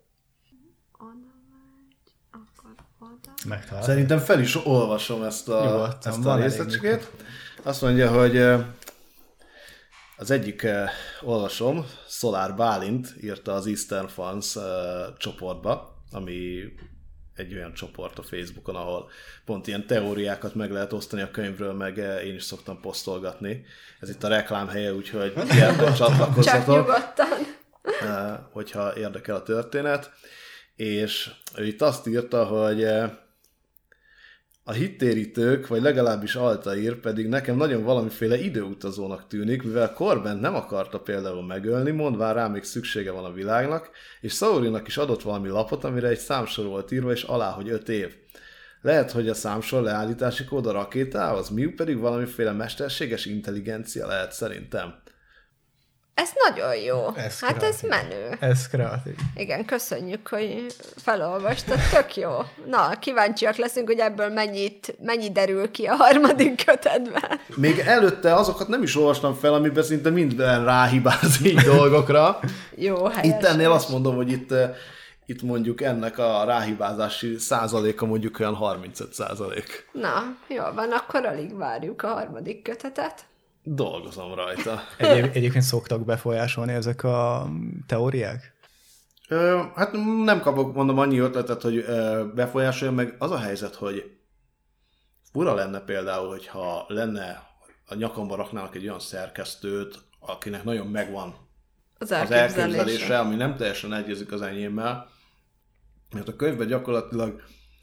Megtaláltam. Szerintem fel is olvasom ezt a részecskét. Azt mondja, hogy az egyik olvasom, Szolár Bálint írta az Eastern Fans csoportba, ami egy olyan csoport a Facebookon, ahol pont ilyen teóriákat meg lehet osztani a könyvről, meg én is szoktam posztolgatni. Ez itt a reklám helye, úgyhogy gyertek, csatlakozzatok. Csak nyugodtan. Hogyha érdekel a történet. És ő itt azt írta, hogy a hittérítők, vagy legalábbis Altair pedig nekem nagyon valamiféle időutazónak tűnik, mivel Corbent nem akarta például megölni, mondván rá még szüksége van a világnak, és Saurinak is adott valami lapot, amire egy számsor volt írva, és alá, hogy 5 év. Lehet, hogy a számsor leállítási kód a rakétához, Mew pedig valamiféle mesterséges intelligencia lehet szerintem. Ez nagyon jó. Ez menő. Ez kreatív. Igen, köszönjük, hogy felolvastad, tök jó. Na, kíváncsiak leszünk, hogy ebből mennyi derül ki a harmadik kötetben. Még előtte azokat nem is olvastam fel, amiben szinte minden ráhibáz így dolgokra. Jó, helyes. Itt ennél azt mondom, hogy itt mondjuk ennek a ráhibázási százaléka mondjuk olyan 35%. Na, jól van, akkor alig várjuk a harmadik kötetet. Dolgozom rajta. Egyébként szoktak befolyásolni ezek a teóriák? Hát nem kapok, mondom, annyi ötletet, hogy befolyásoljon, meg az a helyzet, hogy fura lenne például, hogyha lenne, a nyakamba raknának egy olyan szerkesztőt, akinek nagyon megvan az elképzelése, ami nem teljesen egyezik az enyémmel, mert a könyvben gyakorlatilag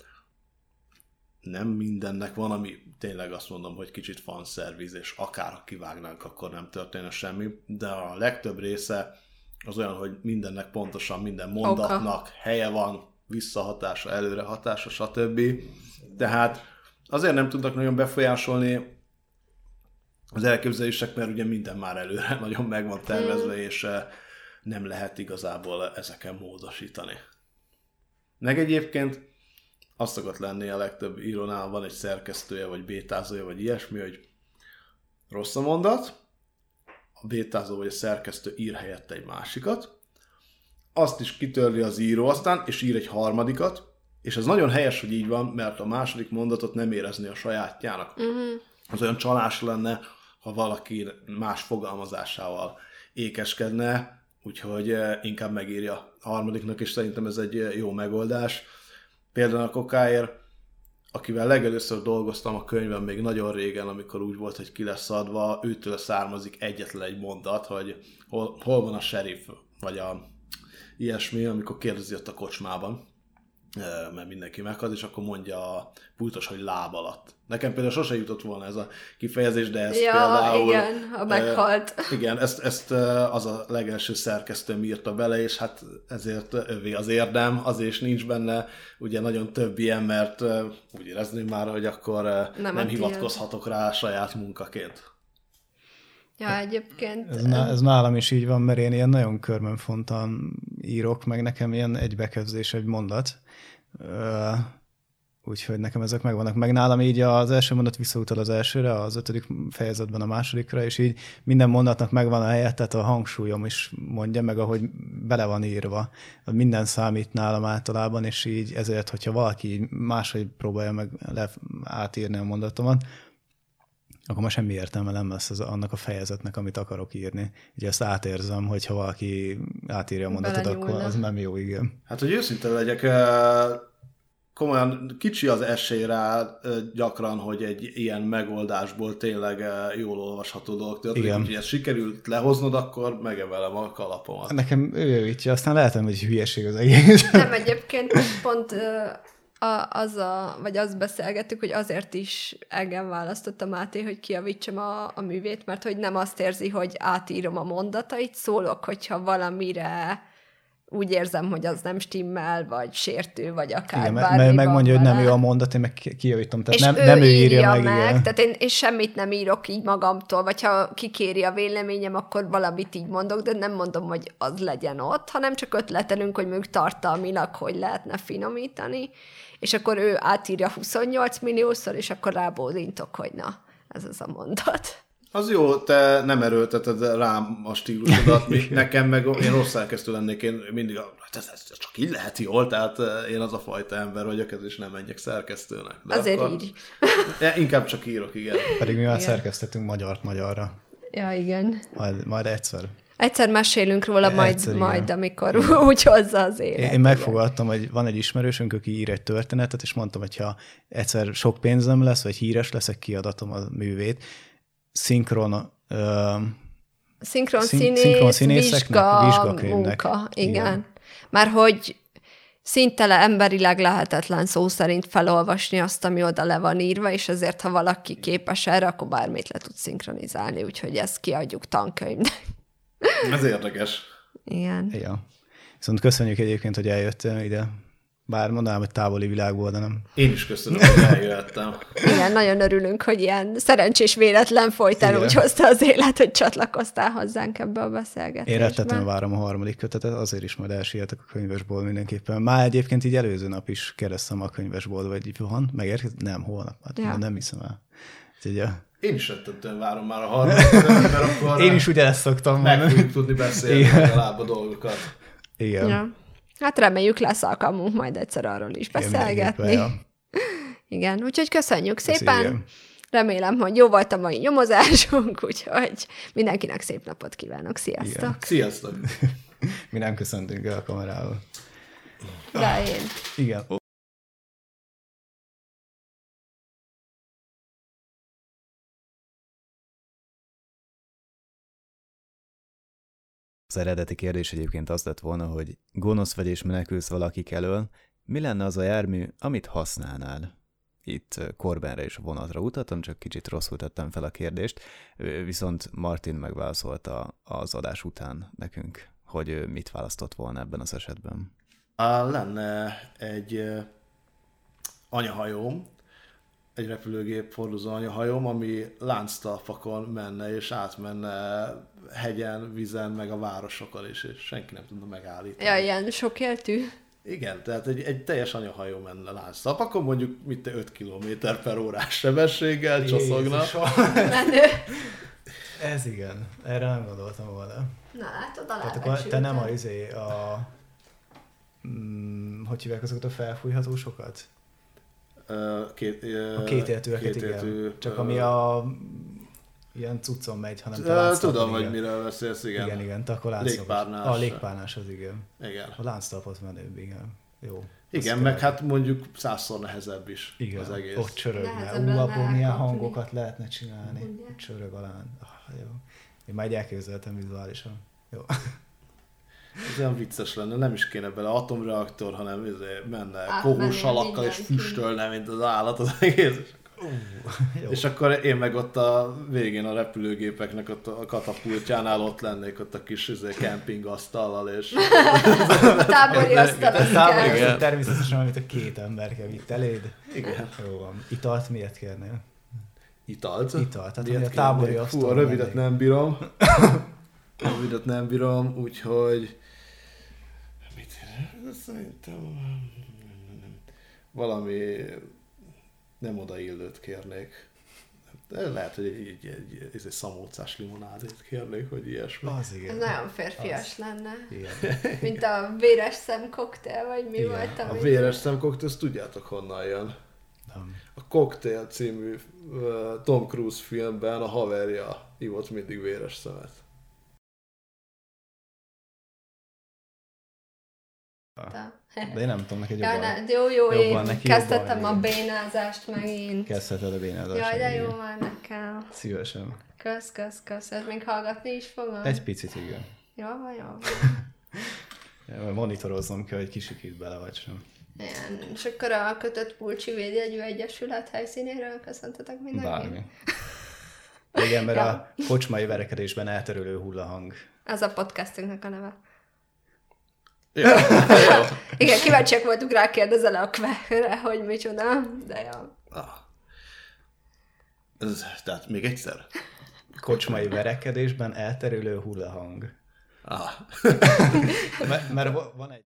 nem mindennek van, ami tényleg azt mondom, hogy kicsit fanszerviz, és akár kivágnánk, akkor nem történne semmi, de a legtöbb része az olyan, hogy mindennek pontosan minden mondatnak helye van, visszahatása, előrehatása, stb. Tehát azért nem tudnak nagyon befolyásolni az elképzelések, mert ugye minden már előre nagyon meg van tervezve, és nem lehet igazából ezeken módosítani. Meg egyébként azt szokott lenni a legtöbb írónál, van egy szerkesztője, vagy bétázója, vagy ilyesmi, hogy rossz a mondat, a bétázó vagy a szerkesztő ír helyette egy másikat, azt is kitörli az író aztán, és ír egy harmadikat, és ez nagyon helyes, hogy így van, mert a második mondatot nem érezni a sajátjának. Az olyan csalás lenne, ha valaki más fogalmazásával ékeskedne, úgyhogy inkább megírja a harmadiknak, és szerintem ez egy jó megoldás. Például a Kokáért, akivel legelőször dolgoztam a könyvben még nagyon régen, amikor úgy volt, hogy ki lesz adva, őtől származik egyetlen egy mondat, hogy hol van a sheriff, vagy a ilyesmi, amikor kérdezi ott a kocsmában, mert mindenki meghalt, és akkor mondja a pultos, hogy láb alatt. Nekem például sose jutott volna ez a kifejezés, de ezt például... igen, ha meghalt. Igen, ezt az a legelső szerkesztőm írta bele, és hát ezért övé az érdem, azért is nincs benne ugye nagyon több ilyen, mert úgy érezném már, hogy akkor nem hivatkozhatok rá saját munkaként. Ja, egyébként... Ez nálam is így van, mert én ilyen nagyon körmönfontan írok, meg nekem ilyen egy bekezdés, egy mondat. Úgyhogy nekem ezek megvannak. Meg nálam így az első mondat visszautal az elsőre, az 5. fejezetben a másodikra, és így minden mondatnak megvan a helye, tehát a hangsúlyom is mondja, meg ahogy bele van írva. Minden számít nálam általában, és így ezért, hogyha valaki máshogy próbálja meg átírni a mondatomat, akkor már semmi értelme nem lesz annak a fejezetnek, amit akarok írni. Ugye ezt átérzem, hogyha valaki átírja a mondatot, akkor az nem jó, igen. Hát, hogy őszinte legyek, komolyan kicsi az esély rá gyakran, hogy egy ilyen megoldásból tényleg jól olvasható dolog történik. Úgyhogy ezt sikerült lehoznod, akkor megemelem a kalapomat. Nekem ő javítja, aztán lehet, hogy hülyeség az egész. Nem, egyébként pont azt beszélgettük, hogy azért is engem választotta Máté, hogy kijavítsam a művét, mert hogy nem azt érzi, hogy átírom a mondatait, szólok, hogyha valamire úgy érzem, hogy az nem stimmel, vagy sértő, vagy akár igen, bármi megmondja, hogy vele. nem ő a mondat, én meg kijavítom. Tehát És nem ő írja meg, meg, igen. tehát én semmit nem írok így magamtól, vagy ha kikéri a véleményem, akkor valamit így mondok, de nem mondom, hogy az legyen ott, hanem csak ötletelünk, hogy mondjuk tartalmilag hogy lehetne finomítani, és akkor ő átírja 28 milliószor, és akkor rábódintok, hogy na, ez az a mondat. Az jó, te nem erőlteted rám a stílusodat, nekem meg én rossz elkezdő lennék, én mindig ez csak így lehet jól, tehát én az a fajta ember vagyok, ez is nem menjek szerkesztőnek. De azért akkor... írj. Inkább csak írok, igen. Pedig mi már szerkesztettünk magyart magyarra. Ja, igen. Majd egyszer. Egyszer mesélünk róla, Egyszer, majd amikor úgy hozza az élet. Én megfogadtam, hogy van egy ismerősünk, aki ír egy történetet, és mondtam, hogy ha egyszer sok pénzem lesz, vagy híres leszek, kiadatom a művét. Szinkron színészeknek vizsgakönyvnek. Munka, igen. Már hogy szinte emberileg lehetetlen szó szerint felolvasni azt, ami oda le van írva, és ezért, ha valaki képes erre, akkor bármit le tud szinkronizálni, úgyhogy ezt kiadjuk tankönyvnek. Ez érdekes. Igen. Ja. Viszont köszönjük egyébként, hogy eljöttél ide. Bár mondanám, hogy távoli világból, de nem. Én is köszönöm, hogy eljöttem. Igen, nagyon örülünk, hogy ilyen szerencsés véletlen folytán úgy hozta az élet, hogy csatlakoztál hozzánk ebbe a beszélgetésbe. Én rettetlenül várom a harmadik kötetet, azért is majd elsietek a könyvesból mindenképpen. Már egyébként így előző nap is kérdeztem a könyvesboltba, hogy így van, megérkezik? Nem, holnap. Hát nem hiszem el. Úgyhogy, én is rettetően várom már a harmadik kötetet, mert akkor én is ugyanezt szoktam meg fogjuk tudni beszélni legalább a dolgokat. Igen. Ja. Hát reméljük lesz alkalmunk majd egyszer arról is beszélgetni. Igen, úgyhogy köszönjük szépen. Igen. Remélem, hogy jó volt a mai nyomozásunk, úgyhogy mindenkinek szép napot kívánok. Sziasztok! Igen. Sziasztok! Mi nem köszöntünk el a kamerával. De én. Igen. Az eredeti kérdés egyébként az lett volna, hogy gonosz vagy és menekülsz valakik elől, mi lenne az a jármű, amit használnál? Itt Corbinre és a vonatra utaltam, csak kicsit rosszul tettem fel a kérdést, viszont Martin megválaszolta az adás után nekünk, hogy mit választott volna ebben az esetben. Lenne egy anyahajóm, egy repülőgép hordozó anyahajóm, ami lánctalpakon menne, és átmenne hegyen, vízen, meg a városokon is, és senki nem tudna megállítani. Ja, ilyen sokéltű. Igen, tehát egy teljes anyahajó menne lánctalpakon, mondjuk 5 km/h sebességgel csoszogna. Ez igen, erre nem gondoltam volna. Na látod, alá tehát akkor te nem hogy hívják azokat a felfújhatósokat? A kétéltőeket, igen. Csak ami a ilyen cuccon megy, hanem te lánctalpon. Tudom, hogy miről beszélsz, igen. Igen, te akkor légpárnás. A légpárnás az, igen. Igen. A lánctalpot menőbb, igen. Jó. Igen, meg hát mondjuk 100-szor nehezebb is igen, az egész. ott csörögne. Abból milyen hangokat lehetne csinálni. Ugye? Csörög alán. Jó. Én már elképzeltem vizuálisan. Jó. Ez olyan vicces lenne, nem is kéne bele atomreaktor, hanem menne kohós alakkal és füstölne, mint az állat az egész. És akkor én meg ott a végén a repülőgépeknek ott a katapultjánál ott lennék ott a kis kempingasztallal, és... Tábori asztal. Természetesen, amit a két ember kell vitt eléd. Igen. Jó van. Italt miért kérnél? Italt? Italt. Tehát a tábori asztal. Fú, a rövidet nem bírom. Úgyhogy... Szerintem... Valami... nem odaillőt kérnék. De lehet, hogy egy szamócás limonádét kérnék, hogy ilyesmi. Az igen. Ez nagyon férfias lenne. Igen. Mint a véres szem koktél, vagy mi igen. volt? A véres szem koktél, ezt tudjátok honnan jön. Nem. A Cocktail című Tom Cruise filmben a haverja ivott mindig véres szemet. De én nem tudom, neked jobban. Jó, én kezdtem a bénázást megint. Kezdheted a bénázást. Jaj, de jó már nekem. Szívesen. Kösz. Ez még hallgatni is fogom? Egy picit, igen. Jó van. Monitoroznom kell, hogy kisikít bele, vagy sem. Igen. És akkor a Kötött Pulcsi Védjegyű Egyesület helyszínéről köszöntetek mindenkit? Bármi. Igen, mert a kocsmai verekedésben elterülő hullahang. Ez a podcastünknek a neve. Jó, jó. Igen, kíváncsiak voltunk rá, kérdezel a kvehre, hogy micsoda, de ja. Tehát még egyszer. Kocsmai verekedésben elterülő hullahang. Ah. Mert van egy